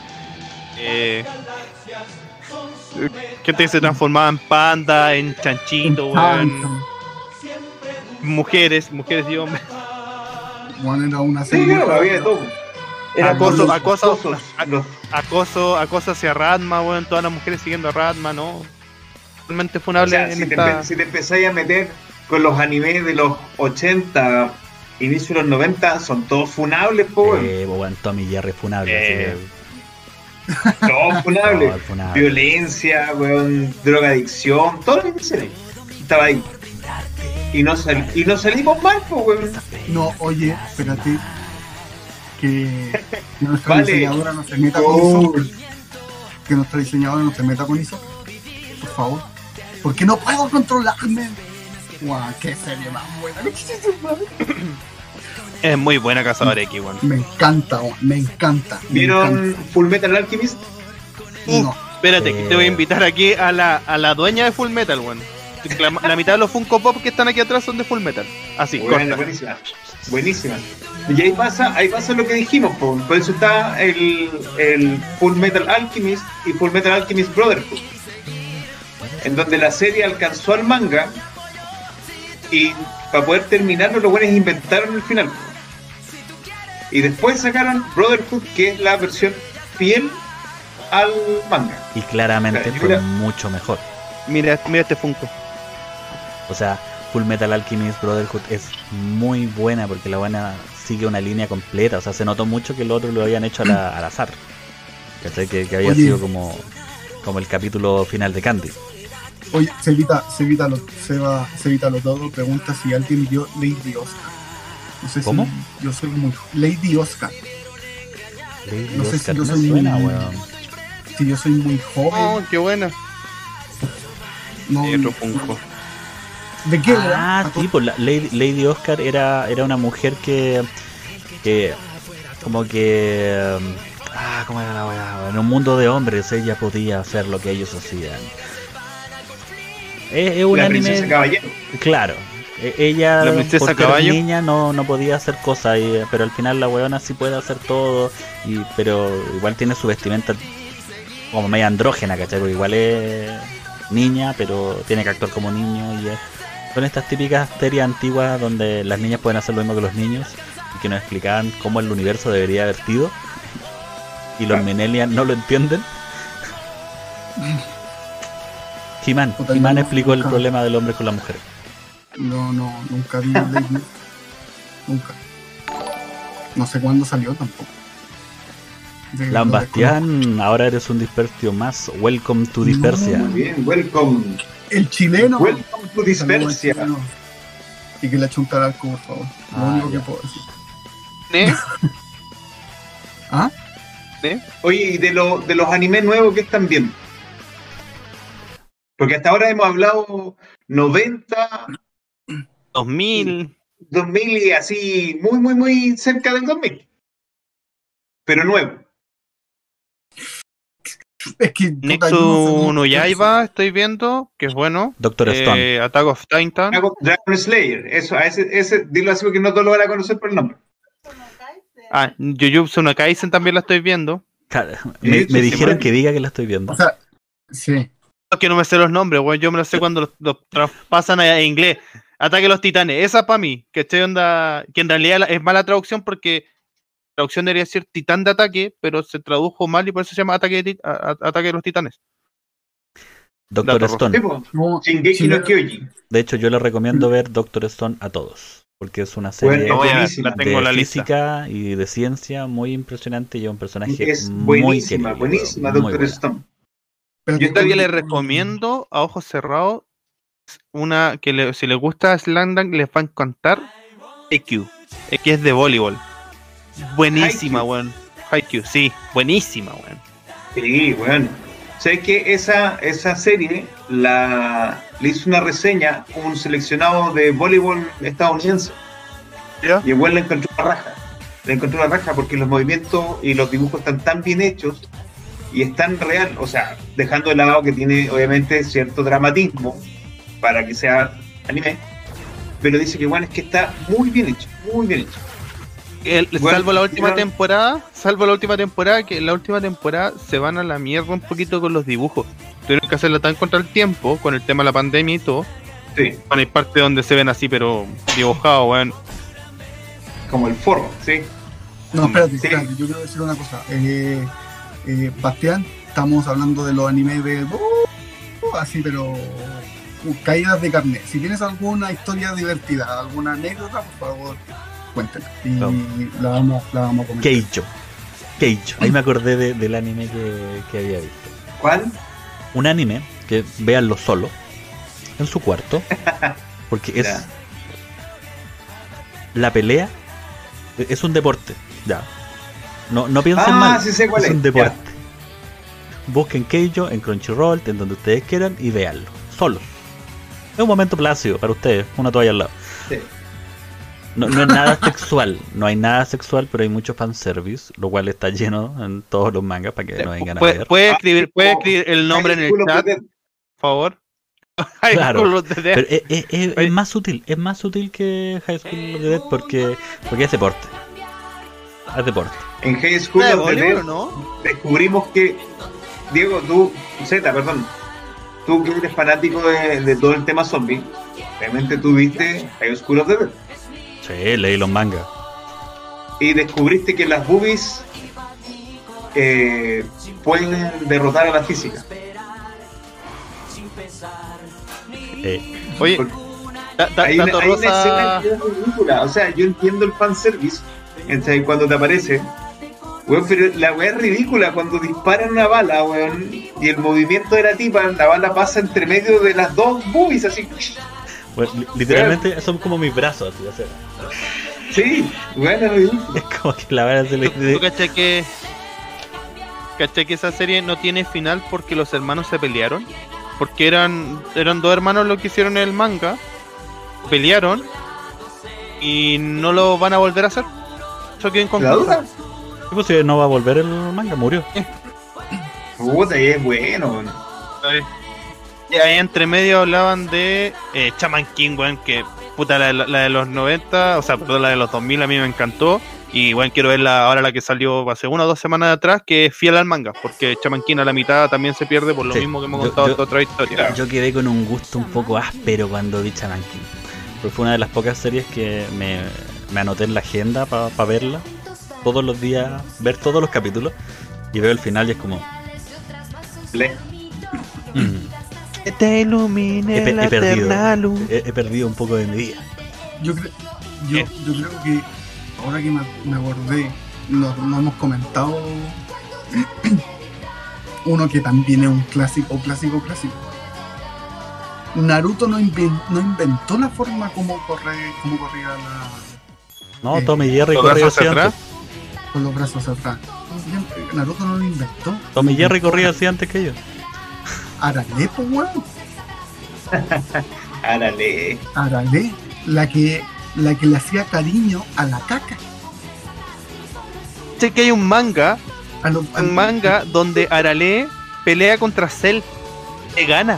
Gente que se transformaba en panda, en chanchito, weón. Mujeres y hombres. Bueno, era una Sí, serie. claro, había de todo. Era Acoso, con los acoso, acosos, los- Acoso hacia Radma, weón, todas las mujeres siguiendo a Radma, ¿no? Realmente o funable sea, en si esta... te empezáis a meter con los animes de los 80, inicio de los 90, son todos funables, po, weón. Bueno, Tommy Jerry funable. Eh, Todos funables. Todo funable. Violencia, weón, drogadicción, todo lo que quisieran. Estaba ahí. Y no salimos mal, po, weón. No, oye, espérate. Que nuestra Vale. diseñadora no se meta con Oh. eso. Que nuestra diseñadora no se meta con eso. Por favor. Porque no puedo controlarme. Guau, qué serie más buena. Es muy buena Cazador X, weón. Me encanta, guau, me encanta. me ¿Vieron Full Metal Alchemist? encanta. No. Espérate, que te voy a invitar aquí a la dueña de Full Metal, weón. La mitad de los Funko Pop que están aquí atrás son de Full Metal. Así, Buena, corta. buenísima. Buenísima. Y ahí pasa lo que dijimos, po. Por eso está el Full Metal Alchemist y Full Metal Alchemist Brotherhood. En donde la serie alcanzó al manga y para poder terminarlo los buenos inventaron el final. Y después sacaron Brotherhood, que es la versión fiel al manga. Y claramente Claro, fue mira. mucho mejor. Mira este Funko. O sea, Full Metal Alchemist Brotherhood es muy buena porque la buena sigue una línea completa. O sea, se notó mucho que el otro lo habían hecho al azar. ¿Cachai? Que había Oye. sido como el capítulo final de Candy. Oye, Sevítalo todo. Pregunta si alguien vio Lady Oscar. No sé ¿Cómo? si yo soy muy. Lady Oscar. Lady No sé si Oscar, yo me soy suena, muy- weón. Si yo soy muy joven. Oh, qué buena. No, Y otro Funko. ¿De qué era? Ah, sí, pues Lady Oscar era una mujer que como que ¿cómo era la weá? En un mundo de hombres ella podía hacer lo que ellos hacían. Es un La anime, princesa caballero. claro. Ella La princesa por ser caballo. niña no podía hacer cosas, pero al final la weona sí puede hacer todo, pero igual tiene su vestimenta como media andrógena, ¿cachai? Porque igual es niña, pero tiene que actuar como niño y son estas típicas series antiguas donde las niñas pueden hacer lo mismo que los niños y que nos explicaban cómo el universo debería haber sido y los millennials no lo entienden. He-Man explicó el problema del hombre con la mujer. No, nunca vi Lady. Nunca. No sé cuándo salió tampoco. Lambastián, ahora eres un dispersio más. Welcome to Dispersia. Muy bien, welcome. El chileno. Welcome to Dispersia. Saludos al chileno. Y que le achunta al arco, por favor. Lo único que puedo decir. ¿Eh? ¿Ah? ¿Eh? Oye, y de los animes nuevos que están viendo. Porque hasta ahora hemos hablado 90, 2000. 2000 y así, muy, muy, muy cerca del 2000. Pero nuevo. Es que puta, Nexus yo no sé Yaiba estoy viendo, que es bueno. Doctor Stone. Attack of Titan. Dragon Slayer, eso, a ese, dilo así porque no todos lo van a conocer por el nombre. Ah, Jujutsu no Kaisen también la estoy viendo. Me Sí, dijeron sí, que diga que la estoy viendo. O sea, sí. Es que no me sé los nombres, weón. Yo me los sé cuando los traspasan a inglés. Ataque a los titanes. Esa para mí. Que estoy onda. Que en realidad es mala traducción porque la traducción debería ser titán de ataque, pero se tradujo mal y por eso se llama ataque de los titanes. Doctor Dato Stone. No, Shingeki no Kyojin. De hecho, yo le recomiendo ver Doctor Stone a todos. Porque es una serie Bueno, la tengo en la de lista. física y de ciencia muy impresionante y es un personaje Es muy buenísima, querido, buenísima, muy Doctor buena. Stone. pero Yo todavía le con- recomiendo a ojos cerrados una que si les gusta Slandang les va a encantar EQ, que es de voleibol. Buenísima, Haikyuu. weón. Haikyuu, sí, buenísima, weón. Sí, bueno. ¿Sabes que esa serie le hizo una reseña un seleccionado de voleibol estadounidense? ¿Ya? Y igual le encontró la raja. Le encontró la raja porque los movimientos y los dibujos están tan bien hechos y es tan real. O sea, dejando de lado que tiene obviamente cierto dramatismo para que sea anime. Pero dice que igual es que está muy bien hecho, muy bien hecho. Bueno, Salvo la última no- temporada, que en la última temporada se van a la mierda un poquito con los dibujos. Tuvieron que hacerla tan contra el tiempo, con el tema de la pandemia y todo. Sí, Bueno, hay parte donde se ven así, pero dibujados, weón. como el forro, sí. No, espérate, Sí. espérate, yo quiero decir una cosa. Bastián, estamos hablando de los animes de. Así, pero. Caídas de carnet. Si tienes alguna historia divertida, alguna anécdota, por favor, cuéntela. Y No. la vamos a comentar. Keicho. Ahí me acordé del anime que había visto. ¿Cuál? Un anime que véanlo solo, en su cuarto, porque es Ya. la pelea, es un deporte, ya. No piensen mal, sí sé cuál es es. un deporte. Busquen Keijo en Crunchyroll, en donde ustedes quieran y véanlo, solos. Es un momento plácido para ustedes, una toalla al lado. Sí. No es nada sexual, no hay nada sexual, pero hay mucho fanservice, lo cual está lleno en todos los mangas para que no vengan a ver. ¿Puede escribir el nombre en el High School of chat, the Dead. por favor? High Claro, School of the Dead. Pero es más sutil que High School of the Dead porque es deporte. Es deporte. En High School ¿De of the voleibol Dead o no? descubrimos que, Diego, tú que eres fanático de todo el tema zombie, realmente tú viste High School of the Dead Sí, leí los mangas. y descubriste que las boobies pueden derrotar a la física. Oye, Porque Tato hay una Rosa. escena que es ridícula. O sea, yo entiendo el fanservice, ¿cachai? Cuando te aparece, weón, pero la weá es ridícula cuando disparan una bala, weón, y el movimiento de la tipa, la bala pasa entre medio de las dos boobies, así. Bueno, literalmente son como mis brazos, así, o sea, Sí, weón, es ridículo. es como que la verdad se le ¿Tú cachai que ¿Cachai? Que esa serie no tiene final porque los hermanos se pelearon. Porque eran dos hermanos los que hicieron el manga. Pelearon. Y no lo van a volver a hacer. Eso quedó en ¿La duda? Pues si no va a volver el manga, murió. Puta, y es bueno, weón. Y ahí entre medio hablaban de Shaman King, weón, que puta la de los 90, o sea, la de los 2000 a mí me encantó. Y bueno, quiero verla ahora, la que salió hace 1 o 2 semanas atrás, que es fiel al manga, porque Shaman King a la mitad también se pierde por lo Sí, mismo que hemos contado de otra historia. Yo quedé con un gusto un poco áspero cuando vi Shaman King. Porque fue una de las pocas series que me anoté en la agenda para verla. Todos los días, ver todos los capítulos. Y veo el final y es como... Que te ilumine la eterna luz. He perdido un poco de mi día. Yo creo que ahora que me acordé, no hemos comentado uno que también es un clásico. Naruto no inventó la forma como corría la... No, Tommy Jerry corría así antes. Con los brazos hacia atrás. Naruto no lo inventó. Tommy Jerry corría así antes que yo. Arale, pues, weón. Arale. La que le hacía cariño a la caca. Sé que hay un manga donde Arale pelea contra Cell, le gana.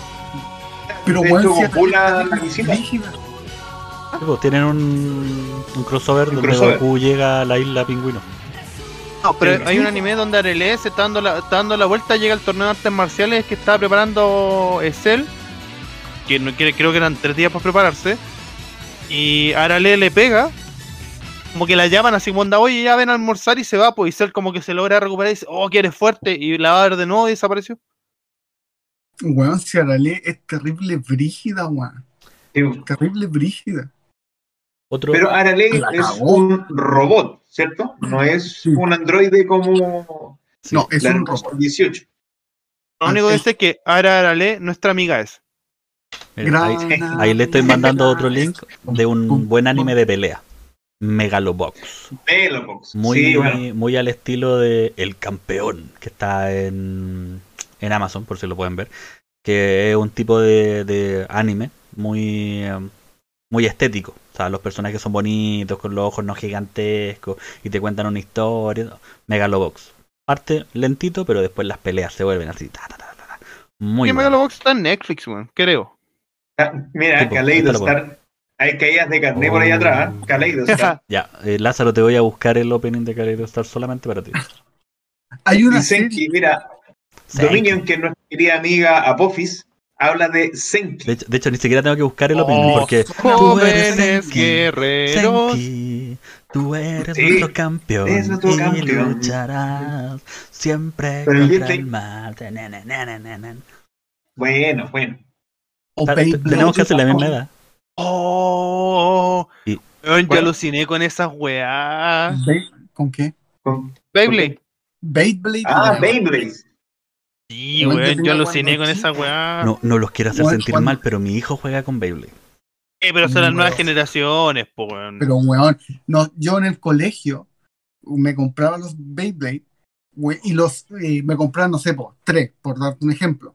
Pero De weón, hecho, si Goku la Arale es visita. rígida. Sí, pues, tienen un crossover donde crossover. Goku llega a la isla Pingüino. No, pero hay un anime donde Arale se está dando la vuelta, llega al torneo de artes marciales que estaba preparando Cell, creo que eran 3 días para prepararse, y Arale le pega, como que la llaman así como onda, oye, ya ven a almorzar, y se va, pues, y Cell como que se logra recuperar y dice, oh, que eres fuerte, y la va a ver de nuevo y desapareció. Weón, si Arale es terrible brígida, weón. Sí. Terrible brígida. Otro, Pero Arale La es cagó. un robot, ¿cierto? No es Sí. un androide como sí, No, es la un robot. 18. Lo único que sé es que Arale, nuestra amiga es. mira, ahí le estoy mandando otro link de un buen anime de pelea. Megalobox. Melobox. Muy, Sí, bueno. muy al estilo de El Campeón, que está en Amazon, por si lo pueden ver. Que es un tipo de anime muy estético. O sea, los personajes son bonitos, con los ojos no gigantescos, y te cuentan una historia. Megalobox. Parte lentito, pero después las peleas se vuelven así. Muy Y bueno. Megalobox está en Netflix, weón, creo. Ah, mira, Sí, pues, Kaleidostar. Hay caídas de carné por ahí atrás. ¿eh? Kaleidostar. Ya, Lázaro, te voy a buscar el opening de Kaleidostar solamente para ti. Hay una Dicen serie. que, mira, Senki. Dominion, que es nuestra querida amiga Apophis, habla de Senki. De hecho, ni siquiera tengo que buscar el opening porque Jóvenes guerreros. Senki, tú eres Sí, nuestro campeón eres nuestro y campeón. lucharás siempre Pero el contra gameplay- el mal. Na, na, na, na, na, na. Bueno. O Ta- Beyblade. Tenemos casi la misma edad. Oh, Y- weón, yo Bueno. aluciné con esas weas. ¿Con qué? Beyblade. Beyblade. Ah, weón. Beyblade. Sí, Weón, yo weón, tenía yo aluciné cuando con esa chico. weá. No los quiero hacer Bueno, sentir cuando- mal, pero mi hijo juega con Beyblade. Pero son las nuevas Weón. generaciones, po, weón. Pero, weón, no, yo en el colegio me compraba los Beyblade y me compraba, no sé, 3, por darte un ejemplo.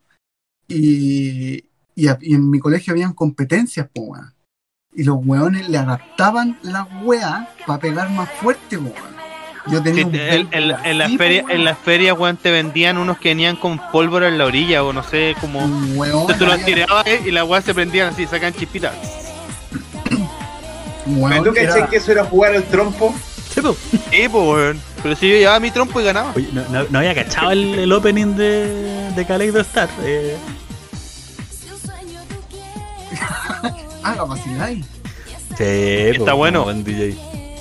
Y en mi colegio habían competencias, po, weón. Y los weones le adaptaban la weá para pegar más fuerte, po, weón. Yo tenía Sí, un Beyblade en las así, ferias, po, en las ferias, weón, te vendían unos que venían con pólvora en la orilla, o no sé, como. un weón, Entonces tú los había- tirabas y las weas se prendían así, sacan chispitas. un weón ¿Tú era- caché que eso era jugar al trompo? Sí, po, weón. Pero si yo llevaba mi trompo y ganaba. Oye, no había cachado el opening de Kaleidostar. Ah, la vaciláis. Sí, Está bueno. Buen DJ.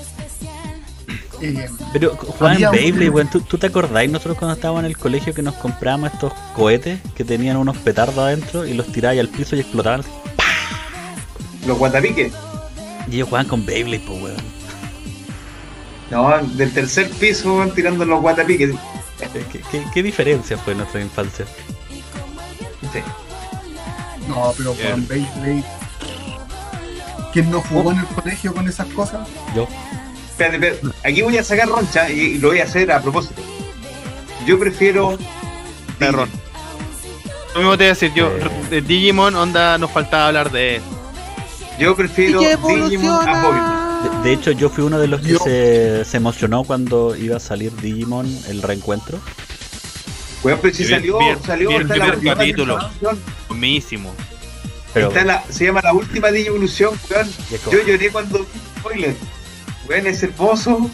Eh, Pero jugaban Había un- Beyblade, weón. ¿Tú te acordáis nosotros cuando estábamos en el colegio que nos comprábamos estos cohetes que tenían unos petardos adentro y los tirabas al piso y explotaban? Los guatapiques. Y ellos jugaban con Beyblade, pues, weón. No, del tercer piso van tirando los guatapiques. ¿Qué diferencia fue en nuestra infancia? Sí. no, pero con Beyblade. ¿Quién no jugó en el colegio con esas cosas? Yo. Espérate. Aquí voy a sacar roncha y lo voy a hacer a propósito. Yo prefiero Perrón. Lo mismo te voy a decir, yo, de Digimon, onda, nos faltaba hablar de... Yo prefiero Digimon a Pokémon. De hecho, yo fui uno de los que se emocionó cuando iba a salir Digimon el reencuentro. Bueno, pero si salió vi está el la primer última capítulo. Digievolución. Buenísimo. Pero Se llama la última Digievolución, weón. Y es como- Yo lloré cuando vi spoiler. Weón, es hermoso.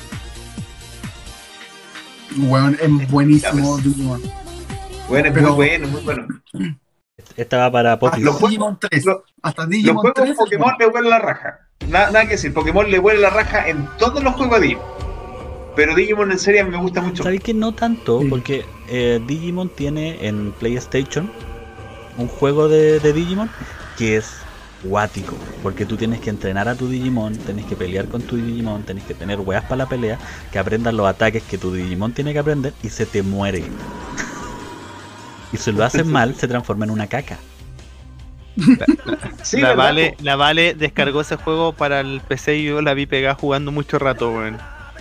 Weón, es buenísimo Digimon. Bueno, es Pero- muy bueno, muy bueno. esta va para Potis. los juegos- Digimon 3. lo- Hasta Los Digimon juegos 3. Pokémon le huelen la raja. Nada que decir, Pokémon le huele la raja en todos los juegos de Digimon. Pero Digimon en serie me gusta mucho. ¿Sabéis que no tanto? Sí. Porque Digimon tiene en PlayStation un juego de Digimon que es guático. Porque tú tienes que entrenar a tu Digimon, tienes que pelear con tu Digimon, tienes que tener weas para la pelea, que aprendan los ataques que tu Digimon tiene que aprender y se te muere. Y si lo haces mal, se transforma en una caca. Sí, la, ¿verdad? Vale descargó ese juego para el PC y yo la vi pegada jugando mucho rato, weón.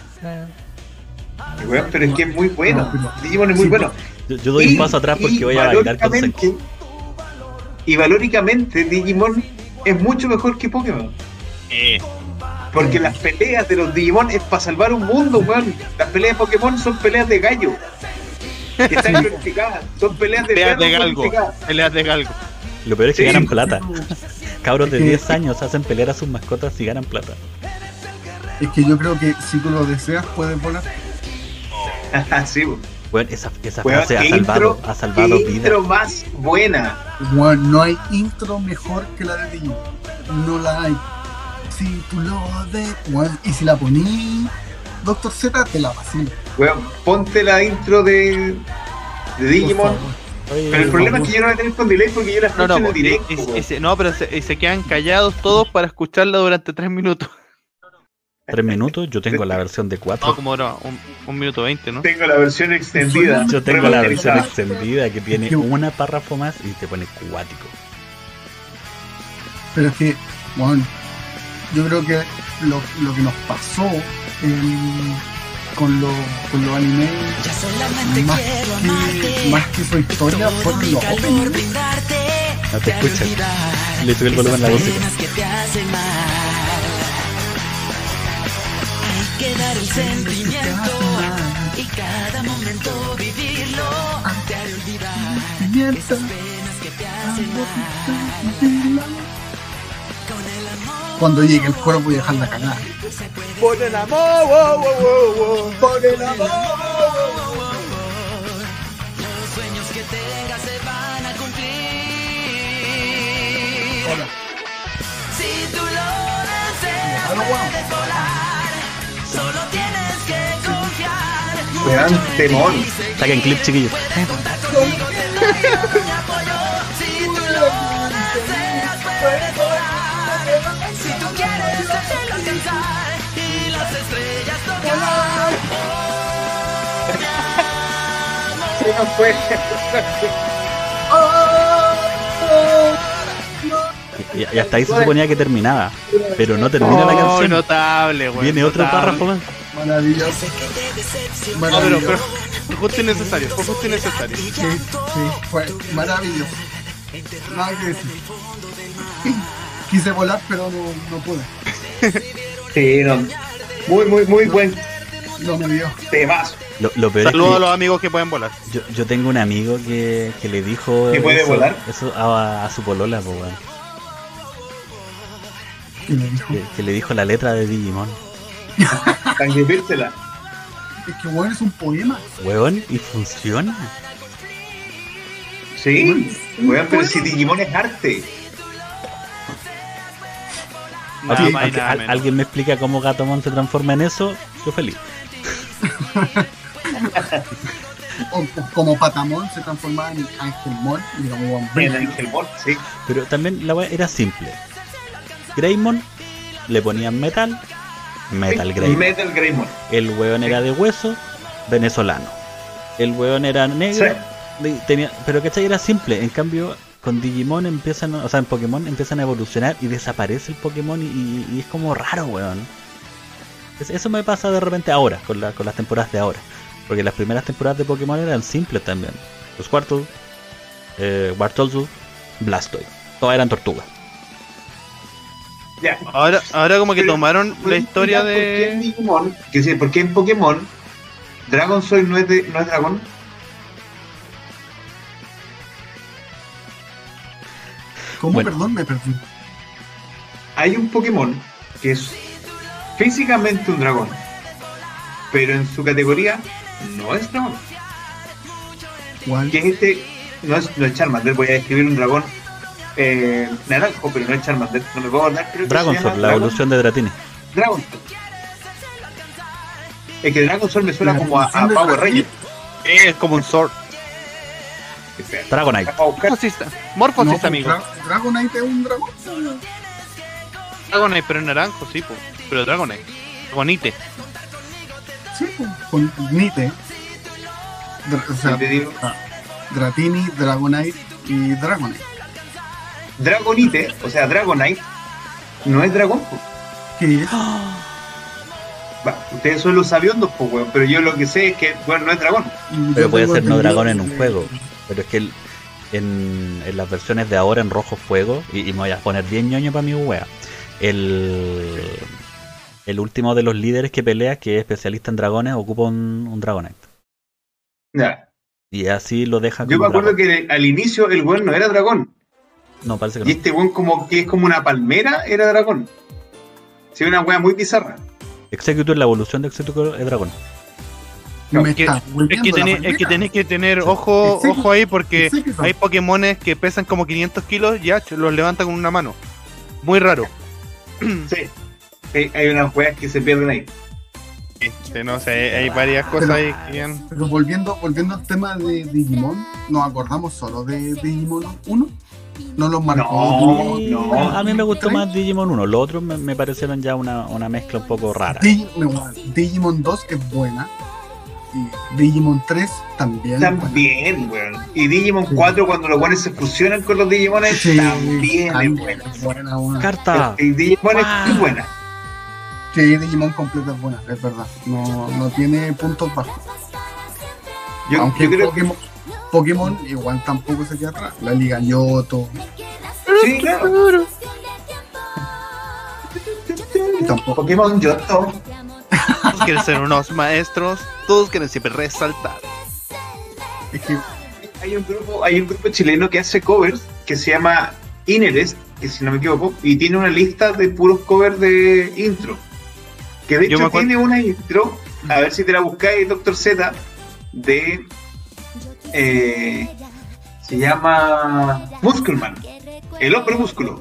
Weón, pero es que es muy bueno. No, pero- Digimon es muy sí, bueno. Yo doy un paso atrás porque voy a bailar con valóricamente- Senku. Y valóricamente Digimon es mucho mejor que Pokémon. Porque las peleas de los Digimon es para salvar un mundo, weón. Las peleas de Pokémon son peleas de gallo. Que están glorificadas. Son peleas de Peleas de perro galgo. glorificadas. Peleas de galgo. Lo peor es que Sí. ganan plata. Cabros de Es que- 10 años hacen pelear a sus mascotas y ganan plata. Es que yo creo que si tú lo deseas, puedes volar. Sí, weón. Bueno, esa Weón, frase qué ha salvado qué vidas. intro más buena. Weón, no hay intro mejor que la de Digimon. No la hay. Si tú lo ves, weón, y si la poní Doctor Z, te la vacilo. Weón, ponte la intro de Por Digimon. favor. Oye, Pero el problema es que yo no voy a tener con delay porque yo la escucho en el pues, directo. weón. no, pero se quedan callados todos para escucharla durante 3 minutos. 3 minutos, yo tengo la versión de No, 4. como no, un minuto 20, ¿no? Tengo la versión extendida. Yo tengo la versión remasterizada. extendida que tiene Yo- una párrafo más y te pone cuático. Pero es que, bueno, yo creo que lo que nos pasó con los animes, más que su historia, fueron los openings. No te escuchas. Le subí el volumen a la música. Cuando llegue el cuerpo y dejar la cagada. Por el amor, Por el amor. Hola. Déjalo, weón. Weón, temón. Saquen clip, chiquillos. Se nos fue. Y hasta ahí se suponía que terminaba. Pero no termina la Oh, canción. notable, weón. Viene otro notable. párrafo más. Maravilloso. No, pero Maravilloso. fue justo innecesario, fue justo innecesario. Sí, fue maravilloso. Nada que decir. Quise volar, pero no pude. Sí, no. Muy buen No me dio. temazo. Lo peor Saludos a es que los amigos que pueden volar. yo tengo un amigo que le dijo ¿Que puede volar? eso a su polola, po, weón. Y me dijo, Que le dijo la letra de Digimon. Para escribírsela. es que bueno, es un poema. Weón, y funciona. Sí, weón, pero si Digimon es arte. Nada Aunque- más y aunque nada menos. alguien me explica cómo Gatomon se transforma en eso, yo feliz. O como Patamon se transformaba en Angelmon, digamos, One En Piece. Angelmon, sí. Pero también la weá era simple. Greymon le ponían metal Greymon. Metal Greymon. El weón era de hueso, venezolano. El weón era negro, tenía, pero ¿cachai? Era simple. En cambio, con Digimon empiezan, o sea, en Pokémon empiezan a evolucionar y desaparece el Pokémon y es como raro, weón. Eso me pasa de repente ahora, con las temporadas de ahora. Porque las primeras temporadas de Pokémon eran simples también. Los Squirtle, Wartortle, Blastoise. Todas eran tortugas. Ya. Ahora como que Pero, tomaron la ¿puedes historia explicar por qué en de... Digimon, que sí, porque en Pokémon Dragonzord no es dragón? ¿Cómo? Bueno. Perdón, me perdí. Hay un Pokémon que es físicamente un dragón, pero en su categoría no es dragón. ¿Cuál? Que es no es Charmander, voy a describir un dragón naranjo, pero no es Charmander, no me puedo acordar, creo que se Dragonzord, llama la evolución de Dratini. Dragonzord. Es que Dragonzord me suena La como a evolución de Power Dratini. Ranger. Es como un Sword. Dragonite. Vamos a buscar. Morphosis, No, amigo. Dragonite es un dragón. Dragonite, pero en naranjo, sí, po. Pero Dragonite. Dragonite. Sí, pues, con Nite. O sea, Y te digo, Dratini, Dragonite y Dragonite. Dragonite, o sea, Dragonite, no es dragón, po. ¿Qué es? Va, ustedes son los sabiondos, pues, weón, pero yo lo que sé es que, bueno, no es dragón. Pero Yo puede tengo ser no entendido dragón en un que- juego. Pero es que en las versiones de ahora en rojo fuego, y me voy a poner bien ñoño para mi wea. El último de los líderes que pelea, que es especialista en dragones, ocupa un Dragonite. Ya. Y así lo deja Yo como me acuerdo dragón. que al inicio el weón no era dragón. No, parece que Y no. este weón como que es como una palmera, era dragón. Sí, una wea muy bizarra. Executor, la evolución de Executor es dragón. No, Me Es que, está es que volviendo la tenés palmera. que tener ojo ahí porque Executor. hay Pokémones que pesan como 500 kilos y los levanta con una mano. Muy raro. Sí. Hay unas weas que se pierden ahí. No sé, hay varias cosas ahí que han... Pero volviendo al tema de Digimon, nos acordamos solo de Digimon 1. No los marcó. No, Digimon no. A mí me gustó 3. más Digimon 1. Los otros me parecieron ya una mezcla un poco rara. Digimon 2 es buena. Y Digimon 3 también. es buena. También, weón. Y Digimon 4, cuando los weones se fusionan con los Digimones, Sí, también es buena. es buena, buena. Carta. Y Digimon es muy buena. Sí, Digimon completa es buena, es verdad. No tiene puntos bajos. Yo Aunque creo que Pokémon igual tampoco se queda atrás. La Liga Yoto. sí, claro. Y tampoco. Pokémon Yoto. Todos quieren ser unos maestros, todos quieren siempre resaltar. Es que Hay un grupo chileno que hace covers que se llama Inerest, que si no me equivoco, y tiene una lista de puros covers de intro. Que de Yo me hecho acuerdo- tiene una intro, a ver si te la buscáis, Dr. Z, de. Se llama Muscleman, el hombre músculo.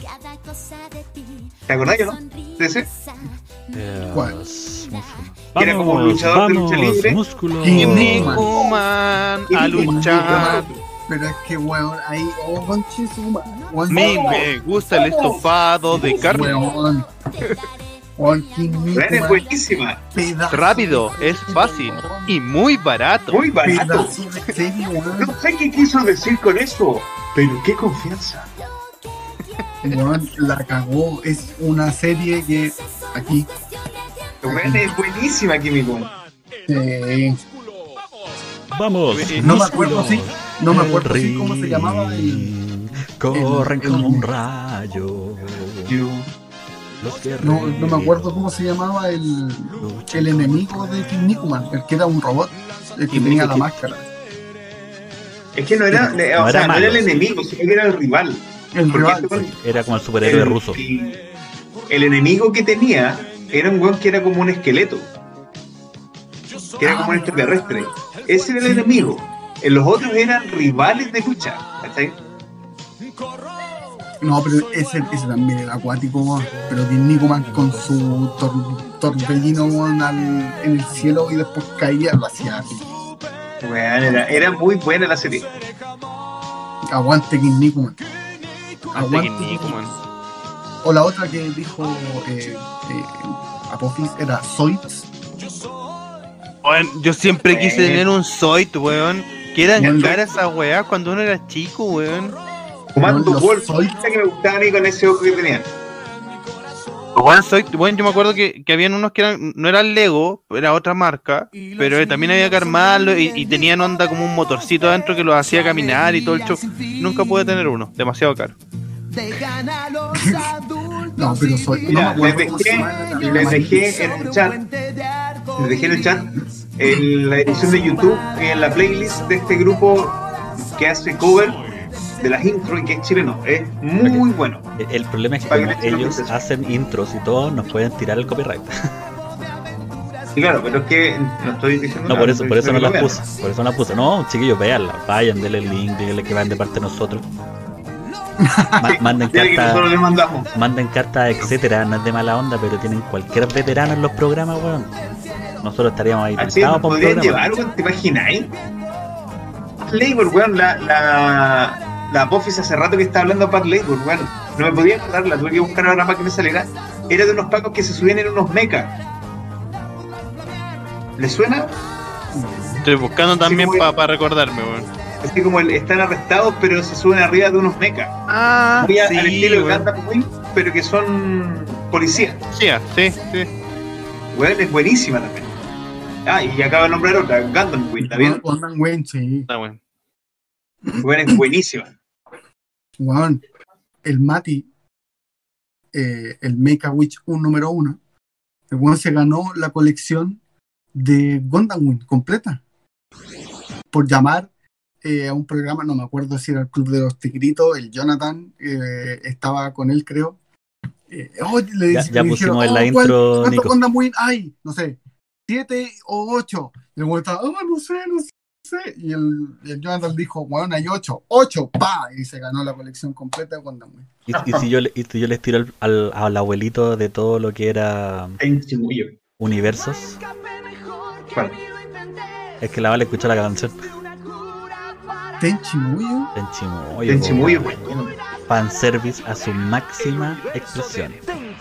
¿Te acordás, no? De ese. ¿Cuál? Músculo. Que era como un luchador de lucha libre. Músculo. Sí, Nikuman a luchar. Pero es que, weón, ahí, oh, conchizuma. Me gusta el estofado de carne. Weón. Weón, Bueno, es buenísima. Rápido, es fácil y muy barato. Muy barato. Pedazo de serie, weón. No sé qué quiso decir con eso, pero qué confianza. Weón, la cagó. Es una serie que aquí. Bueno, es buenísima, Químico. Vamos. No me acuerdo, sí. No me acuerdo, sí, cómo se llamaba el. Corren el- como un rayo. Los No me acuerdo cómo se llamaba el enemigo de King Nikuman, el que era un robot, el que tenía la máscara. Es que no era, No o era sea, no malo, era el sí. enemigo, sino que era el rival. El Porque rival. este weón, Era como el superhéroe ruso. el enemigo que tenía era un weón que era como un esqueleto. Que era como un extraterrestre. Ese era el enemigo. Los otros eran rivales de lucha. ¿Cachai? No, pero ese también era acuático, weón. Pero King Nikuman con su torbellino, weón, en el cielo y después caía, lo hacía así. Bueno, era muy buena la serie. Aguante King Nikuman. Aguante King Nikuman. O la otra que dijo Apophis era Zoids. Weón, yo siempre quise tener un Zoid, weón. Que eran Bueno. caras esas weas cuando uno era chico, weón. Comando Los Wolf, Zoids. que me gustaban y con ese ojo que tenían. Bueno, yo me acuerdo que habían unos que no eran Lego, era otra marca, pero también había que armarlo y tenían onda como un motorcito adentro que los hacía caminar y todo el show. Nunca pude tener uno, demasiado caro. No, pero soy. Mira, No me les acuerdo cómo se llama dejé en el chat. Les dejé en el chat en la edición de YouTube, en la playlist de este grupo que hace cover de las intro y que es chileno. Es muy bueno. El problema es que Para como que le ellos echen hacen intros y todo, nos pueden tirar el copyright. Y claro, pero es que no estoy diciendo No, nada, por eso estoy no las diciendo puse. Por eso no las puse. No, chiquillos, véanla. Vayan, denle el link, díganle que van de parte de nosotros. Manden que vean. Que nosotros le mandamos. manden cartas, etcétera. No es de mala onda, pero tienen cualquier veterano en los programas, weón. Nosotros estaríamos ahí Así tentados por un podrían programa. llevar, weón, ¿te imagináis? Labor, weón, la Buffy hace rato que está hablando de Pat Labor, weón. No me podía acordar, la tuve que buscar ahora para que me saliera. Era de unos pacos que se subían en unos mechas. ¿Le suena? Estoy buscando también Sí, para recordarme, weón. Es que como están arrestados, pero se suben arriba de unos mechas. Ah, Muy al sí, estilo de weón. Gundam Wing, pero que son policías. Sí. Weón, es buenísima también. Ah, y acabo de nombrar otra, Gundam Wing, ¿está bien? Gundam Wing, sí. Está bueno. Weón, es buenísima. Weón, el Mati, el Make a Witch número 1, el weón se ganó la colección de Gundam Wing completa. Por llamar a un programa, no me acuerdo si era el Club de los Tigritos, el Jonathan, estaba con él, creo. Le Ya dijeron, pusimos en la intro, ¿cuánto Nico. Gundam Wing hay? No sé, 7 o 8. Y el weón estaba, no sé. Y el Jonathan dijo, bueno, hay 8, pa, y se ganó la colección completa de Gundam Wing. Y si yo les tiro al abuelito de todo lo que era En Chimullo. universos, ¿Cuál? es que la Vale escuchó la canción. Tenchi Muyo. En Chimullo, weón. Fanservice a su máxima expresión.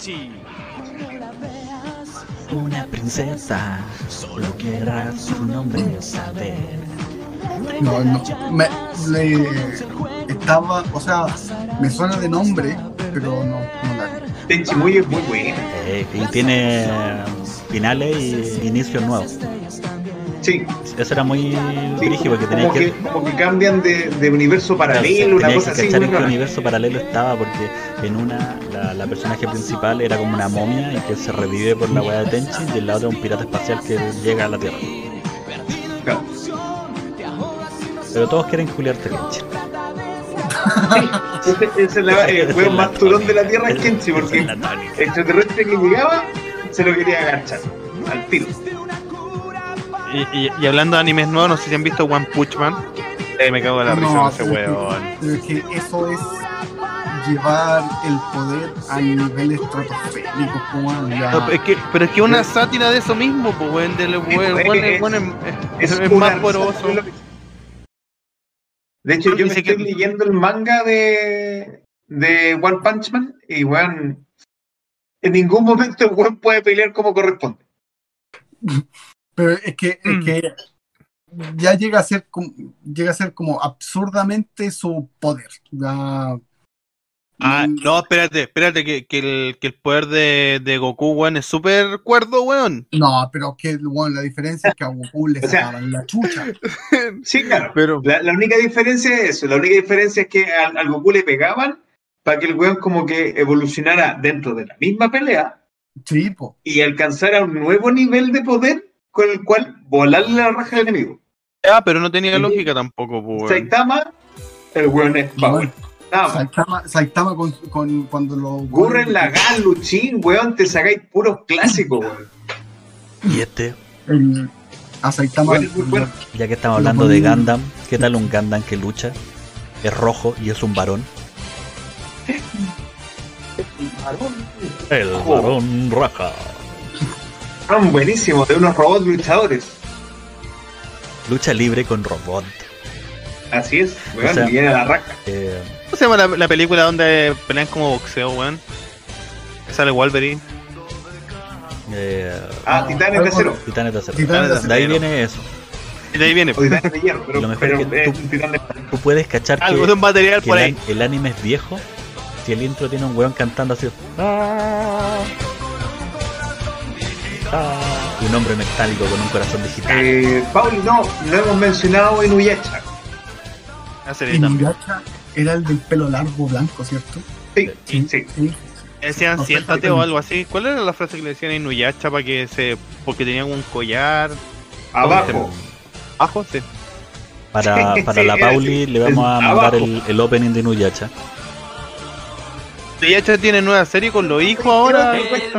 Una princesa, solo querrá su nombre saber. No, estaba, o sea, me suena de nombre, pero no la vi. Tenchi Muyo es muy buena. Y tiene finales y inicios nuevos. Sí, Eso era muy brígido porque tenía como que cambian de universo paralelo, una tenía cosa que así. cachar muy en qué rara. universo paralelo estaba, porque en una la personaje principal era como una momia y que se revive por la weá de Tenchi, y en la otra un pirata espacial que llega a la Tierra. Claro. Pero todos quieren culiarte, Tenchi. Ese es el weón más turón de la Tierra, es Kenshi, porque el extraterrestre que llegaba se lo quería agachar al tiro. Y hablando de animes nuevos, no sé si han visto One Punch Man. Me cago en la risa con ese weón. Pero es que eso es llevar el poder a niveles estratosféricos, como ya. No, pero es que una sátira de eso mismo, pues, weón, del weón es una más risa, poroso. De hecho, yo me Dice estoy que- leyendo el manga de One Punch Man y weón, en ningún momento el weón puede pelear como corresponde. Pero es que ya llega a ser como absurdamente su poder. Ya, No, espérate, que el poder de Goku, weón, es súper cuerdo, weón. no, pero que bueno, la diferencia es que a Goku le O sea, sacaban la chucha. Sí, claro. Pero La única diferencia es eso. La única diferencia es que al Goku le pegaban para que el weón como que evolucionara dentro de la misma pelea Sí, po. y alcanzara un nuevo nivel de poder con el cual volarle la raja al enemigo. pero no tenía lógica tampoco, pues, weón. Saitama, el weón es power. Nada más. Saitama con cuando lo Gurren Lagann, Luchín, weón, te sacáis puros clásicos, weón. Y a Saitama Bueno, muy bueno. ya que estamos hablando de Gundam, ¿qué tal un Gundam que lucha? Es rojo y es un varón. El varón raja. Son buenísimos, de unos robots luchadores. Lucha libre con robot. Así es, weón, O sea, y viene a la raja. ¿Cómo se llama la película donde pelean como boxeo, weón? Que sale Wolverine. Titanes de acero. Titanes de acero. Titanes de De ahí acero. viene eso. Y de ahí viene. O titanes de hierro, Lo mejor pero es que es un titán de Tú puedes cachar Algo de un material que por ahí. el anime es viejo si el intro tiene un weón cantando así. Y un hombre metálico con un corazón digital. Pauli, no hemos mencionado Inuyasha. Inuyasha era el del pelo largo blanco, ¿cierto? Sí. Decían siéntate o algo así. ¿Cuál era la frase que le decían a Inuyasha porque tenían un collar? Abajo. ¿Abajo? Sí. Para la Pauli le vamos a mandar el opening de Inuyasha. Inuyasha tiene nueva serie con los hijos ahora.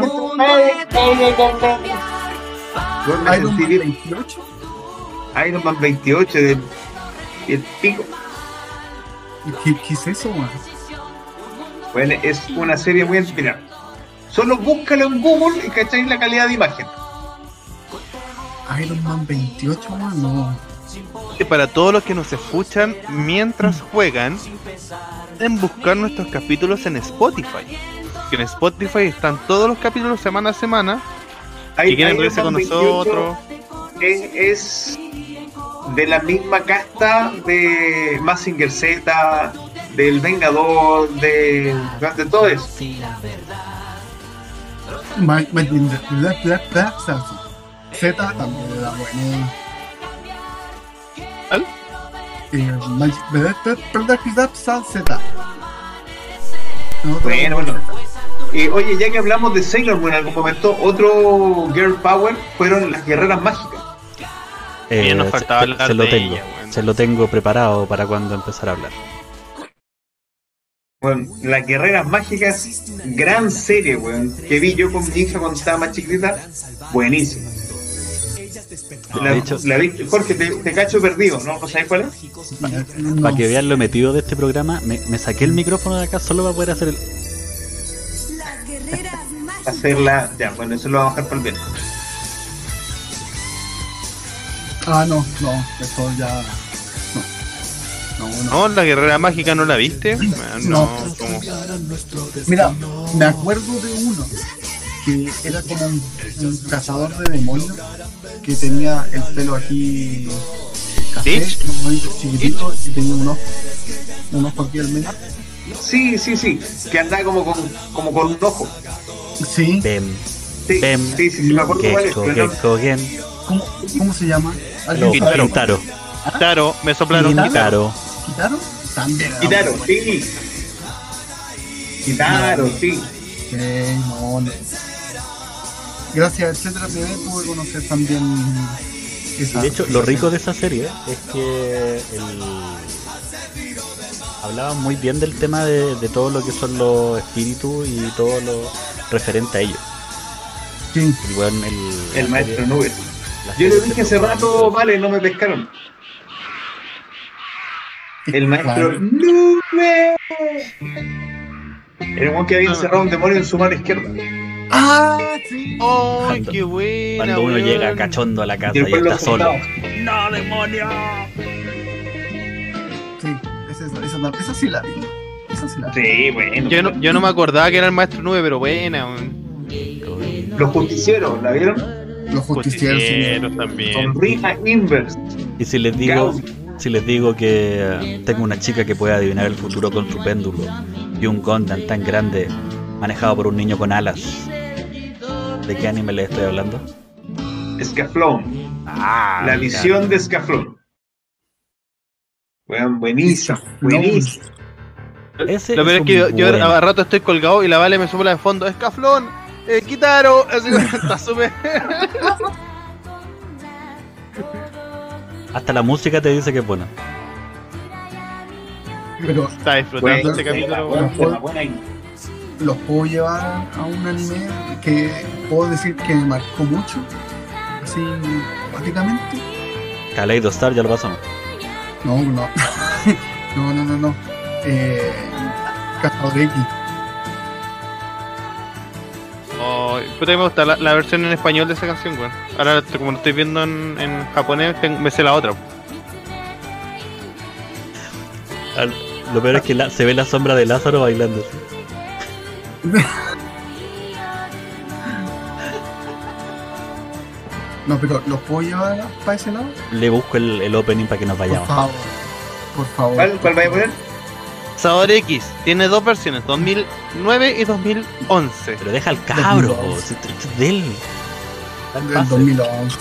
Iron Man 28. Iron Man 28 y el pico. ¿Qué es eso, weón? Bueno, es una serie muy inspirada. Solo búscalo en Google y cacháis la calidad de imagen. Iron Man 28, weón, no. Para todos los que nos escuchan mientras juegan, en buscar nuestros capítulos en Spotify. Que en Spotify están todos los capítulos semana a semana. Y quieren reírse con nosotros. Es de la misma casta de Mazinger Z, del Vengador, de todo eso. Z también era bueno. ¿Cuál? Z. Bueno. Oye, ya que hablamos de Sailor Moon en algún momento, otro Girl Power fueron las guerreras mágicas. Nos faltaba hablar se lo de tengo, ella, bueno. se lo tengo preparado para cuando empezar a hablar. Bueno, las guerreras mágicas, gran serie, weón, que vi yo con mi hija cuando estaba más chiquitita, buenísima. De hecho, la vi, Jorge, te cacho perdido, ¿no? ¿Sabes cuál es? Para que vean lo metido de este programa, me saqué el micrófono de acá solo para poder hacer el... Hacerla, ya, bueno, eso lo vamos a dejar para el viernes. No, eso ya... No, la guerrera mágica no la viste. No. ¿Cómo? Mira, me acuerdo de uno que era como un cazador de demonios que tenía el pelo aquí café, chiquitito, y tenía un ojo aquí al medio. Sí, que andaba como con un ojo. Sí. Sí, me acuerdo cuál es. ¿Cómo se llama? Kitaro. Me soplaron ¿Kitaro? También. Kitaro, sí. No. Gracias, etcétera, pude conocer también esa. De hecho, lo rico de esa serie es que hablaban muy bien del tema de todo lo que son los espíritus y todo lo referente a ellos. Sí. Y bueno, el maestro Nube. Yo le dije hace rato, vale, no me pescaron. El maestro Nube. El one que había encerrado un demonio en su mano izquierda. Sí. ¡Ay, qué buena! Cuando uno llega cachondo a la casa y está solo. ¡No, demonio! Sí, esa sí la vi. Sí, bueno. Yo no me acordaba que era el maestro Nube, pero buena. Los justicieros, ¿la vieron? Los justicieros también. Sonrisa Inverse. Y si les digo que tengo una chica que puede adivinar el futuro con su péndulo y un Gundam tan grande manejado por un niño con alas, ¿de qué anime le estoy hablando? Scaflón. La visión de Scaflón. Bueno, buenísimo. Ese Lo peor es que yo a rato estoy colgado y la Vale me sopla de fondo. ¡Escaflón! ¡Kitaro! Así está súper. Hasta la música te dice que es buena. Pero está disfrutando este capítulo. Los puedo llevar a un anime que puedo decir que me marcó mucho, así prácticamente. Kaleido Star ya lo pasamos. No. Cazadoreki. Puta que me gusta la versión en español de esa canción, weón. Ahora, como lo estoy viendo en japonés, me sé la otra. Lo peor es que se ve la sombra de Lázaro bailando. No, pero ¿los puedo llevar para ese lado? Le busco el opening para que nos vayamos. Por favor. ¿Cuál vaya a poner? Cazador X tiene dos versiones, 2009 y 2011. Pero deja al cabro, 2011. po, si esto es de él. Tan Del fácil. 2011.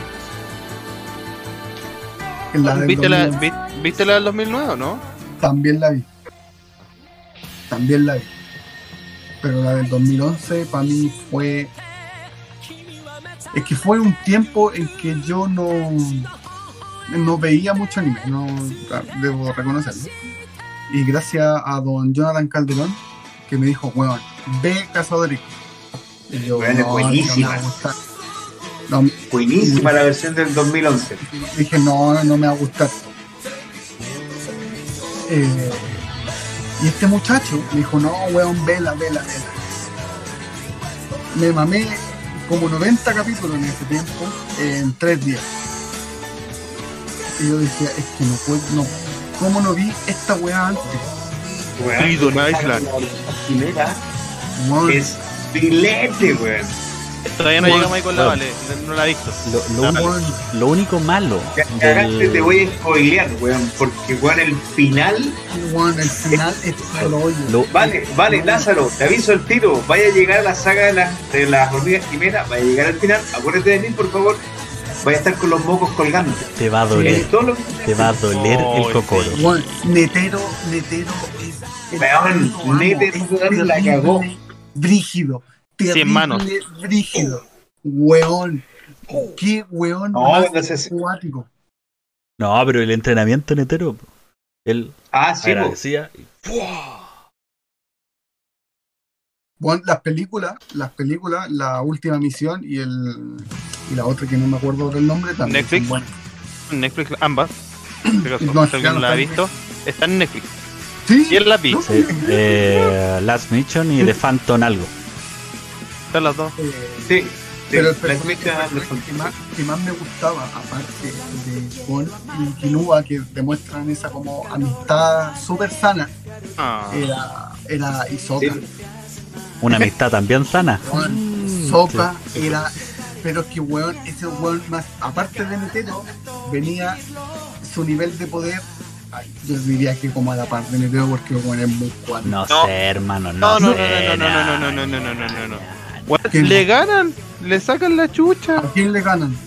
La del ¿Viste la, 2011 ¿Viste la del 2009 o no? también la vi. También la vi. Pero la del 2011 para mí fue... Es que fue un tiempo en que yo no veía mucho anime, debo reconocerlo. Y gracias a don Jonathan Calderón, que me dijo, weón, ve Cazador X. Y yo, Weón, es buenísima. no me va a gustar. No, Buenísima la versión del 2011. dije, no me va a gustar. Y este muchacho me dijo, no, weón, vela. Me mamé como 90 capítulos en ese tiempo, en 3 días. Y yo decía, es que no puedo, no. ¿Cómo no vi esta weá antes? Weón, Freedom Island. la primera Weón, es filete, weón. Todavía no Bueno, llegamos ahí con la bueno. Vale, no la he visto. weón, Lo único malo Ya cagaste, te voy a spoilear, weón, porque weón, el final. weón, el final es el hoyo. Vale, Lázaro, te aviso el tiro. Vaya a llegar a la saga de las hormigas quimeras, vaya a llegar al final. Acuérdate de mí, por favor. Vaya a estar con los mocos colgando. te va a doler. Todo lo que- Te va a doler Oh, el cocoro. Weón, Netero es... Weón, lo amo, Netero, es weón, la terrible, cagó. Brígido. 100 manos. Brígido. Weón. Qué weón No, más no sé si- acuático. No, pero el entrenamiento netero, po. Él Ah, sí, po. agradecía. Bueno, las películas, La Última Misión y la otra que no me acuerdo del nombre también. Netflix. son buenas. Netflix, ambas. En este caso, No, si ya alguien no la ha está en visto, está en Netflix. Sí, Y él las vi. ¿no? Sí, Last Mission y The Phantom algo. Están las dos. Sí, Sí, pero el la personaje crítica de que más me gustaba, aparte de Gon y Killua, que demuestran esa como amistad súper sana, Ah. era Hisoka. Sí. Una amistad también sana. Hisoka era... Pero es que weón, ese weón más, aparte de Netero, venía su nivel de poder, ay, yo diría que como a la par de Netero, porque weón es muy cuático. No, No. sé, hermano. No, No, no, sé, no. Weón, ¿Qué? le ganan, le sacan la chucha ¿A quién le ganan?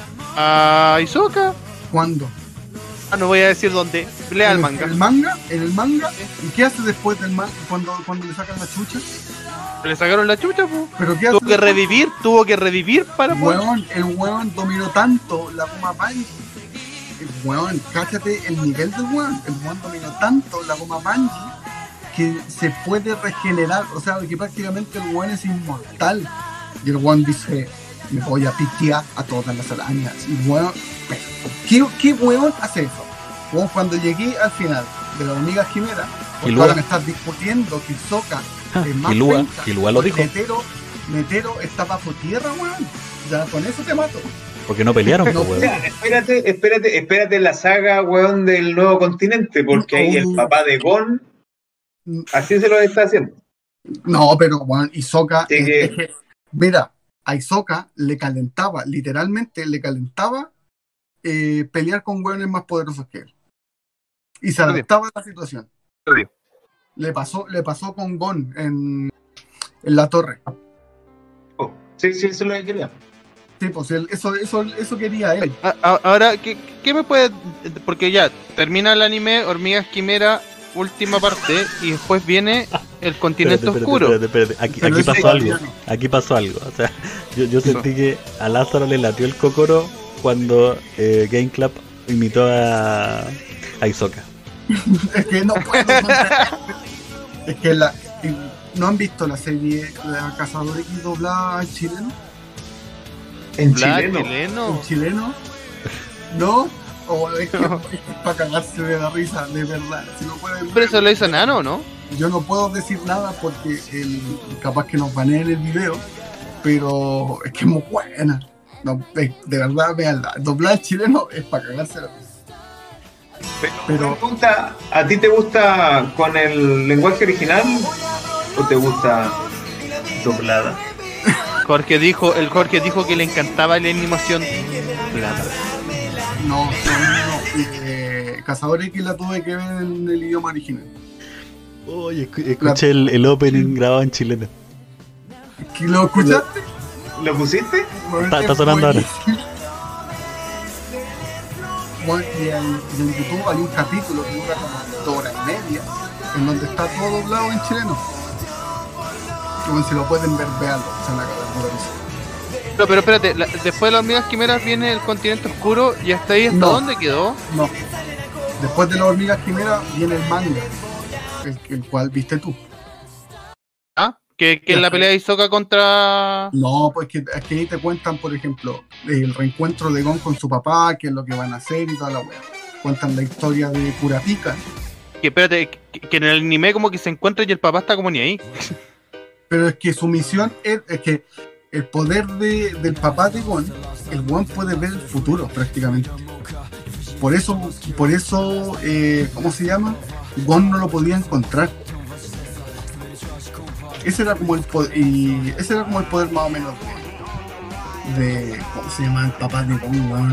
a Hisoka. ¿Cuándo? Ah, no voy a decir dónde. Lea el manga. En el manga, ¿y qué hace después del manga cuando le sacan la chucha? Le sacaron la chucha, po. ¿Pero qué hace? Tuvo que revivir para poder. El weón dominó tanto la goma Banji. Weón, cáchate el nivel del weón. El weón dominó tanto la goma Banji que se puede regenerar. O sea, que prácticamente el weón es inmortal. Y el weón dice, me voy a pitear a todas las arañas. Y weón, ¿qué weón hace eso? Weón, cuando llegué al final de la hormiga quimera, porque Killua. ahora me estás discutiendo que Hisoka es más penca, Killua lo dijo. Netero está bajo tierra, weón. Ya con eso te mato. Porque no pelearon, No, po, weón. Ya, espérate la saga, weón, del nuevo continente, porque ahí el papá de Gon, así se lo está haciendo. No, pero weón, Hisoka, Sí, que- es que, mira, a Hisoka le calentaba, literalmente le calentaba pelear con weones más poderosos que él. Y se adaptaba a la situación. Obvio. Le pasó con Gon en la torre. Oh, sí, eso es lo que quería. Sí, pues eso quería él. Ahora, ¿qué me puede...? Porque ya, termina el anime Hormigas Quimera, última parte, y después viene el continente oscuro. Espérate. Aquí Pero ese pasó algo. campeón. Aquí pasó algo. O sea, yo sentí que a Lázaro le latió el cocoro cuando Game Club imitó a Hisoka. Es que no puedo contar. Es que ¿no han visto la serie La Cazador X doblada en chileno? En Black, chileno. chileno. ¿En chileno? ¿No? O es que es para cagarse de la risa, de verdad. Si no pueden Pero eso lo hizo Nano, ¿no? yo no puedo decir nada porque capaz que nos baneen el video, pero es que es muy buena. No, de verdad, veanla. Doblar chileno es para cagarse la risa. Pero me pregunta, ¿a ti te gusta con el lenguaje original o te gusta doblada? El Jorge dijo que le encantaba la animación plata. No. Cazador X la tuve que ver en el idioma original. Oye, escuché el opening grabado en chileno. ¿Que lo escuchaste? ¿Lo pusiste? Está sonando ahora. Bueno, y en YouTube hay un capítulo que dura como 2 horas y media, en donde está todo doblado en chileno. Como si lo pueden ver, veanlo, se van a cagar de la risa. No, pero espérate, después de las hormigas quimeras viene el continente oscuro y hasta ahí, ¿hasta No. dónde quedó? No. Después de las hormigas quimera viene el manga, el cual viste tú. ¿Ah? Que en la pelea de Hisoka contra... No, pues es que ahí te cuentan, por ejemplo, el reencuentro de Gon con su papá, qué es lo que van a hacer y toda la wea. Cuentan la historia de Kurapika. Que espérate, que en el anime como que se encuentra y el papá está como ni ahí. Pero es que su misión es que el poder del papá de Gon, el Gon puede ver el futuro prácticamente. Por eso, ¿cómo se llama? Gon no lo podía encontrar. Ese era como el poder, y ese era como el poder más o menos de ¿cómo se llama el papá de Gon, weón?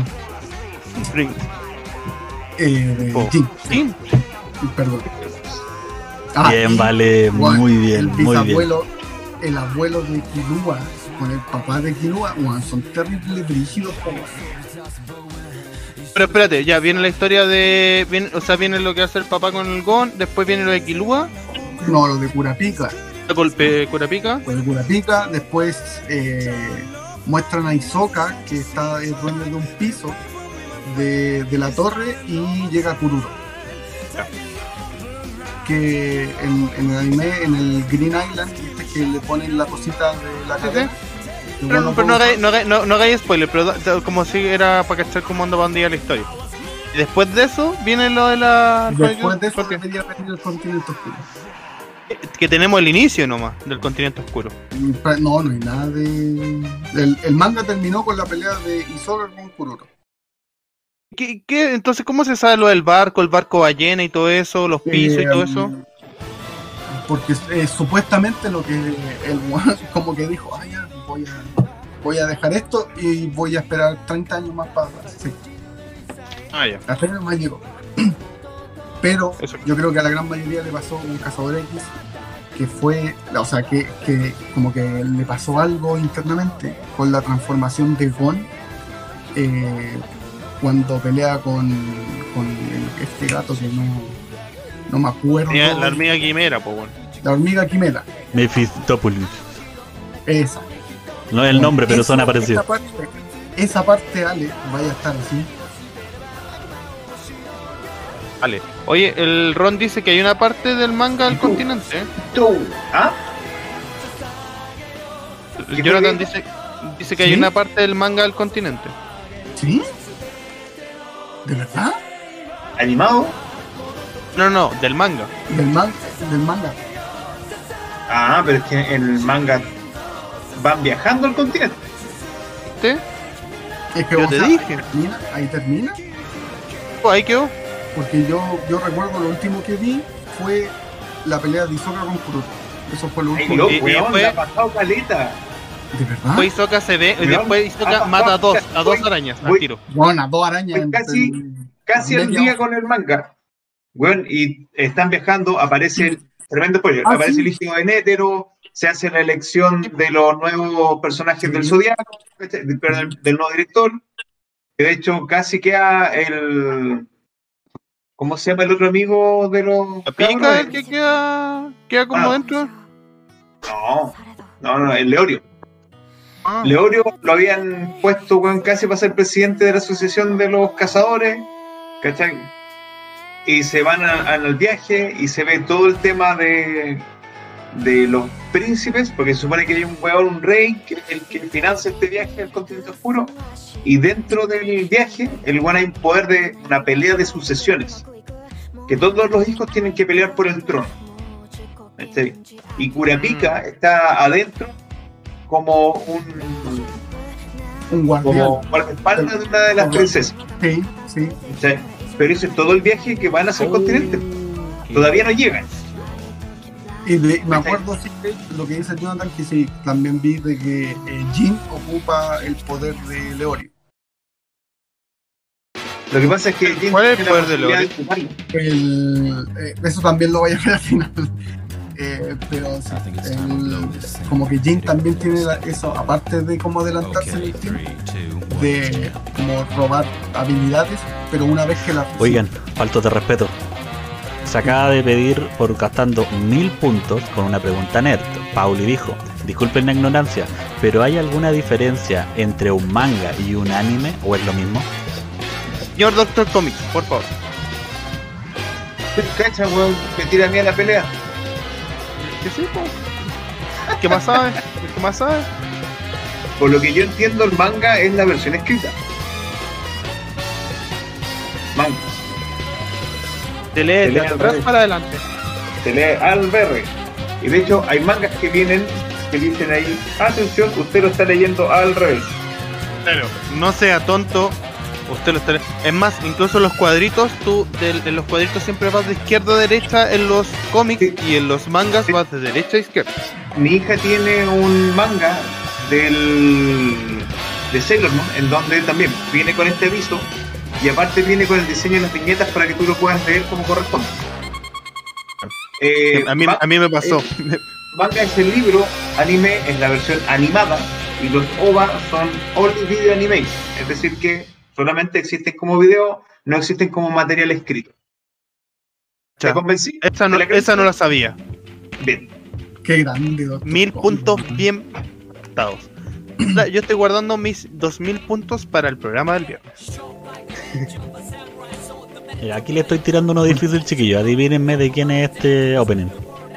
De Jin. ¿Sí? Perdón. Bien, y, vale, weón, muy bien, el muy bien. bisabuelo, el abuelo de Killua con el papá de Killua, weón, son terribles brígidos, weón. Pero espérate, ya viene la historia de... viene lo que hace el papá con el Gon, después viene lo de Killua, No, lo de Kurapika. golpe Kurapika. Pues Kurapika, después muestran a Hisoka, que está dueño de un piso de la torre, y llega Kururo. Que en el anime, en el Green Island, ¿viste? Que le ponen la cosita de la cadena. Y Pero, bueno, pero no todos- hagáis spoiler, pero como si era para cachar cómo anda para dónde iba la historia. Y después de eso viene lo de la... después de eso porque- debería venir el continente oscuro. que tenemos el inicio nomás del continente oscuro. No hay nada de... El manga terminó con la pelea de Hisoka con Kururo. Entonces, ¿cómo se sabe lo del barco, el barco ballena y todo eso, los pisos y todo eso? Porque supuestamente lo que el weón como que dijo, ya, voy a dejar esto y voy a esperar 30 años más para atrás. Sí, Ah, ya. hasta que más llegó. Pero Eso. yo creo que a la gran mayoría le pasó un Cazador X, que fue, o sea, que como que le pasó algo internamente con la transformación de Gon cuando pelea con este gato que no me acuerdo. La hormiga quimera, pues bueno. La hormiga quimera. Mephistopheles. Esa. No es el nombre, pero son aparecidos. Esa parte, Ale, vaya a estar así. Vale. Oye, el Ron dice que hay una parte del manga del continente. ¿Ah? El Jonathan dice que hay ¿Sí? una parte del manga del continente. ¿Sí? ¿De verdad? ¿Animado? No, del manga. Del manga. Ah, pero es que en el manga van viajando al continente. ¿Sí? Es que Yo o te sea, dije. ahí termina. Pues ahí quedó. Porque yo recuerdo lo último que vi fue la pelea de Hisoka con Kururo. Eso fue lo Ay, último. loco, y weón, después- le ha pasado caleta. ¿De verdad? Después Hisoka se ve, y Weón, después Hisoka ha mata a pasado- dos arañas al voy- tiro. Bueno, a 2 arañas. Fue casi al media día hoja. con el manga. Weón, y están viajando, aparece el tremendo spoiler, Ah, aparece sí. el hijo de Nétero, se hace la elección de los nuevos personajes del Zodiaco, del nuevo director, que de hecho casi queda el... ¿Cómo se llama el otro amigo de los... La pica cabros? el que queda como Ah. dentro. No, el Leorio. Ah. Leorio lo habían puesto, weón, casi para ser presidente de la asociación de los cazadores, ¿cachai? Y se van al viaje y se ve todo el tema de los príncipes, porque se supone que hay un weón, un rey, que es el que financia este viaje al continente oscuro, y dentro del viaje, el weón hay un poder de una pelea de sucesiones, que todos los hijos tienen que pelear por el trono, ¿cachai? Y Kurapika está adentro como Un guardián. como guardaespaldas de una de las princesas, Sí, sí. ¿cachai? Pero eso es todo el viaje que van hacia el continente. Todavía no llegan. Y me acuerdo sí, lo que dice Jonathan, que sí, también vi de que Jin ocupa el poder de Leorio. Lo que pasa es que Jin ¿Cuál es el tiene la poder de posibilidad Lore? ocuparlo. Eso también lo voy a ver al final. Pero sí, como que Jin también tiene eso, aparte de como adelantarse en el tiempo, de como robar habilidades, pero una vez que la Oigan, faltos de respeto. Se acaba de pedir por gastando 1000 puntos con una pregunta nerd. Pauli dijo, disculpen la ignorancia, pero ¿hay alguna diferencia entre un manga y un anime o es lo mismo? Señor Doctor Comics, por favor. Cacha, weón, me tira a mí a la pelea. ¿Qué sí, po? ¿Qué más sabe? ¿Qué más sabe? Por lo que yo entiendo, el manga es la versión escrita. Manga. Te lee Te lee de al atrás revés. para adelante. Se lee al BR. Y de hecho, hay mangas que vienen que dicen ahí: atención, usted lo está leyendo al revés. Claro. No sea tonto. Usted lo está. Es más, incluso los cuadritos, tú de los cuadritos siempre vas de izquierda a derecha en los cómics Sí. y en los mangas Sí. vas de derecha a izquierda. Mi hija tiene un manga de Sailor Moon, en donde también viene con este aviso y aparte viene con el diseño de las viñetas para que tú lo puedas leer como corresponde. A mí me pasó. Manga es el libro, anime es la versión animada y los OVA son Only Video Animation, es decir que solamente existen como video, no existen como material escrito. ¿Te Ya. convencí? Esa no, ¿Te la crees? esa no la sabía. Bien. qué grande, Doctor 1000 Comics. puntos bien dados. Yo estoy guardando mis 2000 puntos para el programa del viernes. Mira, aquí le estoy tirando uno difícil, chiquillo. Adivínenme de quién es este opening.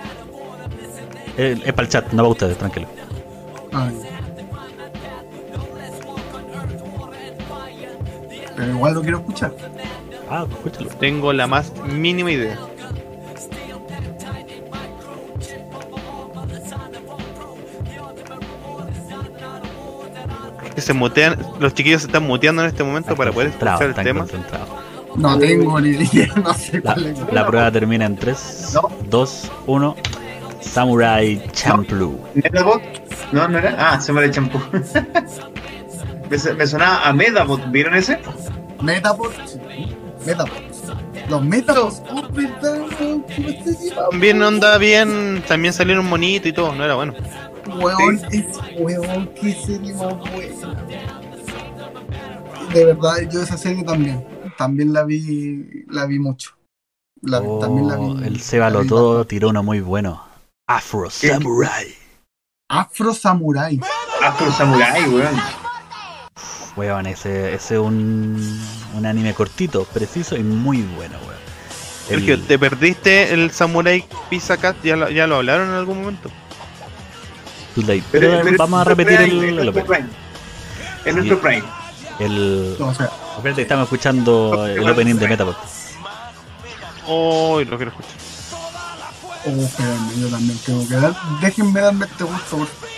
Es para el chat, no para ustedes, tranquilo. Ay. Pero igual lo quiero escuchar. Ah, escúchalo. Tengo la más mínima idea. Que se mutean, los chiquillos se están muteando en este momento para poder escuchar el Están tema. concentrados. No tengo ni idea, no sé La, cuál es. la prueba termina en 3, No. 2, 1. Samurai Champloo. ¿Medabot? No, no era. Ah, se me el champú. Me sonaba a Medabot, ¿vieron ese? Metapod, sí. Metapod. Los Metapods, oh, verdad, weón, ¿cómo se llama? También onda bien, también salieron monito y todo, no era bueno. Weón, es weón, qué serie más buena. De verdad, yo esa serie también la vi mucho. También la vi. El Seba la vi Loto bastante. tiró uno muy bueno. Afro Samurai. Afro Samurai. Afro Samurai, weón. Weón, ese es un anime cortito, preciso y muy bueno, weón. Sergio, ¿te perdiste el Samurai Pizza Cat? ¿Ya lo hablaron en algún momento? Too late. Pero vamos a repetir el opening. Es nuestro Prime. O sea, Espérate, estamos escuchando el opening de Metapod. Oh, lo quiero escuchar. espérenme, yo también tengo que dar. Déjenme darme este gusto, por favor.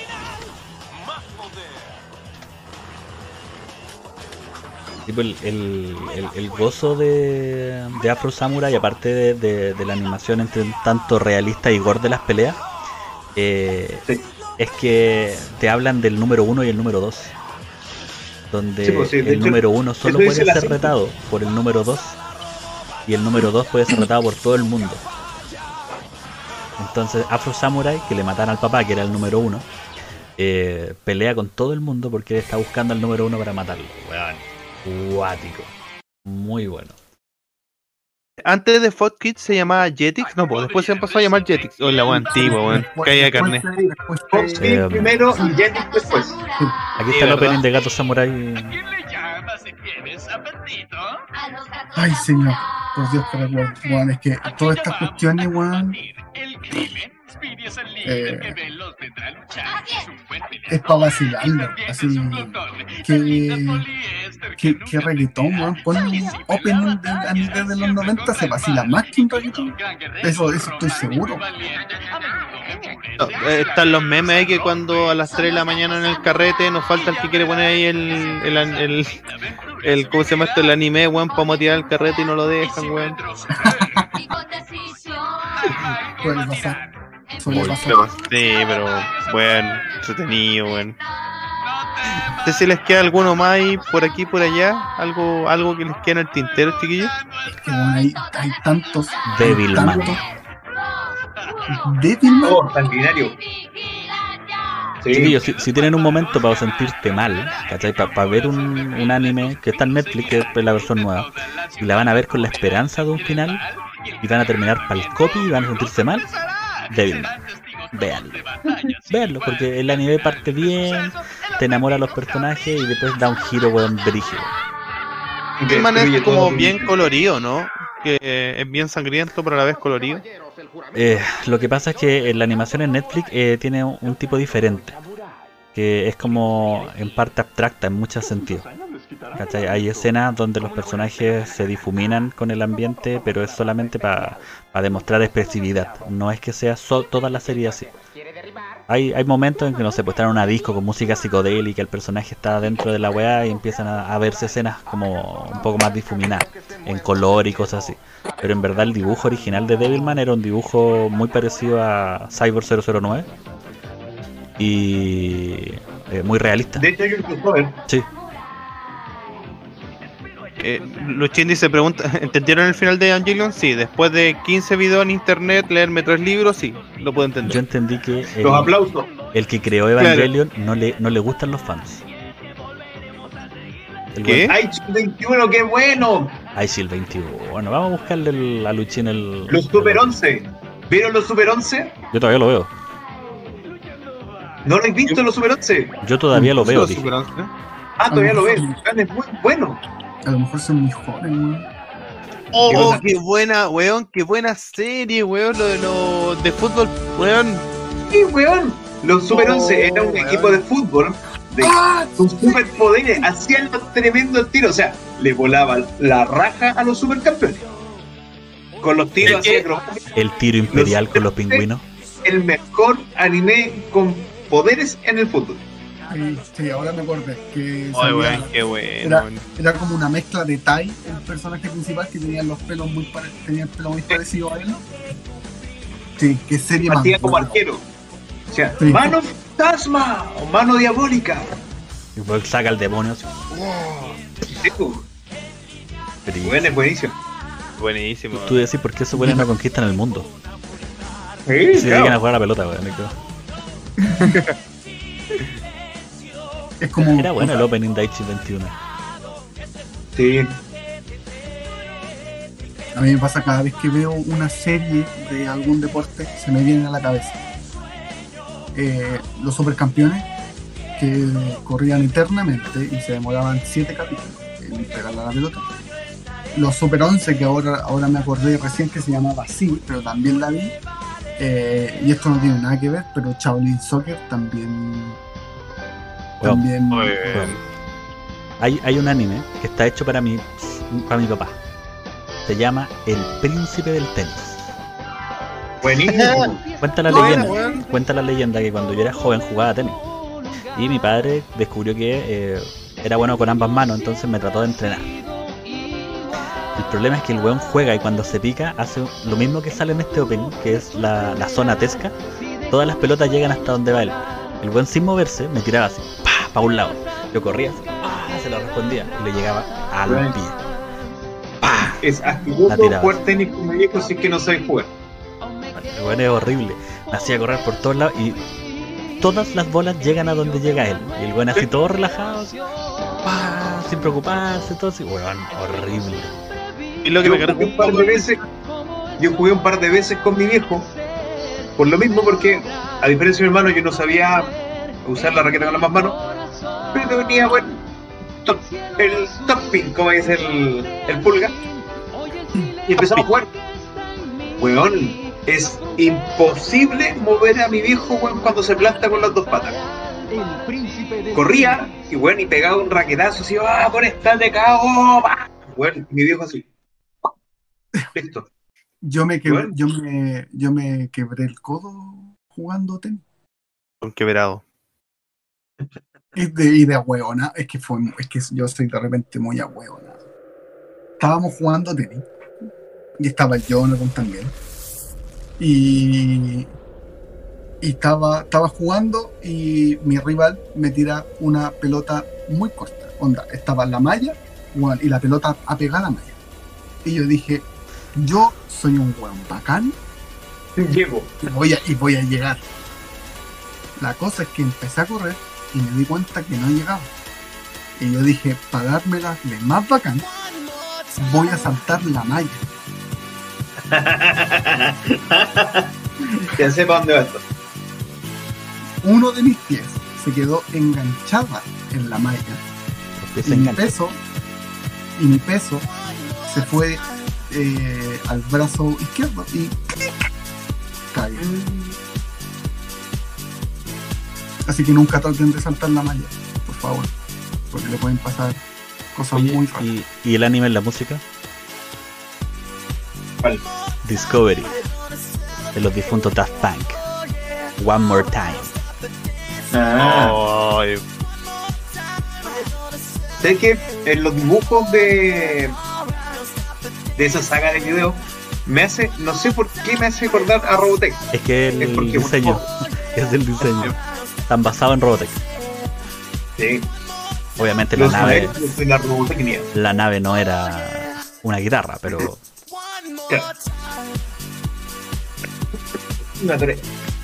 Tipo el gozo de Afro Samurai, aparte de la animación entre un tanto realista y gore de las peleas, es que te hablan del número 1 y el número 2. Donde Sí, pues sí, de el hecho, número 1 solo eso puede dice la ser cinta. retado por el número 2 y el número 2 puede ser retado por todo el mundo. Entonces Afro Samurai, que le mataron al papá, que era el número 1, pelea con todo el mundo porque está buscando al número 1 para matarlo. Weón, guático. Muy bueno. Antes de Fox Kids se llamaba Jetix, no, pues después se empezó a llamar Jetix. O la wea antigua, weón. Caída de carne. Fox Kids primero y Jetix después. Aquí Sí, está el ¿verdad? opening de Gato Samurai. Ay, señor. Por Dios que recuerdo. Weón, es que todas estas cuestiones, weón. Es para vacilarlo. Así. Que reggaetón, weón. Pon un opening de anime de los 90, se vacila más que un reggaetón. Eso estoy seguro. No, están los memes ahí que cuando a las 3 de la mañana en el carrete nos falta el que quiere poner ahí el ¿cómo se llama esto? El anime, weón, para motivar el carrete y no lo dejan, weón. Suele pasar. Suele pasar. Sí, pero, weón, entretenido, weón. No sé si les queda alguno más ahí, por aquí, por allá. Algo que les quede en el tintero, chiquillos. Es que bueno, hay tantos. Devilman. Devilman. Oh, sanguinario. Sí. Chiquillos, si tienen un momento para sentirte mal, ¿cachai? Para ver un anime que está en Netflix, que es la versión nueva, y la van a ver con la esperanza de un final, y van a terminar para el copy y van a sentirse mal, Devilman. Véanlo, porque el anime parte bien, te enamora a los personajes y después da un giro, weón, brígido. Devilman es como bien colorido, ¿no? Que es bien sangriento, pero a la vez colorido. Lo que pasa es que la animación en Netflix tiene un tipo diferente, que es como en parte abstracta en muchos sentidos. ¿Cachai? Hay escenas donde los personajes se difuminan con el ambiente, pero es solamente para demostrar expresividad. No es que sea toda la serie así. Hay momentos en que, no sé, pues están en una disco con música psicodélica, el personaje está dentro de la weá y empiezan a verse escenas como un poco más difuminadas, en color y cosas así. Pero en verdad el dibujo original de Devilman era un dibujo muy parecido a Cyber 009 y muy realista. De hecho, hay un crossover. Sí. Luchindi se pregunta, ¿entendieron el final de Evangelion? Sí, después de 15 videos en internet, leerme 3 libros, sí, lo puedo entender. Yo entendí que Los aplausos. el que creó Evangelion no le gustan los fans. ¿Qué? ¡Ay, 21, qué bueno! Ay, sí, el 21. Bueno, vamos a buscarle a Luchín el... Los Super 11. ¿Vieron los Super 11? Yo todavía lo veo. ¿No lo has visto los Super 11? Yo todavía lo veo, Los dije. Super 11. Ah, todavía lo ves. Es muy bueno. A lo mejor son mis jóvenes, weón. Oh, qué buena, weón, qué buena serie, weón, lo de fútbol, weón. Sí, weón. Los Super 11 era un equipo de fútbol de sus superpoderes. Hacían los tremendos tiros. O sea, le volaban la raja a los supercampeones. Con los tiros así acrobáticos. El tiro imperial con los pingüinos. El mejor anime con poderes en el fútbol. Sí, ahora me acordé que Ay, weón, qué bueno. era como una mezcla de Tai, el personaje principal, que tenía los pelos tenía el pelo muy parecido a él. Sí, qué serie más Partía como buena. arquero. O sea, Sí. mano fantasma o mano diabólica. Y después saca el demonio. Así. Sí, Pero bueno, es buenísimo. Buenísimo. tú decís por qué esos buenos no conquistan el mundo. Sí, Se dedican a claro. jugar a la pelota, weón. Es como, Era bueno el opening de Aichi 21. Sí. a mí me pasa cada vez que veo una serie de algún deporte, se me viene a la cabeza. Los supercampeones que corrían eternamente y se demoraban 7 capítulos en pegarle a la pelota. Los Super 11, que ahora me acordé recién que se llamaba así, pero también la vi. Y esto no tiene nada que ver, pero Shaolin Soccer también. Weón, Weón. hay un anime que está hecho para mi papá. Se llama El Príncipe del Tenis. Buenísimo. Cuenta la Bueno, leyenda, weón. cuenta la leyenda que cuando yo era joven jugaba tenis. Y mi padre descubrió que era bueno con ambas manos, entonces me trató de entrenar. El problema es que el weón juega y cuando se pica hace lo mismo que sale en este opening, que es la zona tesca. Todas las pelotas llegan hasta donde va él. El weón sin moverse me tiraba así, pa' un lado. Yo corría así, se lo respondía y le llegaba al pie. ¡Pah! Es La asqueroso tiraba. jugar tenis con mi viejo si es que no sabes jugar. El weón es horrible. Me hacía correr por todos lados y todas las bolas llegan a donde llega él. Y el weón así todo relajado, así, sin preocuparse, todo así. Weón, horrible. Y lo que Yo me cargó jugué un par de veces. Yo jugué un par de veces con mi viejo. Por lo mismo, porque a diferencia de mi hermano, yo no sabía usar la raqueta con las manos. Pero tenía, bueno, el top pin, como dice el pulga. Y empezamos a jugar. Weón, es imposible mover a mi viejo, weón, cuando se planta con las dos patas. Corría y, weón, y pegaba un raquetazo así, por esta te cago, weón, mi viejo así. Listo. Yo me quebré, Bueno. yo me quebré el codo jugando tenis. un quebrado. Y de ahueona, es que yo soy de repente muy ahueona. Estábamos jugando tenis y estaba el Jonathan también. Y Y estaba jugando y mi rival me tira una pelota muy corta. Onda, estaba en la malla, weón, y la pelota apegada a la malla. Y yo dije, yo soy un weón bacán Llego. y voy a llegar. La cosa es que empecé a correr y me di cuenta que no llegaba. Y yo dije, para dármela de más bacán, voy a saltar la malla. Ya sé para dónde va esto. Uno de mis pies se quedó enganchada en la malla. Los pies Y se mi enganchan. peso se fue al brazo izquierdo y caí. Así que nunca traten de saltar la malla, por favor, porque le pueden pasar cosas Oye, muy raras. ¿y el anime en la música? ¿Cuál? Discovery, de los difuntos Daft Punk. One More Time. Ay, ¿Sabes qué? En los dibujos de esa saga de video me hace, no sé por qué me hace acordar a Robotech. Es que Es el porque diseño, es el diseño. Están basados en Robotech. Sí. Obviamente Los la nave, sonidos de la robotecnia. la nave no era una guitarra, pero Claro. Una tarea.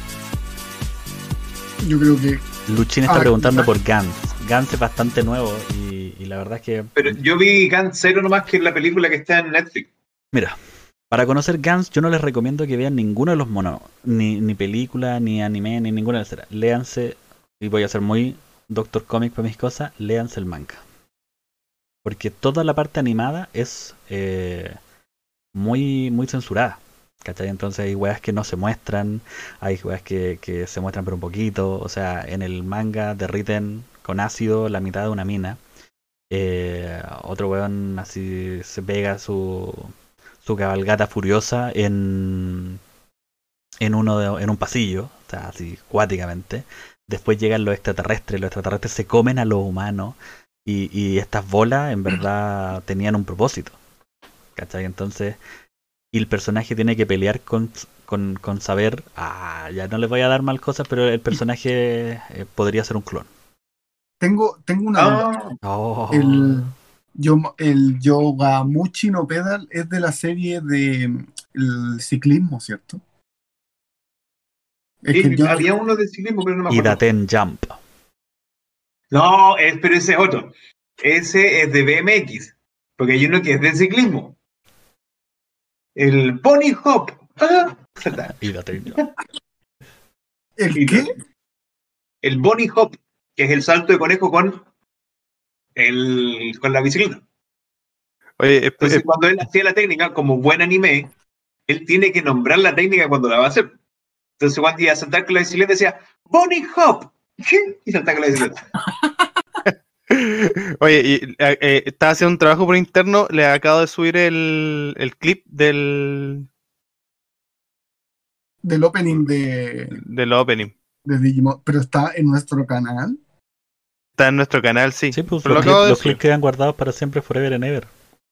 Yo creo que Luchín está Ah, preguntando ah. por Gantz. Gantz es bastante nuevo y la verdad es que... Pero yo vi Gantz 0 nomás, que es la película que está en Netflix. Mira, para conocer Gantz yo no les recomiendo que vean ninguno de los monos, ni película, ni anime, ni ninguna de las series. Léanse, y voy a ser muy Doctor Comic para mis cosas, léanse el manga. Porque toda la parte animada es muy, muy censurada. ¿Cachai? Entonces hay weas que no se muestran, hay weas que se muestran pero un poquito. O sea, en el manga derriten con ácido la mitad de una mina. Otro weón así se pega su cabalgata furiosa en un pasillo, o sea, así cuáticamente. Después llegan los extraterrestres se comen a los humanos y estas bolas en verdad tenían un propósito, ¿cachai? Entonces, y el personaje tiene que pelear con saber, ya no les voy a dar mal cosas, pero el personaje podría ser un clon. tengo una duda. Oh. El Yogamuchi no Pedal es de la serie de el ciclismo, ¿cierto? Es Sí, que yo había uno de ciclismo, pero no me Y acuerdo. Daten Jump. No, pero ese es otro. Ese es de BMX. Porque hay uno que es de ciclismo. El Pony Hop. Salta. Y Daten Jump. ¿El qué? El Bunny Hop, que es el salto de conejo con la bicicleta. oye, Entonces, cuando él hacía la técnica, como buen anime, él tiene que nombrar la técnica cuando la va a hacer. Entonces, cuando iba a saltar con la bicicleta, decía Bunny Hop. Y saltar con la bicicleta. oye, estaba haciendo un trabajo por interno, le acabo de subir el clip del Opening de opening. Digimon, pero está en nuestro canal. Está en nuestro canal, sí. Sí, pues Pero los lo acabo de clips subir. quedan guardados para siempre, forever and ever.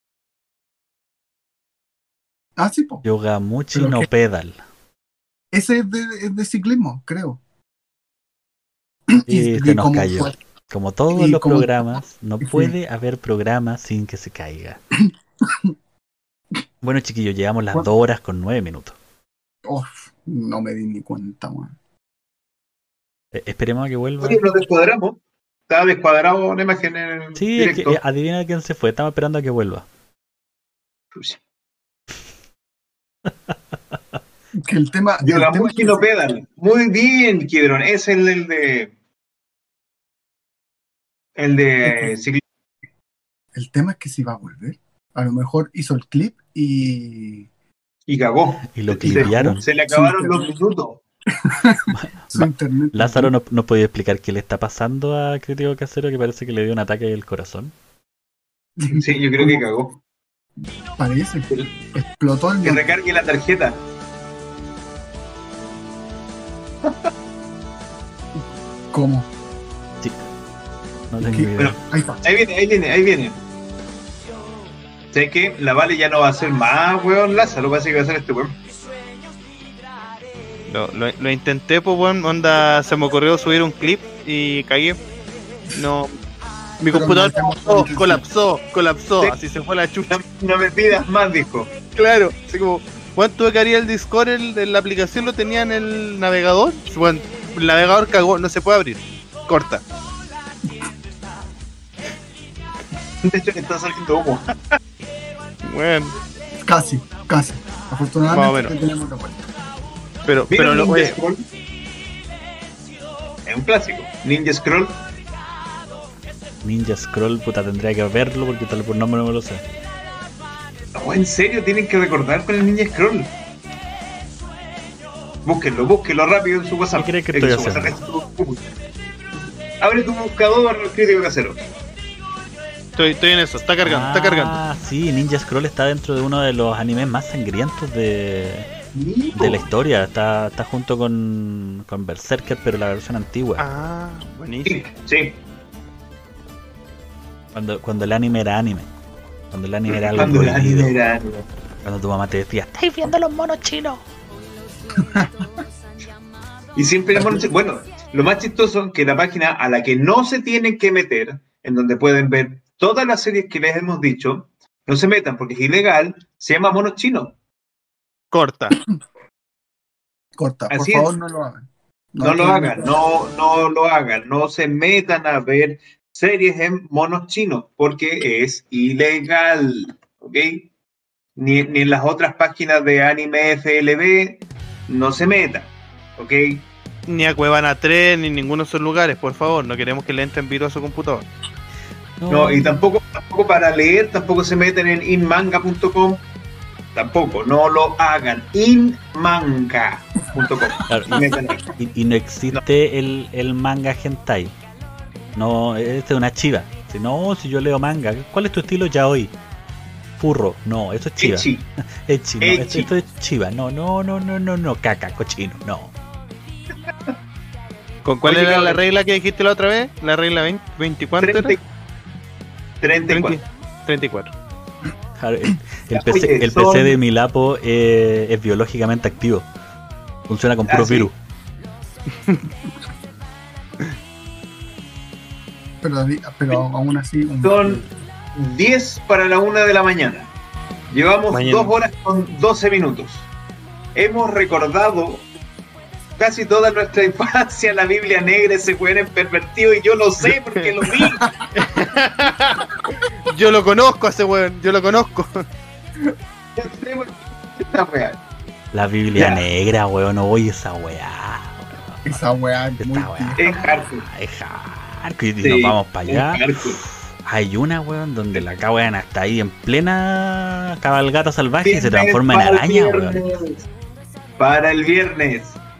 Ah, sí, po. Yogamuchi ¿Pero no qué? Pedal. Ese es de ciclismo, creo. Y se nos como cayó. fue- Como todos y los como- programas, no sí. puede haber programa sin que se caiga. Bueno, chiquillos, llevamos las 2 horas con 9 minutos. no me di ni cuenta, man. Esperemos a que vuelva. Oye, nos descuadramos. Estaba descuadrado la imagen en el Sí, es directo. que, adivina quién se fue. Estamos esperando a que vuelva. Pucha. Que el tema Yo la es Muchi que- no pedal. Muy bien, Kidron. Es el de ciclismo. el tema es que si va a volver. A lo mejor hizo el clip y Y cagó. Y lo clipearon. Se le acabaron los minutos. su internet. Lázaro no podía explicar qué le está pasando a Crítico Casero, que parece que le dio un ataque al corazón. Sí, yo creo que cagó. Parece. Explotó el Que recargue la tarjeta. ¿Cómo? No tengo ¿Qué? idea. Bueno, Ahí está. ahí viene. ¿Sabes qué? La Vale ya no va a ser más, weón, Lázaro. Parece que va a ser este weón. Lo intenté, pues, bueno, onda, se me ocurrió subir un clip y cagué. No. Mi Pero computador no, colapsó, Sí. así se fue la chucha. No me pidas más, dijo. Claro, así como, bueno, tuve que abrir el Discord, la aplicación lo tenía en el navegador. Bueno, el navegador cagó, no se puede abrir. Corta. De hecho, está saliendo humo. Bueno, Casi. Más o Afortunadamente menos. te tenemos de vuelta. pero ¿Vieron lo, Ninja oye, Scroll? Es un clásico. Ninja Scroll. Ninja Scroll, puta, tendría que verlo porque tal por nombre no me lo sé. No, en serio, tienen que recordar con el Ninja Scroll. Búsquenlo rápido en su WhatsApp. ¿Qué crees que En estoy su haciendo? WhatsApp. Abre tu buscador crítico casero. estoy en eso, está cargando. Ah, sí, Ninja Scroll está dentro de uno de los animes más sangrientos de la historia. Está junto con Berserker, pero la versión antigua. Ah, buenísimo. Sí. Cuando el anime era anime. Cuando el anime era algo Cuando el prohibido. anime era- Cuando tu mamá te decía, ¿estáis viendo los monos chinos? Y siempre bueno, lo más chistoso es que la página a la que no se tienen que meter, en donde pueden ver todas las series que les hemos dicho, no se metan porque es ilegal, se llama Monos Chinos. Corta. Corta, por Así favor, es. no lo hagan. No lo hagan, no lo hagan, no se metan a ver series en monos chinos porque es ilegal, ¿ok? Ni en las otras páginas de anime FLB no se metan, ¿ok? Ni a Cuevana 3, ni ninguno de esos lugares, por favor. No queremos que le entren virus a su computador. No, y tampoco para leer, tampoco se meten en inmanga.com, tampoco, no lo hagan, inmanga.com. Claro, y no existe el manga hentai. No, este es una chiva. Si no, si yo leo manga, ¿cuál es tu estilo ya hoy? Furro, no, eso es chiva. Echi. Echi, no, Echi. esto es chiva. No, caca, cochino, no. ¿Con cuál Oye, era la cabrón. regla que dijiste la otra vez? ¿La regla 20 cuánto era? 34. 34. Claro, el Oye, PC de Milapo es biológicamente activo. Funciona con puro sí. virus. Pero aún así, Son 10 para la 1 de la mañana. Llevamos Mañana. 2 horas con 12 minutos. Hemos recordado casi toda nuestra infancia la Biblia negra, ese weón es pervertido, y yo lo sé porque lo vi. Yo lo conozco a ese weón, yo lo conozco. Yo sé porque esta weá. La Biblia Ya. negra, weón, no voy esa weá. esa weá es muy Esta weá. Es hardcore. Es hardcore, y Sí, nos vamos para allá. es hardcore. Hay una, weón, donde la weón está ahí en plena cabalgata salvaje y se Viernes transforma en para el araña, weón. viernes. Para el viernes.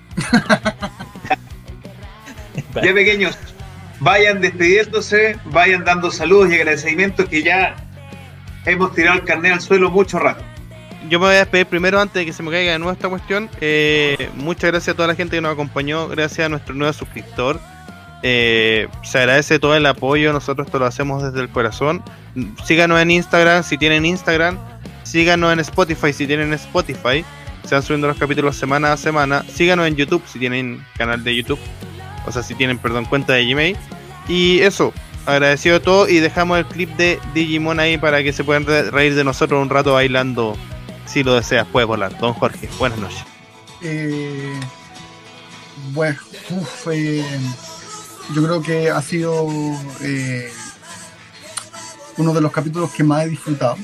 Ya, pequeños, vayan despidiéndose, vayan dando saludos y agradecimientos, que ya hemos tirado el carnet al suelo mucho rato. Yo me voy a despedir primero antes de que se me caiga de nuevo esta cuestión. Muchas gracias a toda la gente que nos acompañó, gracias a nuestro nuevo suscriptor. Se agradece todo el apoyo, nosotros esto lo hacemos desde el corazón. Síganos en Instagram si tienen Instagram, síganos en Spotify si tienen Spotify, se van subiendo los capítulos semana a semana. Síganos en YouTube si tienen canal de YouTube, o sea, si tienen, perdón, cuenta de Gmail. Y eso, agradecido a todo, y dejamos el clip de Digimon ahí para que se puedan reír de nosotros un rato bailando. Si lo deseas, puedes volar. Don Jorge, buenas noches. Bueno, yo creo que ha sido uno de los capítulos que más he disfrutado,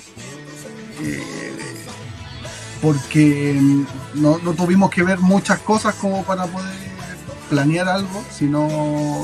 porque no tuvimos que ver muchas cosas como para poder planear algo, sino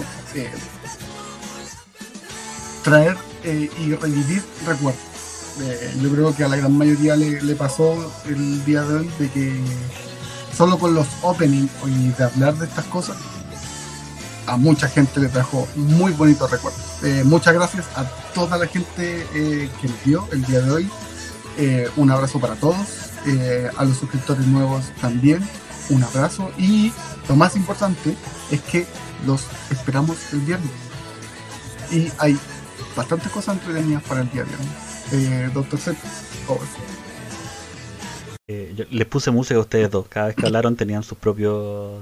traer y revivir recuerdos. Yo creo que a la gran mayoría le pasó el día de hoy de que solo con los openings y de hablar de estas cosas a mucha gente le trajo muy bonitos recuerdos. Muchas gracias a toda la gente que nos vio el día de hoy. Un abrazo para todos. A los suscriptores nuevos también un abrazo, y lo más importante es que los esperamos el viernes y hay bastantes cosas entretenidas para el día viernes. Dr. Z, over. yo les puse música a ustedes dos. Cada vez que hablaron tenían sus propios...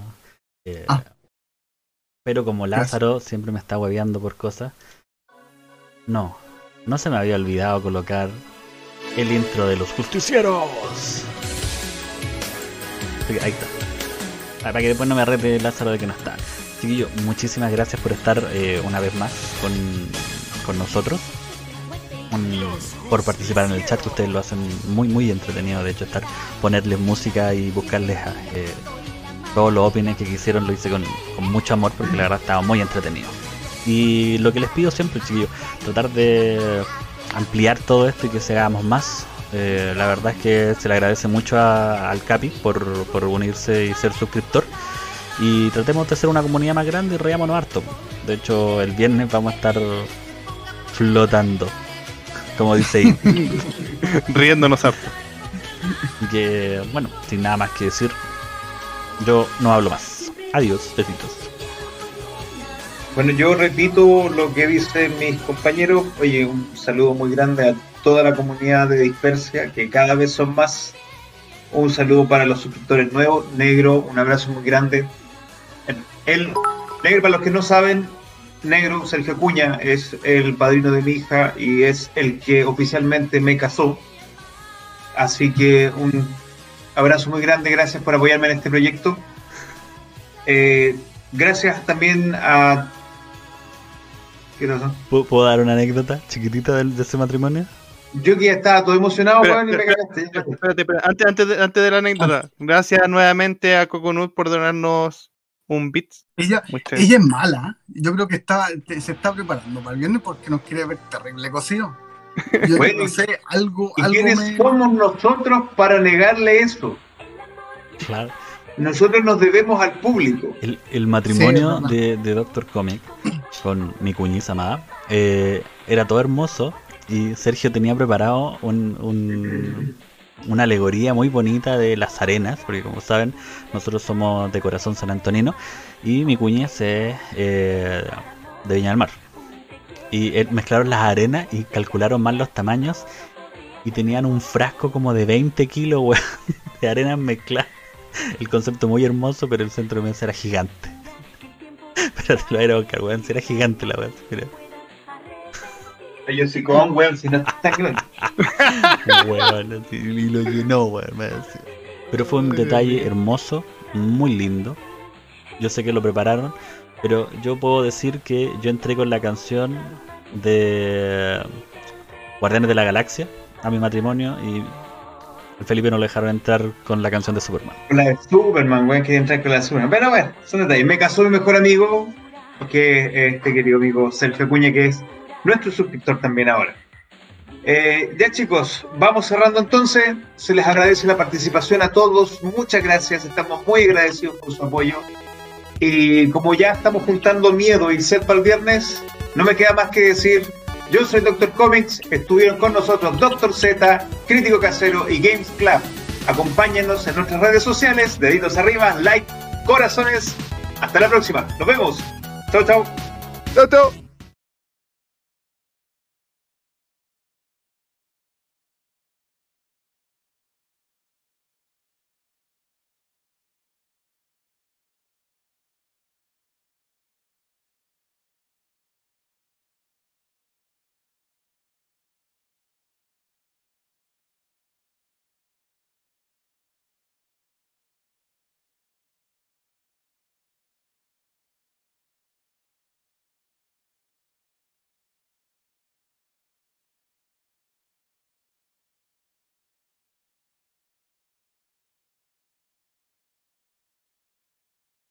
Pero como Lázaro siempre me está hueveando por cosas, no se me había olvidado colocar el intro de los justicieros. Ahí está. Para que después no me rete Lázaro de que no está. Chiquillo, muchísimas gracias por estar una vez más con nosotros. Por participar en el chat, que ustedes lo hacen muy muy entretenido. De hecho, ponerles música y buscarles todos los openings que quisieron lo hice con mucho amor, porque la verdad estaba muy entretenido. Y lo que les pido siempre, chiquillos, tratar de ampliar todo esto y que seamos más. La verdad es que se le agradece mucho al Capi por unirse y ser suscriptor. Y tratemos de ser una comunidad más grande y reámonos harto. De hecho, el viernes vamos a estar flotando, como dice ahí. Riéndonos harto. Y que, bueno, sin nada más que decir, yo no hablo más. Adiós, besitos. Bueno, yo repito lo que dicen mis compañeros. Oye, un saludo muy grande a toda la comunidad de Dispersia, que cada vez son más. Un saludo para los suscriptores nuevos. Negro, un abrazo muy grande. El Negro, para los que no saben, Negro, Sergio Acuña, es el padrino de mi hija y es el que oficialmente me casó. Así que un abrazo muy grande, gracias por apoyarme en este proyecto. Gracias también a... ¿Qué pasó? ¿Puedo dar una anécdota chiquitita de ese matrimonio? Yo que ya estaba todo emocionado, Espera, y me cagaste. Espérate, antes de la anécdota, gracias nuevamente a Coconut por donarnos un beat. Ella es mala. Yo creo que se está preparando para el viernes porque nos quiere ver terrible cocido. Yo bueno, no sé, algo ¿quiénes somos nosotros para negarle eso? Claro. Nosotros nos debemos al público. El matrimonio de Dr. Comic con mi cuñiza amada era todo hermoso y Sergio tenía preparado una alegoría muy bonita de las arenas, porque como saben, nosotros somos de corazón sanantonino y mi cuñiza es de Viña del Mar. Y mezclaron las arenas y calcularon mal los tamaños y tenían un frasco como de 20 kilos, weón, de arenas mezcladas. El concepto muy hermoso, pero el centro de mesa era gigante. Pero te lo era buscar, weón, si era gigante la weón. Yo sí con weón, si no está claro. Weón, y lo llenó, weón. Pero fue un detalle hermoso, muy lindo. Yo sé que lo prepararon, pero yo puedo decir que yo entré con la canción de Guardianes de la Galaxia a mi matrimonio y el Felipe no lo dejaron entrar con la canción de Superman. La de Superman, weón, quería entrar con la de Superman. Pero bueno, son detalles. Me casó mi mejor amigo, que es este querido amigo Sergio Acuña, que es nuestro suscriptor también ahora. Ya chicos, vamos cerrando entonces. Se les agradece la participación a todos. Muchas gracias, estamos muy agradecidos por su apoyo. Y como ya estamos juntando miedo y sed para el viernes, no me queda más que decir: yo soy Dr. Comics, estuvieron con nosotros Dr. Z, Crítico Casero y Games Club. Acompáñennos en nuestras redes sociales, deditos arriba, like, corazones. Hasta la próxima, nos vemos. Chau, chau. Chau, chau.